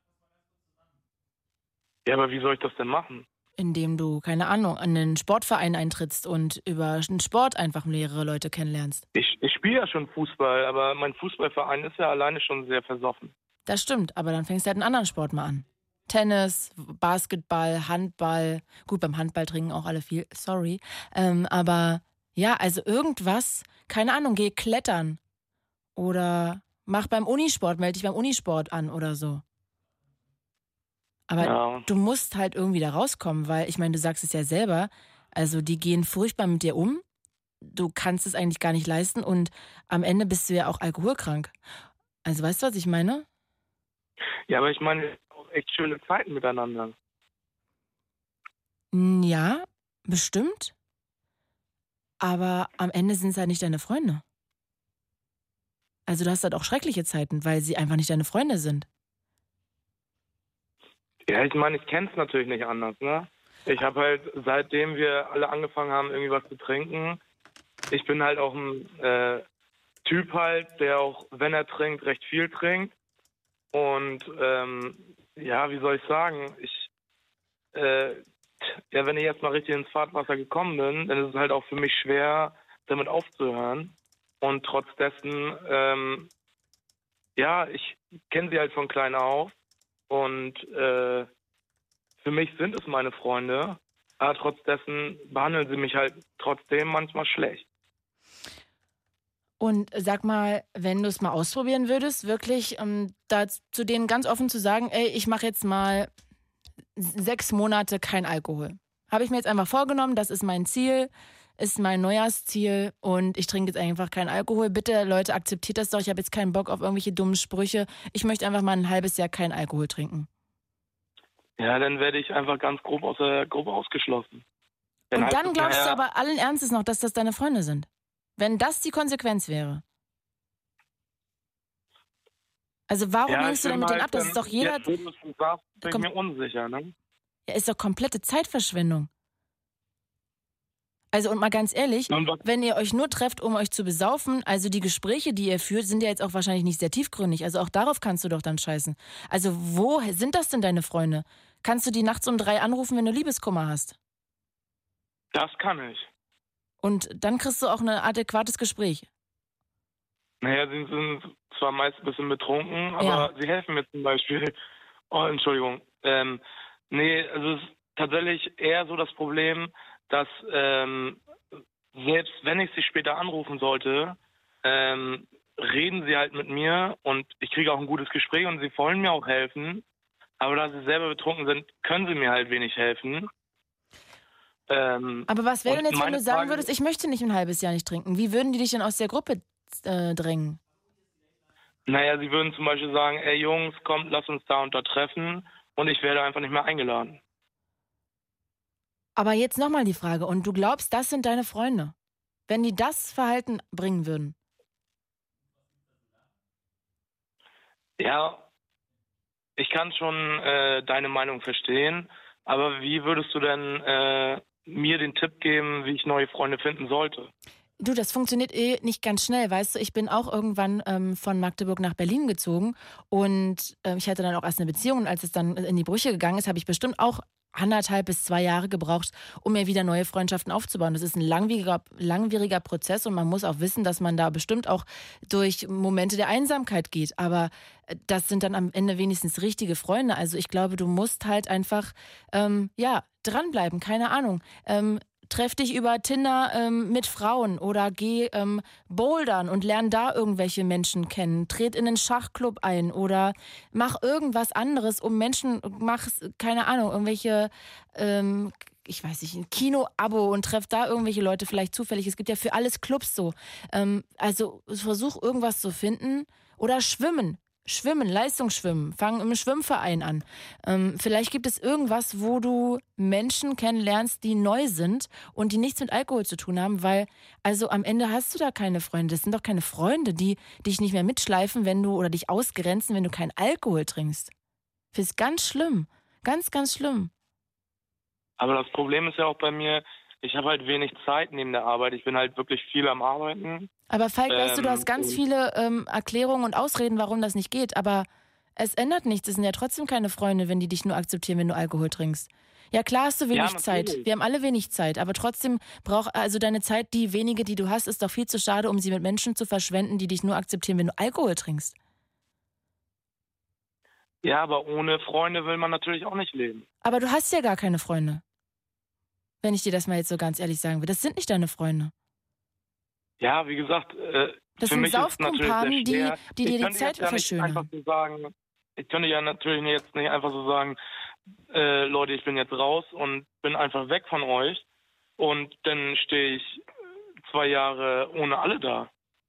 Ja, aber wie soll ich das denn machen? Indem du, keine Ahnung, an einen Sportverein eintrittst und über den Sport einfach mehrere Leute kennenlernst. Ich, ich spiele ja schon Fußball, aber mein Fußballverein ist ja alleine schon sehr versoffen. Das stimmt, aber dann fängst du halt einen anderen Sport mal an. Tennis, Basketball, Handball. Gut, beim Handball trinken auch alle viel, sorry. Ähm, aber ja, also irgendwas, keine Ahnung, geh klettern. Oder mach beim Unisport, melde dich beim Unisport an oder so. Aber ja. Du musst halt irgendwie da rauskommen, weil, ich meine, du sagst es ja selber, also die gehen furchtbar mit dir um, du kannst es eigentlich gar nicht leisten und am Ende bist du ja auch alkoholkrank. Also weißt du, was ich meine? Ja, aber ich meine, auch echt schöne Zeiten miteinander. Ja, bestimmt. Aber am Ende sind es halt nicht deine Freunde. Also du hast halt auch schreckliche Zeiten, weil sie einfach nicht deine Freunde sind. Ja, ich meine, ich kenne es natürlich nicht anders, ne? Ich habe halt, seitdem wir alle angefangen haben, irgendwie was zu trinken, ich bin halt auch ein äh, Typ halt, der auch, wenn er trinkt, recht viel trinkt. Und ähm, ja, wie soll ich sagen, ich, äh, ja, wenn ich jetzt mal richtig ins Fahrtwasser gekommen bin, dann ist es halt auch für mich schwer, damit aufzuhören. Und trotz dessen, ähm, ja, ich kenne sie halt von klein auf. Und äh, für mich sind es meine Freunde, aber trotz dessen behandeln sie mich halt trotzdem manchmal schlecht. Und sag mal, wenn du es mal ausprobieren würdest, wirklich um, da zu denen ganz offen zu sagen, ey, ich mache jetzt mal sechs Monate kein Alkohol. Habe ich mir jetzt einfach vorgenommen, das ist mein Ziel, ist mein Neujahrsziel und ich trinke jetzt einfach keinen Alkohol. Bitte, Leute, akzeptiert das doch. Ich habe jetzt keinen Bock auf irgendwelche dummen Sprüche. Ich möchte einfach mal ein halbes Jahr keinen Alkohol trinken. Ja, dann werde ich einfach ganz grob aus der Gruppe ausgeschlossen. Dann und heißt dann es glaubst nachher, du aber allen Ernstes noch, dass das deine Freunde sind. Wenn das die Konsequenz wäre. Also warum ja, lehnst du denn mit denen ab? Das ist doch jeder... Jetzt, wo du es sagst, bin ich mir unsicher, ne? Ja, ist doch komplette Zeitverschwendung. Also und mal ganz ehrlich, wenn ihr euch nur trefft, um euch zu besaufen, also die Gespräche, die ihr führt, sind ja jetzt auch wahrscheinlich nicht sehr tiefgründig. Also auch darauf kannst du doch dann scheißen. Also wo sind das denn deine Freunde? Kannst du die nachts um drei anrufen, wenn du Liebeskummer hast? Das kann ich. Und dann kriegst du auch ein adäquates Gespräch. Naja, sie sind zwar meist ein bisschen betrunken, aber Ja. sie helfen mir zum Beispiel. Oh, Entschuldigung. Ähm, nee, also es ist tatsächlich eher so das Problem, dass ähm, selbst wenn ich sie später anrufen sollte, ähm, reden sie halt mit mir und ich kriege auch ein gutes Gespräch und sie wollen mir auch helfen. Aber da sie selber betrunken sind, können sie mir halt wenig helfen. Ähm, Aber was wäre und denn jetzt, wenn meine du sagen Frage- würdest, ich möchte nicht ein halbes Jahr nicht trinken? Wie würden die dich denn aus der Gruppe äh, drängen? Naja, sie würden zum Beispiel sagen, ey Jungs, kommt, lass uns da und da treffen und ich werde einfach nicht mehr eingeladen. Aber jetzt nochmal die Frage, und du glaubst, das sind deine Freunde? Wenn die das Verhalten bringen würden? Ja, ich kann schon äh, deine Meinung verstehen, aber wie würdest du denn äh, mir den Tipp geben, wie ich neue Freunde finden sollte? Du, das funktioniert eh nicht ganz schnell, weißt du, ich bin auch irgendwann ähm, von Magdeburg nach Berlin gezogen und äh, ich hatte dann auch erst eine Beziehung und als es dann in die Brüche gegangen ist, habe ich bestimmt auch anderthalb bis zwei Jahre gebraucht, um mir wieder neue Freundschaften aufzubauen. Das ist ein langwieriger, langwieriger Prozess und man muss auch wissen, dass man da bestimmt auch durch Momente der Einsamkeit geht. Aber das sind dann am Ende wenigstens richtige Freunde. Also ich glaube, du musst halt einfach, ähm, ja, dranbleiben, keine Ahnung. Ähm, Treff dich über Tinder ähm, mit Frauen oder geh ähm, bouldern und lern da irgendwelche Menschen kennen. Tret in einen Schachclub ein oder mach irgendwas anderes, um Menschen, mach, keine Ahnung, irgendwelche, ähm, ich weiß nicht, ein Kino-Abo und treff da irgendwelche Leute vielleicht zufällig. Es gibt ja für alles Clubs so. Ähm, also versuch irgendwas zu finden oder schwimmen. Schwimmen, Leistungsschwimmen, fang im Schwimmverein an. Ähm, vielleicht gibt es irgendwas, wo du Menschen kennenlernst, die neu sind und die nichts mit Alkohol zu tun haben, weil also am Ende hast du da keine Freunde. Das sind doch keine Freunde, die dich nicht mehr mitschleifen, wenn du oder dich ausgrenzen, wenn du keinen Alkohol trinkst. Das ist ganz schlimm. Ganz, ganz schlimm. Aber das Problem ist ja auch bei mir, ich habe halt wenig Zeit neben der Arbeit. Ich bin halt wirklich viel am Arbeiten. Aber Falk, ähm, weißt du, du hast ganz viele ähm, Erklärungen und Ausreden, warum das nicht geht. Aber es ändert nichts. Es sind ja trotzdem keine Freunde, wenn die dich nur akzeptieren, wenn du Alkohol trinkst. Ja, klar hast du wenig ja, Zeit. Wir haben alle wenig Zeit. Aber trotzdem braucht also deine Zeit, die wenige, die du hast, ist doch viel zu schade, um sie mit Menschen zu verschwenden, die dich nur akzeptieren, wenn du Alkohol trinkst. Ja, aber ohne Freunde will man natürlich auch nicht leben. Aber du hast ja gar keine Freunde. Wenn ich dir das mal jetzt so ganz ehrlich sagen will. Das sind nicht deine Freunde. Ja, wie gesagt, äh, das für sind mich ist es natürlich sehr die, schwer. die dir ich die Zeit ja verschönern. Einfach so sagen, ich könnte ja natürlich jetzt nicht einfach so sagen, äh, Leute, ich bin jetzt raus und bin einfach weg von euch und dann stehe ich zwei Jahre ohne alle da.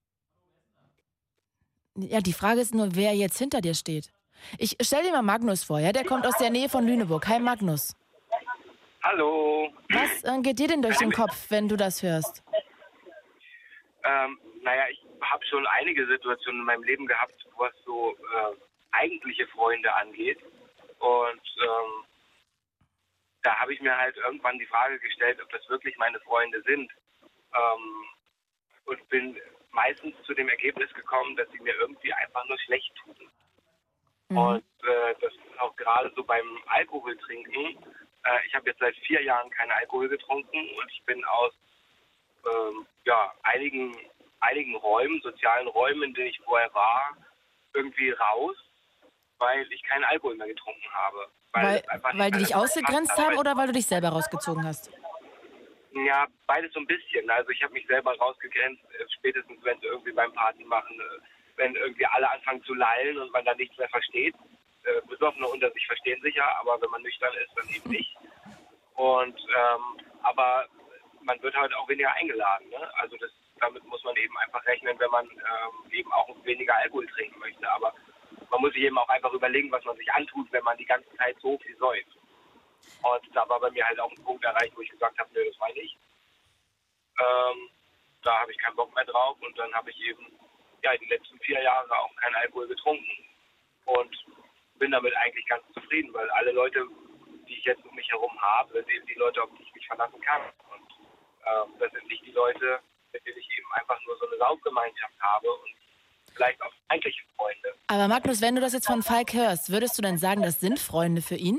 Ja, die Frage ist nur, wer jetzt hinter dir steht. Ich stell dir mal Magnus vor, ja, der kommt aus der Nähe von Lüneburg. Hi Magnus. Hallo. Was äh, geht dir denn durch den Kopf, wenn du das hörst? Ähm, naja, ich habe schon einige Situationen in meinem Leben gehabt, was so äh, eigentliche Freunde angeht. Und ähm, da habe ich mir halt irgendwann die Frage gestellt, ob das wirklich meine Freunde sind. Ähm, und bin meistens zu dem Ergebnis gekommen, dass sie mir irgendwie einfach nur schlecht tun. Mhm. Und äh, das ist auch gerade so beim Alkohol trinken. Äh, ich habe jetzt seit vier Jahren keinen Alkohol getrunken und ich bin aus ähm, ja, einigen, einigen Räumen, sozialen Räumen, in denen ich vorher war, irgendwie raus, weil ich keinen Alkohol mehr getrunken habe. Weil, weil, weil die dich ausgegrenzt haben oder weil du dich selber rausgezogen hast? Ja, beides so ein bisschen. Also ich habe mich selber rausgegrenzt, spätestens wenn es irgendwie beim Party machen, wenn irgendwie alle anfangen zu lallen und man dann nichts mehr versteht. Besoffene unter sich verstehen sich ja, aber wenn man nüchtern ist, dann eben nicht. Und ähm, aber man wird halt auch weniger eingeladen. Ne? Also das, damit muss man eben einfach rechnen, wenn man ähm, eben auch weniger Alkohol trinken möchte. Aber man muss sich eben auch einfach überlegen, was man sich antut, wenn man die ganze Zeit so viel säuft. Und da war bei mir halt auch ein Punkt erreicht, wo ich gesagt habe, nö, das war nicht. Ähm, da habe ich keinen Bock mehr drauf und dann habe ich eben ja die letzten vier Jahre auch keinen Alkohol getrunken. Und bin damit eigentlich ganz zufrieden, weil alle Leute, die ich jetzt um mich herum habe, sind eben die Leute, auf die ich mich verlassen kann. Und ähm, das sind nicht die Leute, mit denen ich eben einfach nur so eine Saufgemeinschaft habe und vielleicht auch eigentliche Freunde. Aber Magnus, wenn du das jetzt von Falk hörst, würdest du dann sagen, das sind Freunde für ihn?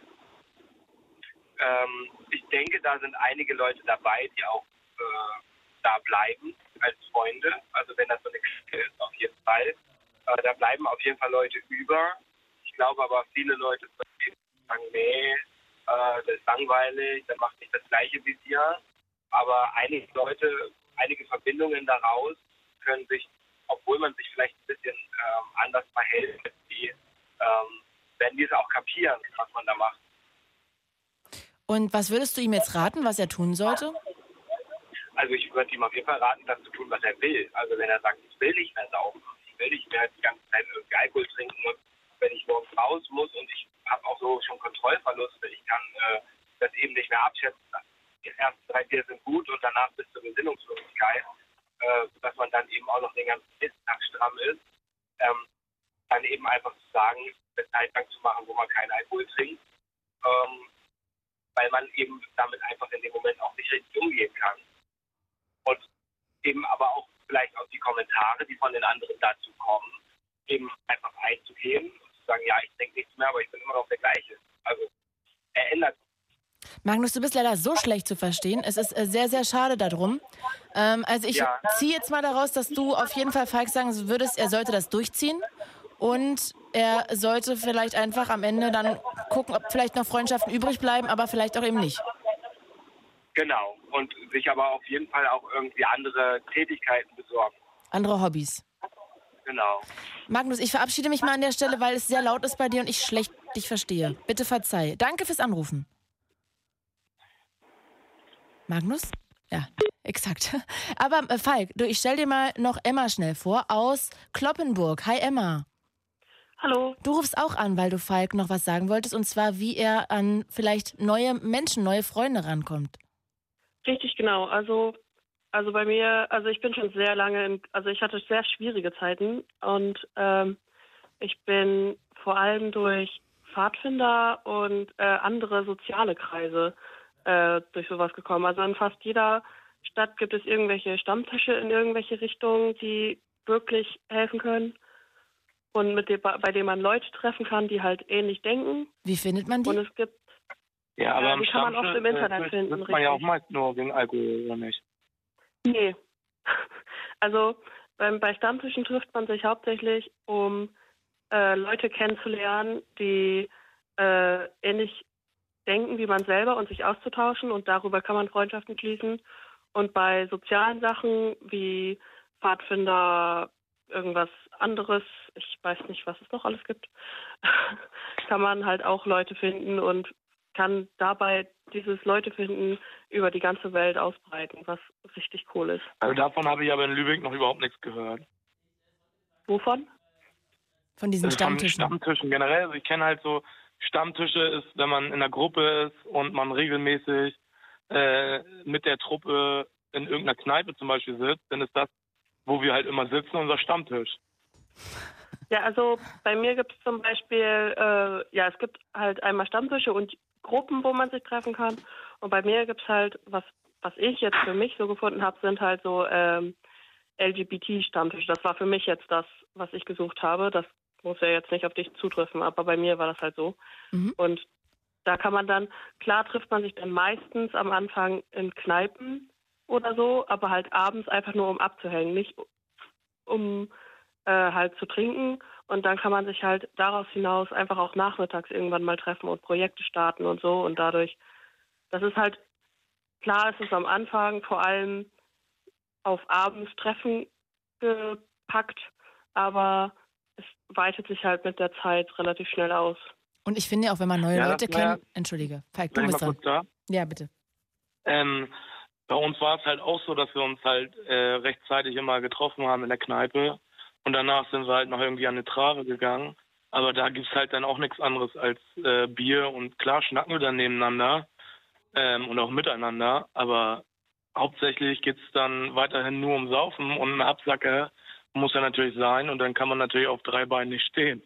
Ähm, ich denke, da sind einige Leute dabei, die auch äh, da bleiben als Freunde. Also wenn das so eine Geschichte ist, auf jeden Fall. Äh, da bleiben auf jeden Fall Leute über. Ich glaube aber, viele Leute sagen, nee, äh, das ist langweilig, der macht nicht das Gleiche wie wir. Aber einige Leute, einige Verbindungen daraus können sich, obwohl man sich vielleicht ein bisschen ähm, anders verhält, die, ähm, werden die es auch kapieren, was man da macht. Und was würdest du ihm jetzt raten, was er tun sollte? Also ich würde ihm auf jeden Fall raten, das zu tun, was er will. Also wenn er sagt, ich will nicht mehr saufen, ich will, ich will halt die ganze Zeit irgendwie Alkohol trinken muss, wenn ich morgens raus muss und ich habe auch so schon Kontrollverluste. Ich kann äh, das eben nicht mehr abschätzen. Die ersten drei Bier sind gut und danach bis zur Besinnungslosigkeit, äh, dass man dann eben auch noch den ganzen Tag stramm ist. Ähm, dann eben einfach zu sagen, eine Zeit lang zu machen, wo man keinen Alkohol trinkt, ähm, weil man eben damit einfach in dem Moment auch nicht richtig umgehen kann. Und eben aber auch vielleicht auch die Kommentare, die von den anderen dazu kommen, eben einfach einzugehen und zu sagen, ja, ich denke nichts mehr, aber ich bin immer noch der Gleiche. Also er ändert. Magnus, du bist leider so schlecht zu verstehen. Es ist äh, sehr, sehr schade darum. Ähm, also ich Ja. ziehe jetzt mal daraus, dass du auf jeden Fall Falk sagen würdest, er sollte das durchziehen und er sollte vielleicht einfach am Ende dann gucken, ob vielleicht noch Freundschaften übrig bleiben, aber vielleicht auch eben nicht. Genau. Und sich aber auf jeden Fall auch irgendwie andere Tätigkeiten besorgen. Andere Hobbys. Genau. Magnus, ich verabschiede mich mal an der Stelle, weil es sehr laut ist bei dir und ich schlecht dich verstehe. Bitte verzeih. Danke fürs Anrufen. Magnus? Ja, exakt. Aber äh, Falk, du, ich stell dir mal noch Emma schnell vor aus Cloppenburg. Hi Emma. Hallo. Du rufst auch an, weil du Falk noch was sagen wolltest, und zwar, wie er an vielleicht neue Menschen, neue Freunde rankommt. Richtig, genau. Also, also bei mir, also ich bin schon sehr lange, in, also ich hatte sehr schwierige Zeiten und ähm, ich bin vor allem durch Pfadfinder und äh, andere soziale Kreise äh, durch sowas gekommen. Also in fast jeder Stadt gibt es irgendwelche Stammtische in irgendwelche Richtungen, die wirklich helfen können und mit dem, bei denen man Leute treffen kann, die halt ähnlich denken. Wie findet man die? Und es gibt Ja, aber Ja, am die kann man oft im Internet äh, finden, sitzt man ja auch richtig. meist nur wegen Alkohol, oder nicht? Nee. Also beim, bei Stammtischen trifft man sich hauptsächlich, um äh, Leute kennenzulernen, die äh, ähnlich denken wie man selber und sich auszutauschen, und darüber kann man Freundschaften schließen. Und bei sozialen Sachen wie Pfadfinder, irgendwas anderes, ich weiß nicht, was es noch alles gibt, kann man halt auch Leute finden und kann dabei dieses Leute finden über die ganze Welt ausbreiten, was richtig cool ist. Also davon habe ich aber in Lübeck noch überhaupt nichts gehört. Wovon? Von diesen Also Stammtischen. Von Stammtischen generell. Also ich kenne halt so, Stammtische ist, wenn man in einer Gruppe ist und man regelmäßig äh, mit der Truppe in irgendeiner Kneipe zum Beispiel sitzt, dann ist das, wo wir halt immer sitzen, unser Stammtisch. Ja, also bei mir gibt es zum Beispiel, äh, ja, es gibt halt einmal Stammtische und Gruppen, wo man sich treffen kann. Und bei mir gibt es halt, was, was ich jetzt für mich so gefunden habe, sind halt so ähm, L G B T-Stammtische. Das war für mich jetzt das, was ich gesucht habe. Das muss ja jetzt nicht auf dich zutreffen, aber bei mir war das halt so. Mhm. Und da kann man dann, klar trifft man sich dann meistens am Anfang in Kneipen oder so, aber halt abends einfach nur, um abzuhängen, nicht um äh, halt zu trinken. Und dann kann man sich halt daraus hinaus einfach auch nachmittags irgendwann mal treffen und Projekte starten und so. Und dadurch, das ist halt, klar ist es am Anfang vor allem auf abends Treffen gepackt, aber es weitet sich halt mit der Zeit relativ schnell aus. Und ich finde auch, wenn man neue Ja, Leute das war ja- kennt... Entschuldige, Falk, du Bin ich bist mal dran. kurz da? Ja, bitte. Ähm, bei uns war es halt auch so, dass wir uns halt äh, rechtzeitig immer getroffen haben in der Kneipe. Und danach sind wir halt noch irgendwie an eine Trave gegangen. Aber da gibt's halt dann auch nichts anderes als äh, Bier. Und klar schnacken wir dann nebeneinander ähm, und auch miteinander. Aber hauptsächlich geht's dann weiterhin nur um Saufen. Und ein Absacker muss ja natürlich sein. Und dann kann man natürlich auf drei Beinen nicht stehen.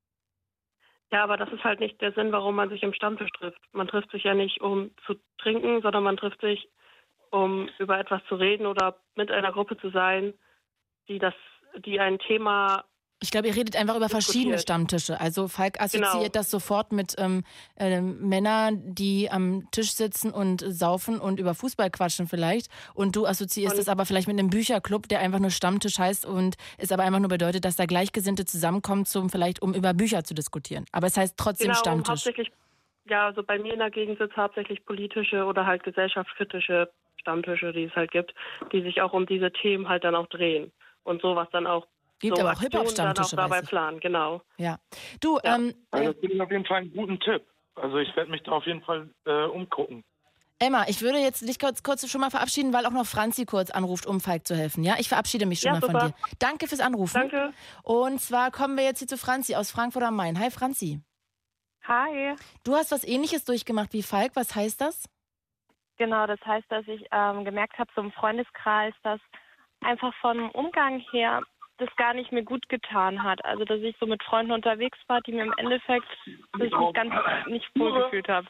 Ja, aber das ist halt nicht der Sinn, warum man sich im Stammtisch trifft. Man trifft sich ja nicht, um zu trinken, sondern man trifft sich, um über etwas zu reden oder mit einer Gruppe zu sein, die das, die ein Thema... Ich glaube, ihr redet einfach über verschiedene diskutiert. Stammtische. Also Falk assoziiert Genau. das sofort mit ähm, äh, Männern, die am Tisch sitzen und saufen und über Fußball quatschen vielleicht. Und du assoziierst Und- das aber vielleicht mit einem Bücherclub, der einfach nur Stammtisch heißt und es aber einfach nur bedeutet, dass da Gleichgesinnte zusammenkommen, zum, vielleicht um über Bücher zu diskutieren. Aber es heißt trotzdem Genau, um Stammtisch. hauptsächlich, ja, also bei mir in der Gegend sitzen hauptsächlich politische oder halt gesellschaftskritische Stammtische, die es halt gibt, die sich auch um diese Themen halt dann auch drehen und sowas dann auch Gibt so aber auch Aktionen Hip-Hop-Stammtische, dann auch dabei weiß ich. planen, genau. Ja. Du, ähm, Also das finde ich auf jeden Fall einen guten Tipp. Also ich werde mich da auf jeden Fall äh, umgucken. Emma, ich würde jetzt dich kurz, kurz schon mal verabschieden, weil auch noch Franzi kurz anruft, um Falk zu helfen. Ja, ich verabschiede mich schon Ja, mal super. von dir. Danke fürs Anrufen. Danke. Und zwar kommen wir jetzt hier zu Franzi aus Frankfurt am Main. Hi Franzi. Hi. Du hast was Ähnliches durchgemacht wie Falk. Was heißt das? Genau, das heißt, dass ich ähm, gemerkt habe, so im Freundeskreis, dass einfach vom Umgang her das gar nicht mehr gut getan hat. Also, dass ich so mit Freunden unterwegs war, die mir im Endeffekt sich nicht ganz nicht wohl gefühlt habe.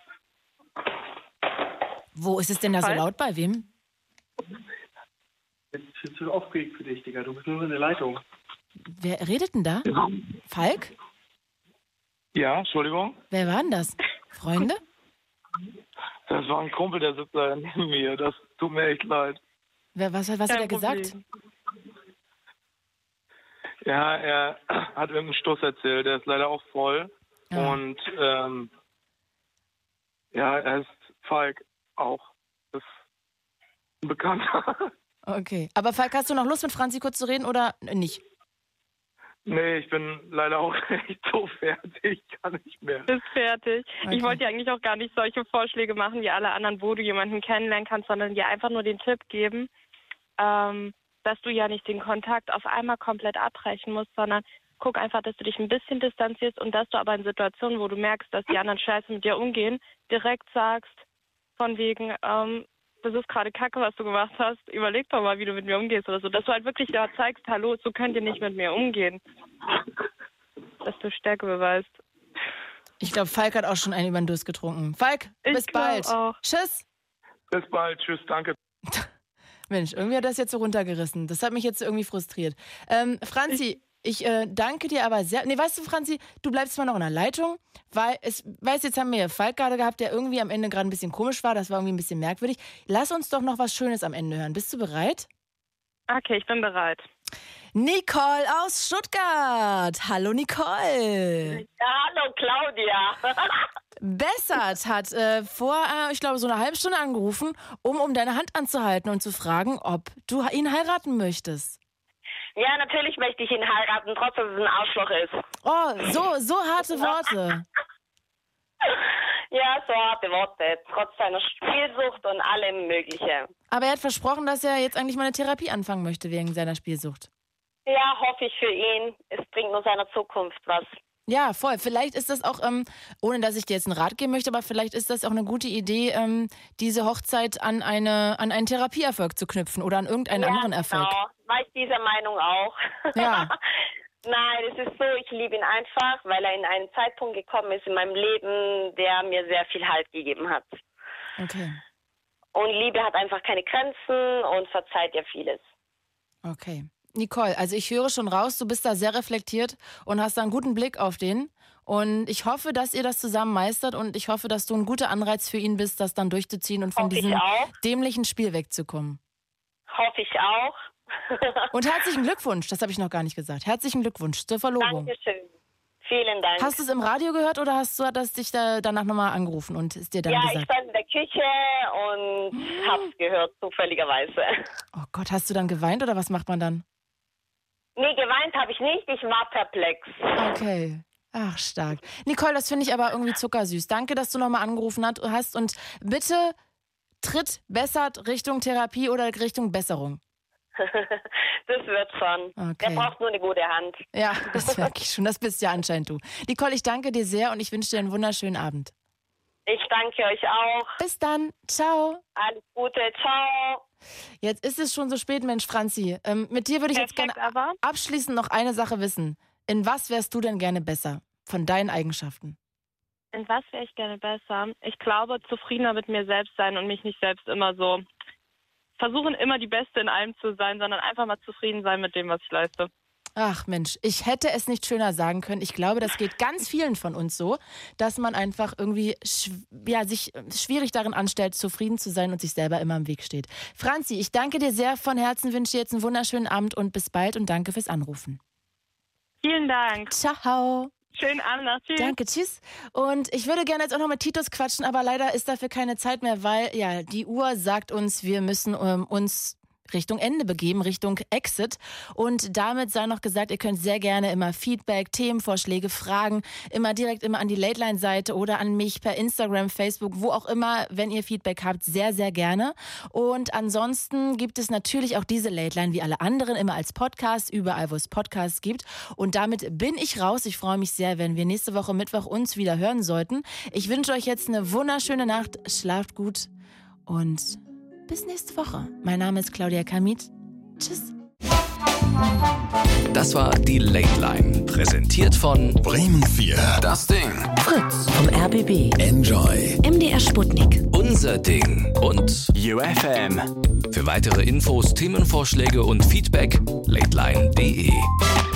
Wo ist es denn da so Falk? laut? Bei wem? Jetzt bist du zu aufgeregt für dich, Digga. Du bist nur in der Leitung. Wer redet denn da? Falk? Ja, Entschuldigung. Wer war denn das? Freunde? Das war ein Kumpel, der sitzt da neben mir. Das tut mir echt leid. Wer, was was hat er Kein gesagt? Problem. Ja, er hat irgendeinen Stuss erzählt. Der ist leider auch voll. Ja. Und ähm, ja, er ist Falk auch. Das ist ein Bekannter. Okay. Aber Falk, hast du noch Lust, mit Franzi kurz zu reden oder nicht? Nee, ich bin leider auch echt so fertig. Kann nicht mehr. Bist fertig. Okay. Ich wollte dir eigentlich auch gar nicht solche Vorschläge machen wie alle anderen, wo du jemanden kennenlernen kannst, sondern dir einfach nur den Tipp geben, ähm, dass du ja nicht den Kontakt auf einmal komplett abbrechen musst, sondern guck einfach, dass du dich ein bisschen distanzierst und dass du aber in Situationen, wo du merkst, dass die anderen scheiße mit dir umgehen, direkt sagst, von wegen, ähm, das ist gerade Kacke, was du gemacht hast, überleg doch mal, wie du mit mir umgehst oder so. Dass du halt wirklich da zeigst, hallo, so könnt ihr nicht mit mir umgehen. Dass du Stärke beweist. Ich glaube, Falk hat auch schon einen über den Durst getrunken. Falk, Ich bis glaub bald. auch. Tschüss. Bis bald. Tschüss, danke. Mensch, irgendwie hat das jetzt so runtergerissen. Das hat mich jetzt irgendwie frustriert. Ähm, Franzi, ich äh, danke dir aber sehr. Nee, weißt du, Franzi, du bleibst mal noch in der Leitung, weil es, weißt jetzt haben wir ja Falk gerade gehabt, der irgendwie am Ende gerade ein bisschen komisch war. Das war irgendwie ein bisschen merkwürdig. Lass uns doch noch was Schönes am Ende hören. Bist du bereit? Okay, ich bin bereit. Nicole aus Stuttgart. Hallo, Nicole. Ja, hallo, Claudia. Bessert hat äh, vor, äh, ich glaube, so eine halbe Stunde angerufen, um um deine Hand anzuhalten und zu fragen, ob du ihn heiraten möchtest. Ja, natürlich möchte ich ihn heiraten, trotz dass es ein Arschloch ist. Oh, so, so harte Worte. Ja, so harte Worte, trotz seiner Spielsucht und allem Mögliche. Aber er hat versprochen, dass er jetzt eigentlich mal eine Therapie anfangen möchte wegen seiner Spielsucht. Ja, hoffe ich für ihn. Es bringt nur seiner Zukunft was. Ja, voll. Vielleicht ist das auch, ähm, ohne dass ich dir jetzt einen Rat geben möchte, aber vielleicht ist das auch eine gute Idee, ähm, diese Hochzeit an eine an einen Therapieerfolg zu knüpfen oder an irgendeinen ja, anderen Erfolg. Genau, war ich dieser Meinung auch. Ja. Nein, es ist so, ich liebe ihn einfach, weil er in einen Zeitpunkt gekommen ist in meinem Leben, der mir sehr viel Halt gegeben hat. Okay. Und Liebe hat einfach keine Grenzen und verzeiht ihr vieles. Okay. Nicole, also ich höre schon raus, du bist da sehr reflektiert und hast da einen guten Blick auf den. Und ich hoffe, dass ihr das zusammen meistert und ich hoffe, dass du ein guter Anreiz für ihn bist, das dann durchzuziehen und von Hoffe ich diesem auch. dämlichen Spiel wegzukommen. Hoffe ich auch. Und herzlichen Glückwunsch, das habe ich noch gar nicht gesagt. Herzlichen Glückwunsch zur Verlobung. Dankeschön. Vielen Dank. Hast du es im Radio gehört oder hast du hat das dich da danach nochmal angerufen und es dir dann ja, gesagt? ich stand in der Küche und hab's gehört, zufälligerweise. Oh Gott, hast du dann geweint oder was macht man dann? Nee, geweint habe ich nicht, ich war perplex. Okay. Ach, stark. Nicole, das finde ich aber irgendwie zuckersüß. Danke, dass du nochmal angerufen hast und bitte tritt bessert Richtung Therapie oder Richtung Besserung. Das wird schon. Okay. Der braucht nur eine gute Hand. Ja, das merke ich schon. Das bist ja anscheinend du. Nicole, ich danke dir sehr und ich wünsche dir einen wunderschönen Abend. Ich danke euch auch. Bis dann. Ciao. Alles Gute. Ciao. Jetzt ist es schon so spät, Mensch, Franzi. Ähm, mit dir würde ich Perfekt, jetzt gerne abschließend noch eine Sache wissen. In was wärst du denn gerne besser? Von deinen Eigenschaften? In was wäre ich gerne besser? Ich glaube, zufriedener mit mir selbst sein und mich nicht selbst immer so versuchen, immer die Beste in allem zu sein, sondern einfach mal zufrieden sein mit dem, was ich leiste. Ach Mensch, ich hätte es nicht schöner sagen können. Ich glaube, das geht ganz vielen von uns so, dass man einfach irgendwie ja, sich schwierig darin anstellt, zufrieden zu sein und sich selber immer im Weg steht. Franzi, ich danke dir sehr von Herzen, wünsche dir jetzt einen wunderschönen Abend und bis bald und danke fürs Anrufen. Vielen Dank. Ciao. Schönen Abend noch. Tschüss. Danke, tschüss. Und ich würde gerne jetzt auch noch mit Titus quatschen, aber leider ist dafür keine Zeit mehr, weil ja die Uhr sagt uns, wir müssen ähm, uns Richtung Ende begeben, Richtung Exit. Und damit sei noch gesagt, ihr könnt sehr gerne immer Feedback, Themenvorschläge, Fragen, immer direkt immer an die Late-Line-Seite oder an mich per Instagram, Facebook, wo auch immer, wenn ihr Feedback habt, sehr, sehr gerne. Und ansonsten gibt es natürlich auch diese Late-Line wie alle anderen immer als Podcast, überall, wo es Podcasts gibt. Und damit bin ich raus. Ich freue mich sehr, wenn wir nächste Woche Mittwoch uns wieder hören sollten. Ich wünsche euch jetzt eine wunderschöne Nacht. Schlaft gut und bis nächste Woche. Mein Name ist Claudia Kamit. Tschüss. Das war die Late Line, präsentiert von Bremen vier. Das Ding. Fritz vom R B B. Enjoy. M D R Sputnik. Unser Ding. Und U F M. Für weitere Infos, Themenvorschläge und Feedback lateline punkt de.